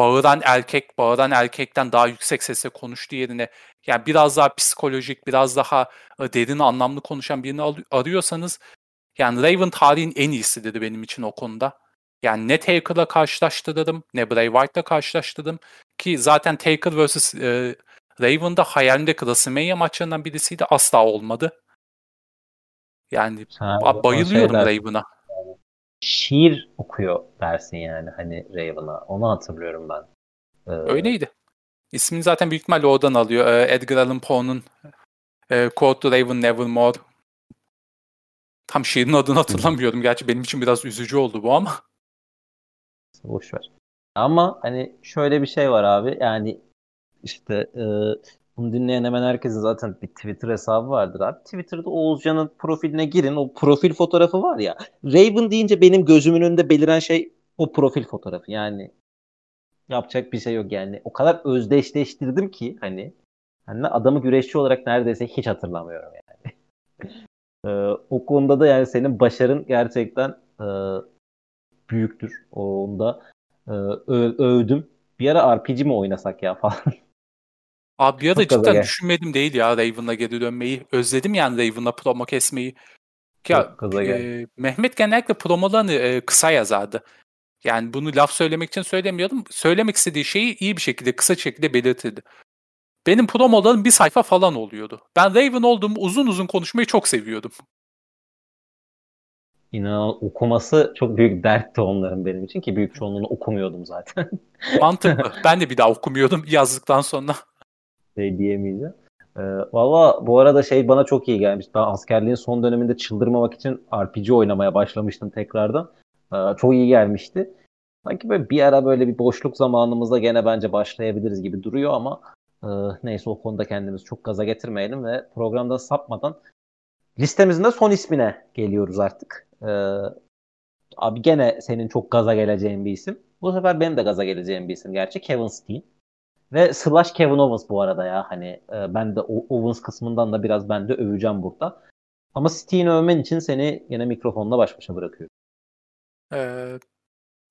bağıran erkekten daha yüksek sesle konuştuğu yerine yani biraz daha psikolojik, biraz daha derin anlamlı konuşan birini arıyorsanız yani Raven tarihin en iyisidir benim için o konuda. Yani ne Taker'la karşılaştırdım ne Bray Wyatt'la karşılaştırdım ki zaten Taker vs. Raven'da hayalimdeki WrestleMania maçlarından birisiydi asla olmadı. Yani Sen o şey bayılıyorum dersin, Raven'a. şiir okuyor dersin yani hani Raven'a. Onu hatırlıyorum ben. Ee, Öyleydi. İsmini zaten büyük ihtimalle oradan alıyor. Edgar Allan Poe'nun Quote to Raven Nevermore. Tam şiirin adını hatırlamıyorum. Gerçi benim için biraz üzücü oldu bu ama. Boş ver. Ama hani şöyle bir şey var abi. Yani işte bunu dinleyen hemen herkesin zaten bir Twitter hesabı vardır abi. Twitter'da Oğuzcan'ın profiline girin. O profil fotoğrafı var ya. Raven deyince benim gözümün önünde beliren şey o profil fotoğrafı. Yani yapacak bir şey yok yani. O kadar özdeşleştirdim ki hani adamı güreşçi olarak neredeyse hiç hatırlamıyorum yani. O konuda da yani senin başarın gerçekten büyüktür. Onu da övdüm. Bir ara RPG mi oynasak ya falan. Abi bir ara Çok gaza cidden gel. düşünmedim değil ya Raven'a geri dönmeyi. Özledim yani Raven'a promo kesmeyi. Ya Çok gaza gel. Mehmet genellikle promolarını kısa yazardı. Yani bunu laf söylemek için söylemiyorum. Söylemek istediği şeyi iyi bir şekilde, kısa şekilde belirtirdi. Benim promolarım bir sayfa falan oluyordu. Ben Raven olduğumu uzun uzun konuşmayı çok seviyordum. İnan okuması çok büyük dertti onların benim için ki büyük çoğunluğunu okumuyordum zaten. Mantıklı. Ben de bir daha okumuyordum yazdıktan sonra. Şey diyemeyeceğim. Valla bu arada şey bana çok iyi gelmiş. Ben askerliğin son döneminde çıldırmamak için RPG oynamaya başlamıştım tekrardan. Çok iyi gelmişti. Sanki böyle bir ara böyle bir boşluk zamanımızda gene bence başlayabiliriz gibi duruyor ama e, neyse o konuda kendimizi çok gaza getirmeyelim ve programdan sapmadan listemizin de son ismine geliyoruz artık. Abi gene senin çok gaza geleceğin bir isim. Bu sefer benim de gaza geleceğim bir isim gerçi. Kevin Steen. Ve slash Kevin Owens bu arada ya. Hani ben de Owens kısmından da biraz ben de öveceğim burada. Ama Steen'i övmen için seni yine mikrofonla baş başa bırakıyorum. E,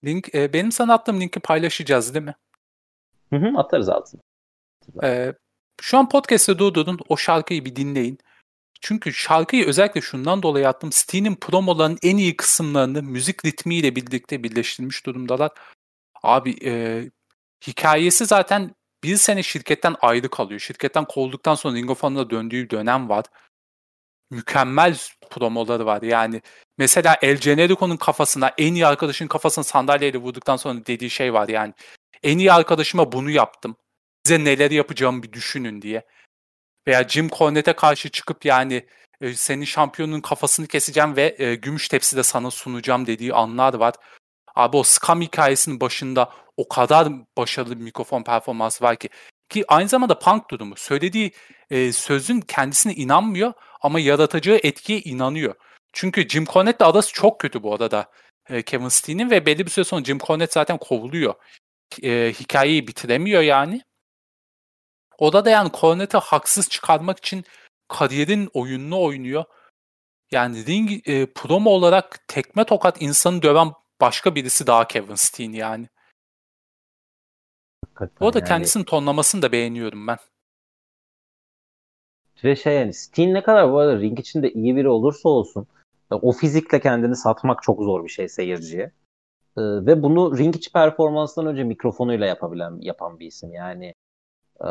Benim sana attığım linki paylaşacağız değil mi? Atarız altına. Şu an podcast'te durdurun, o şarkıyı bir dinleyin. Çünkü şarkıyı özellikle şundan dolayı attım. Steen'in promolarının en iyi kısımlarını müzik ritmiyle birlikte birleştirmiş durumdalar. Abi hikayesi zaten bir sene şirketten ayrı kalıyor. Şirketten kovulduktan sonra Ring of Honor'a döndüğü dönem var. Mükemmel promoları var. Yani mesela El Generico'nun kafasına, en iyi arkadaşın kafasına sandalyeyle vurduktan sonra dediği şey var yani. En iyi arkadaşıma bunu yaptım. Size neler yapacağımı bir düşünün diye. Veya Jim Cornette'e karşı çıkıp yani senin şampiyonun kafasını keseceğim ve gümüş tepside sana sunacağım dediği anlar var. Abi o Scam hikayesinin başında o kadar başarılı bir mikrofon performansı var ki aynı zamanda punk durumu. Söylediği sözün kendisine inanmıyor ama yaratacağı etkiye inanıyor. Çünkü Jim Cornette'le arası çok kötü bu arada Kevin Steen'in ve belli bir süre sonra Jim Cornette zaten kovuluyor. Hikayeyi bitiremiyor yani. O da yani Cornette'i haksız çıkarmak için kariyerin oyununu oynuyor. Yani promo olarak tekme tokat insanı döven başka birisi daha Kevin Steen yani. Hakikaten Bu arada yani. kendisinin tonlamasını da beğeniyorum ben. Ve yani Steen ne kadar bu arada ring içinde iyi biri olursa olsun o fizikle kendini satmak çok zor bir şey seyirciye. Ve bunu ring içi performanstan önce mikrofonuyla yapan bir isim. Yani e,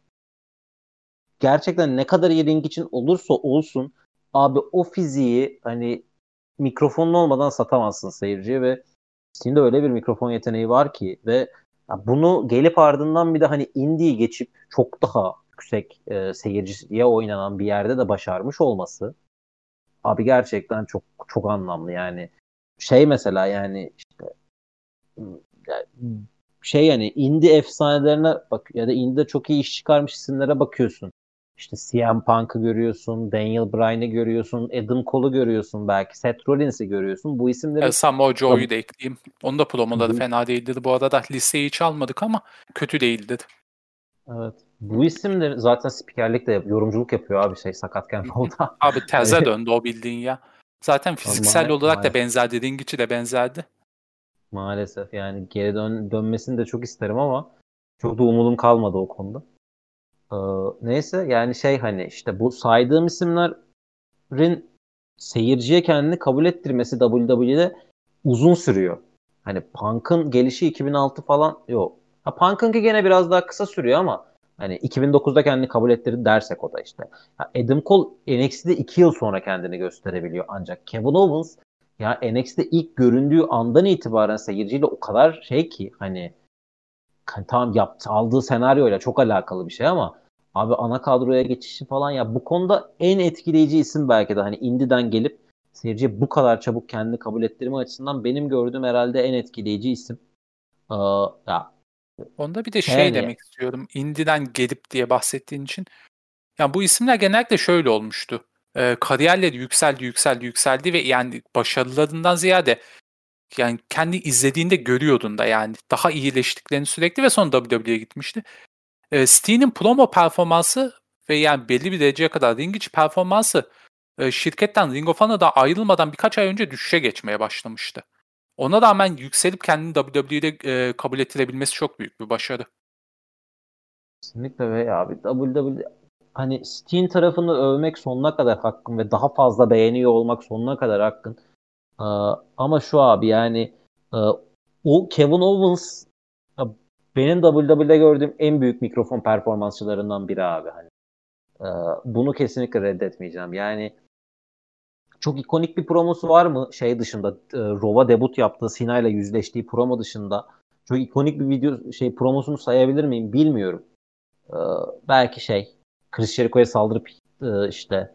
gerçekten ne kadar iyi ring için olursa olsun abi o fiziği hani mikrofonun olmadan satamazsın seyirciye ve Steam'de öyle bir mikrofon yeteneği var ki ve ya bunu gelip ardından bir de hani indie'yi geçip çok daha yüksek seyirciye oynanan bir yerde de başarmış olması abi gerçekten çok çok anlamlı yani mesela yani işte yani yani indie efsanelerine bak ya da indie'de çok iyi iş çıkarmış isimlere bakıyorsun. İşte CM Punk'ı görüyorsun, Daniel Bryan'ı görüyorsun, Adam Cole'u görüyorsun belki, Seth Rollins'i görüyorsun. Bu isimlerin Samoa Joe'yu da ekleyeyim. Onun da promoları bu, fena değildir. Bu arada listeyi hiç almadık ama kötü değildir. evet, bu isimler zaten spikerlik de yorumculuk yapıyor abi sakatken kolda. Abi terze Hani, döndü o bildiğin ya. Zaten fiziksel olarak da benzerdi. Ring içi de benzerdi. maalesef yani geri dönmesini de çok isterim ama çok da umudum kalmadı o konuda. Neyse yani hani işte bu saydığım isimlerin seyirciye kendini kabul ettirmesi WWE'de uzun sürüyor. Hani Punk'ın gelişi 2006 falan yok. Ha, Punk'ınki gene biraz daha kısa sürüyor ama hani 2009'da kendini kabul ettirdi dersek o da işte. Ha, Adam Cole NXT'de 2 yıl sonra kendini gösterebiliyor ancak Kevin Owens ya NXT'de ilk göründüğü andan itibaren seyirciyle o kadar ki hani tamam aldığı senaryoyla çok alakalı bir şey ama abi ana kadroya geçişi falan ya bu konuda en etkileyici isim belki de hani Indie'den gelip seyirciye bu kadar çabuk kendini kabul ettirme açısından benim gördüğüm herhalde en etkileyici isim. Ya Onda bir de yani demek istiyorum. Indie'den gelip diye bahsettiğin için. Yani bu isimler genellikle şöyle olmuştu. Kariyerleri yükseldi ve yani başarılarından ziyade yani kendi izlediğinde görüyordun da yani daha iyileştiklerini sürekli ve sonra WWE'ye gitmişti. Steen'in promo performansı ve yani belli bir dereceye kadar ring içi performansı şirketten Ring of Honor'da ayrılmadan birkaç ay önce düşüşe geçmeye başlamıştı. Ona rağmen yükselip kendini WWE'de kabul ettirebilmesi çok büyük bir başarı. kesinlikle ve abi WWE hani Steen tarafını övmek sonuna kadar hakkın ve daha fazla beğeniyor olmak sonuna kadar hakkın. Ama şu abi yani e, o Kevin Owens ya, benim WWE'de gördüğüm en büyük mikrofon performansçılarından biri abi. Hani, bunu kesinlikle reddetmeyeceğim. Yani çok ikonik bir promosu var mı? Dışında Raw'a debut yaptığı Cena ile yüzleştiği promo dışında çok ikonik bir video promosunu sayabilir miyim bilmiyorum. E, belki Chris Jericho'ya saldırıp işte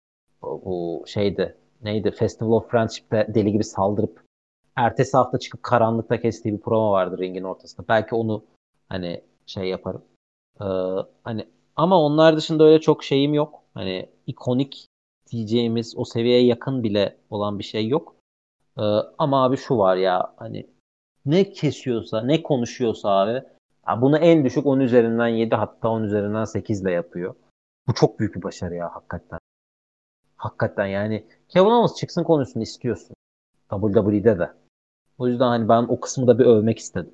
bu neydi Festival of Friendship'te deli gibi saldırıp ertesi hafta çıkıp karanlıkta kestiği bir promo vardı ringin ortasında. Belki onu hani yaparım. Ee, hani ama onlar dışında öyle çok şeyim yok. Hani ikonik diyeceğimiz o seviyeye yakın bile olan bir şey yok. Ee, ama abi şu var ya hani ne kesiyorsa ne konuşuyorsa abi ya bunu en düşük 10 üzerinden 7 hatta 10 üzerinden 8 ile yapıyor. Bu çok büyük bir başarı ya hakikaten. Hakikaten yani Kevin Owens çıksın konuşsun istiyorsun. WWE'de de. O yüzden hani ben o kısmı da bir övmek istedim.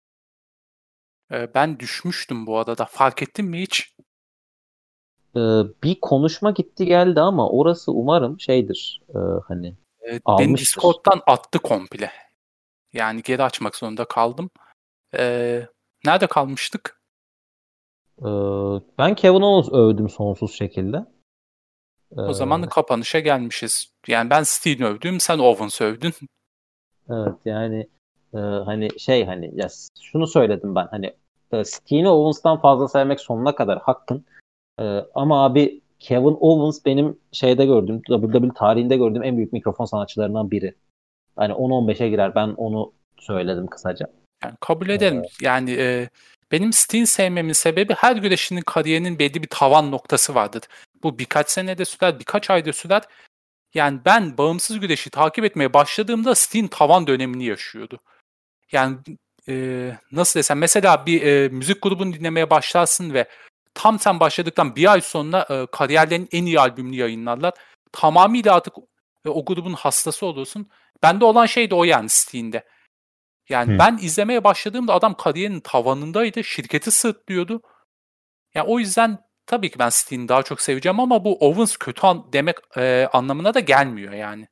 Ben düşmüştüm bu arada. Fark ettin mi hiç? Bir konuşma gitti geldi ama orası umarım şeydir. Hani Beni almıştır. Discord'dan attı komple. Yani geri açmak zorunda kaldım. Ee, Nerede kalmıştık? Ee, Ben Kevin Owens övdüm sonsuz şekilde. O zaman Ee, kapanışa gelmişiz. Yani ben Steen övdüm, sen Owens övdün. evet yani hani şey hani ya şunu söyledim ben hani Steen'i Owens'tan fazla sevmek sonuna kadar hakkın. Ama abi Kevin Owens benim şeyde gördüğüm WWE tarihinde gördüğüm en büyük mikrofon sanatçılarından biri. Hani 10-15'e girer. Ben onu söyledim kısaca. Yani kabul ederim. Yani benim Steen sevmemin sebebi her güreşinin kariyerinin belli bir tavan noktası vardır. Bu birkaç senede sürer, birkaç ayda sürer. Yani ben bağımsız güreşi takip etmeye başladığımda Steen tavan dönemini yaşıyordu. Yani nasıl desem mesela bir müzik grubunu dinlemeye başlarsın ve tam sen başladıktan bir ay sonra kariyerlerinin en iyi albümünü yayınlarlar. Tamamıyla artık o grubun hastası olursun. Bende olan şey de o yani Steen'de. Yani Hı. ben izlemeye başladığımda adam kariyerinin tavanındaydı. Şirketi sırtlıyordu. Yani o yüzden tabii ki ben Steen'i daha çok seveceğim ama bu Owens kötü demek anlamına da gelmiyor yani.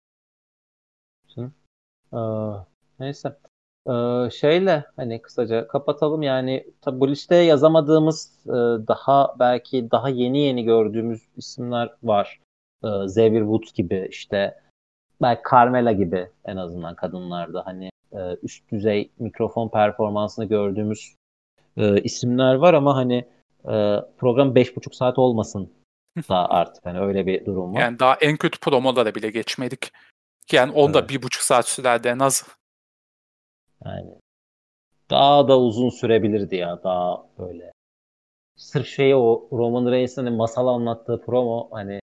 Ee, Neyse. Şeyle hani kısaca kapatalım yani tabii bu listeye yazamadığımız daha belki daha yeni yeni gördüğümüz isimler var. Xavier Woods gibi işte belki Carmella gibi en azından kadınlarda hani üst düzey mikrofon performansını gördüğümüz isimler var ama hani program 5,5 saat olmasın da artık hani öyle bir durum var. Yani daha en kötü promolara bile geçmedik. Yani onda Evet. 1,5 saat sürerdi en az. Yani daha da uzun sürebilirdi ya daha böyle. Sırf şeyi o Roman Reigns'in hani masal anlattığı promo hani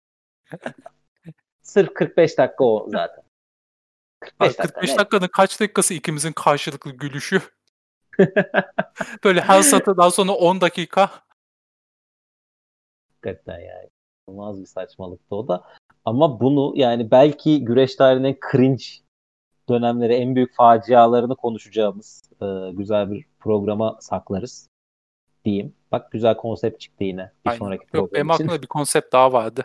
sırf 45 dakika o zaten. 45 dakika 45 net. dakikanın kaç dakikası ikimizin karşılıklı gülüşü. Böyle her satıdan sonra 10 dakika. Hakikaten yani. İnanılmaz bir saçmalıktı o da. Ama bunu yani belki güreş tarihinin cringe dönemleri, en büyük facialarını konuşacağımız güzel bir programa saklarız diyeyim. Bak güzel konsept çıktı yine bir Aynen. sonraki Yok program benim için. aklımda bir konsept daha vardı.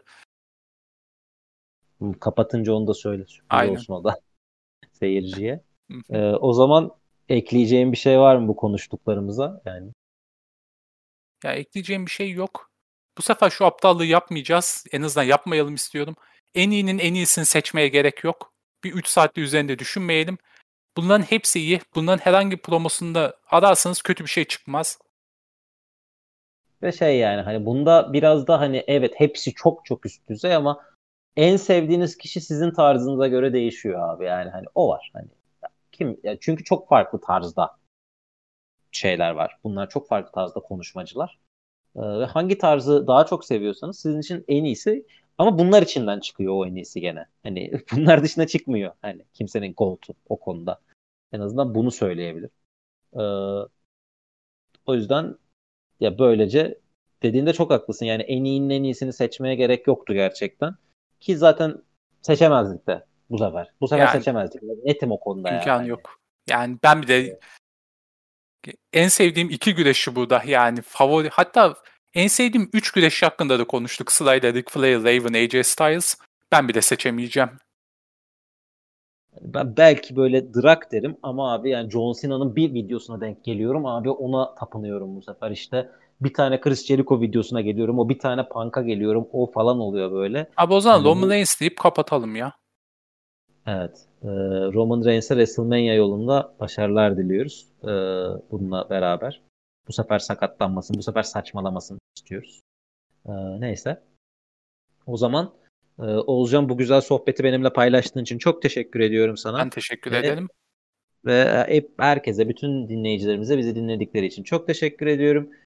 Kapatınca onu da söyle. Sürpriz Aynen. olsun o da seyirciye. Hı hı. O zaman ekleyeceğim bir şey var mı bu konuştuklarımıza? Yani Ya ekleyeceğim bir şey yok. Bu sefer şu aptallığı yapmayacağız. En azından yapmayalım istiyorum. En iyinin en iyisini seçmeye gerek yok. Bir 3 saatte üzerinde düşünmeyelim. Bunların hepsi iyi. Bunların herhangi bir promosunda ararsanız kötü bir şey çıkmaz. ve şey yani hani bunda biraz da hani evet hepsi çok çok üst düzey ama en sevdiğiniz kişi sizin tarzınıza göre değişiyor abi. Yani hani o var. Hani kim ya çünkü çok farklı tarzda şeyler var. Bunlar çok farklı tarzda konuşmacılar. Ve hangi tarzı daha çok seviyorsanız sizin için en iyisi ama bunlar içinden çıkıyor o en iyisi gene. Hani bunlar dışına çıkmıyor. Hani kimsenin gold'u o konuda. En azından bunu söyleyebilir. Ee, O yüzden ya böylece dediğinde çok haklısın. Yani en iyinin en iyisini seçmeye gerek yoktu gerçekten. Ki zaten seçemezdik de bu sefer. Bu sefer Yani seçemezdik. Netim o konuda ya imkan hani. yok. Yani ben bir de en sevdiğim iki güreşçi burada. Yani favori hatta en sevdiğim 3 güreşçi hakkında da konuştuk. Sırayla Ric Flair, Raven, AJ Styles. Ben bile seçemeyeceğim. Ben belki böyle Drak derim ama abi yani John Cena'nın bir videosuna denk geliyorum. Abi ona tapınıyorum bu sefer işte. Bir tane Chris Jericho videosuna geliyorum. O bir tane Punk'a geliyorum. O falan oluyor böyle. Abi o zaman Hani Roman bu Reigns deyip kapatalım ya. evet. Roman Reigns'e WrestleMania yolunda başarılar diliyoruz. Bununla beraber. Bu sefer sakatlanmasın. Bu sefer saçmalamasın istiyoruz. Neyse. O zaman Oğuzcan bu güzel sohbeti benimle paylaştığın için çok teşekkür ediyorum Ben sana. teşekkür Ve ederim. Ve hep herkese, bütün dinleyicilerimize bizi dinledikleri için çok teşekkür ediyorum.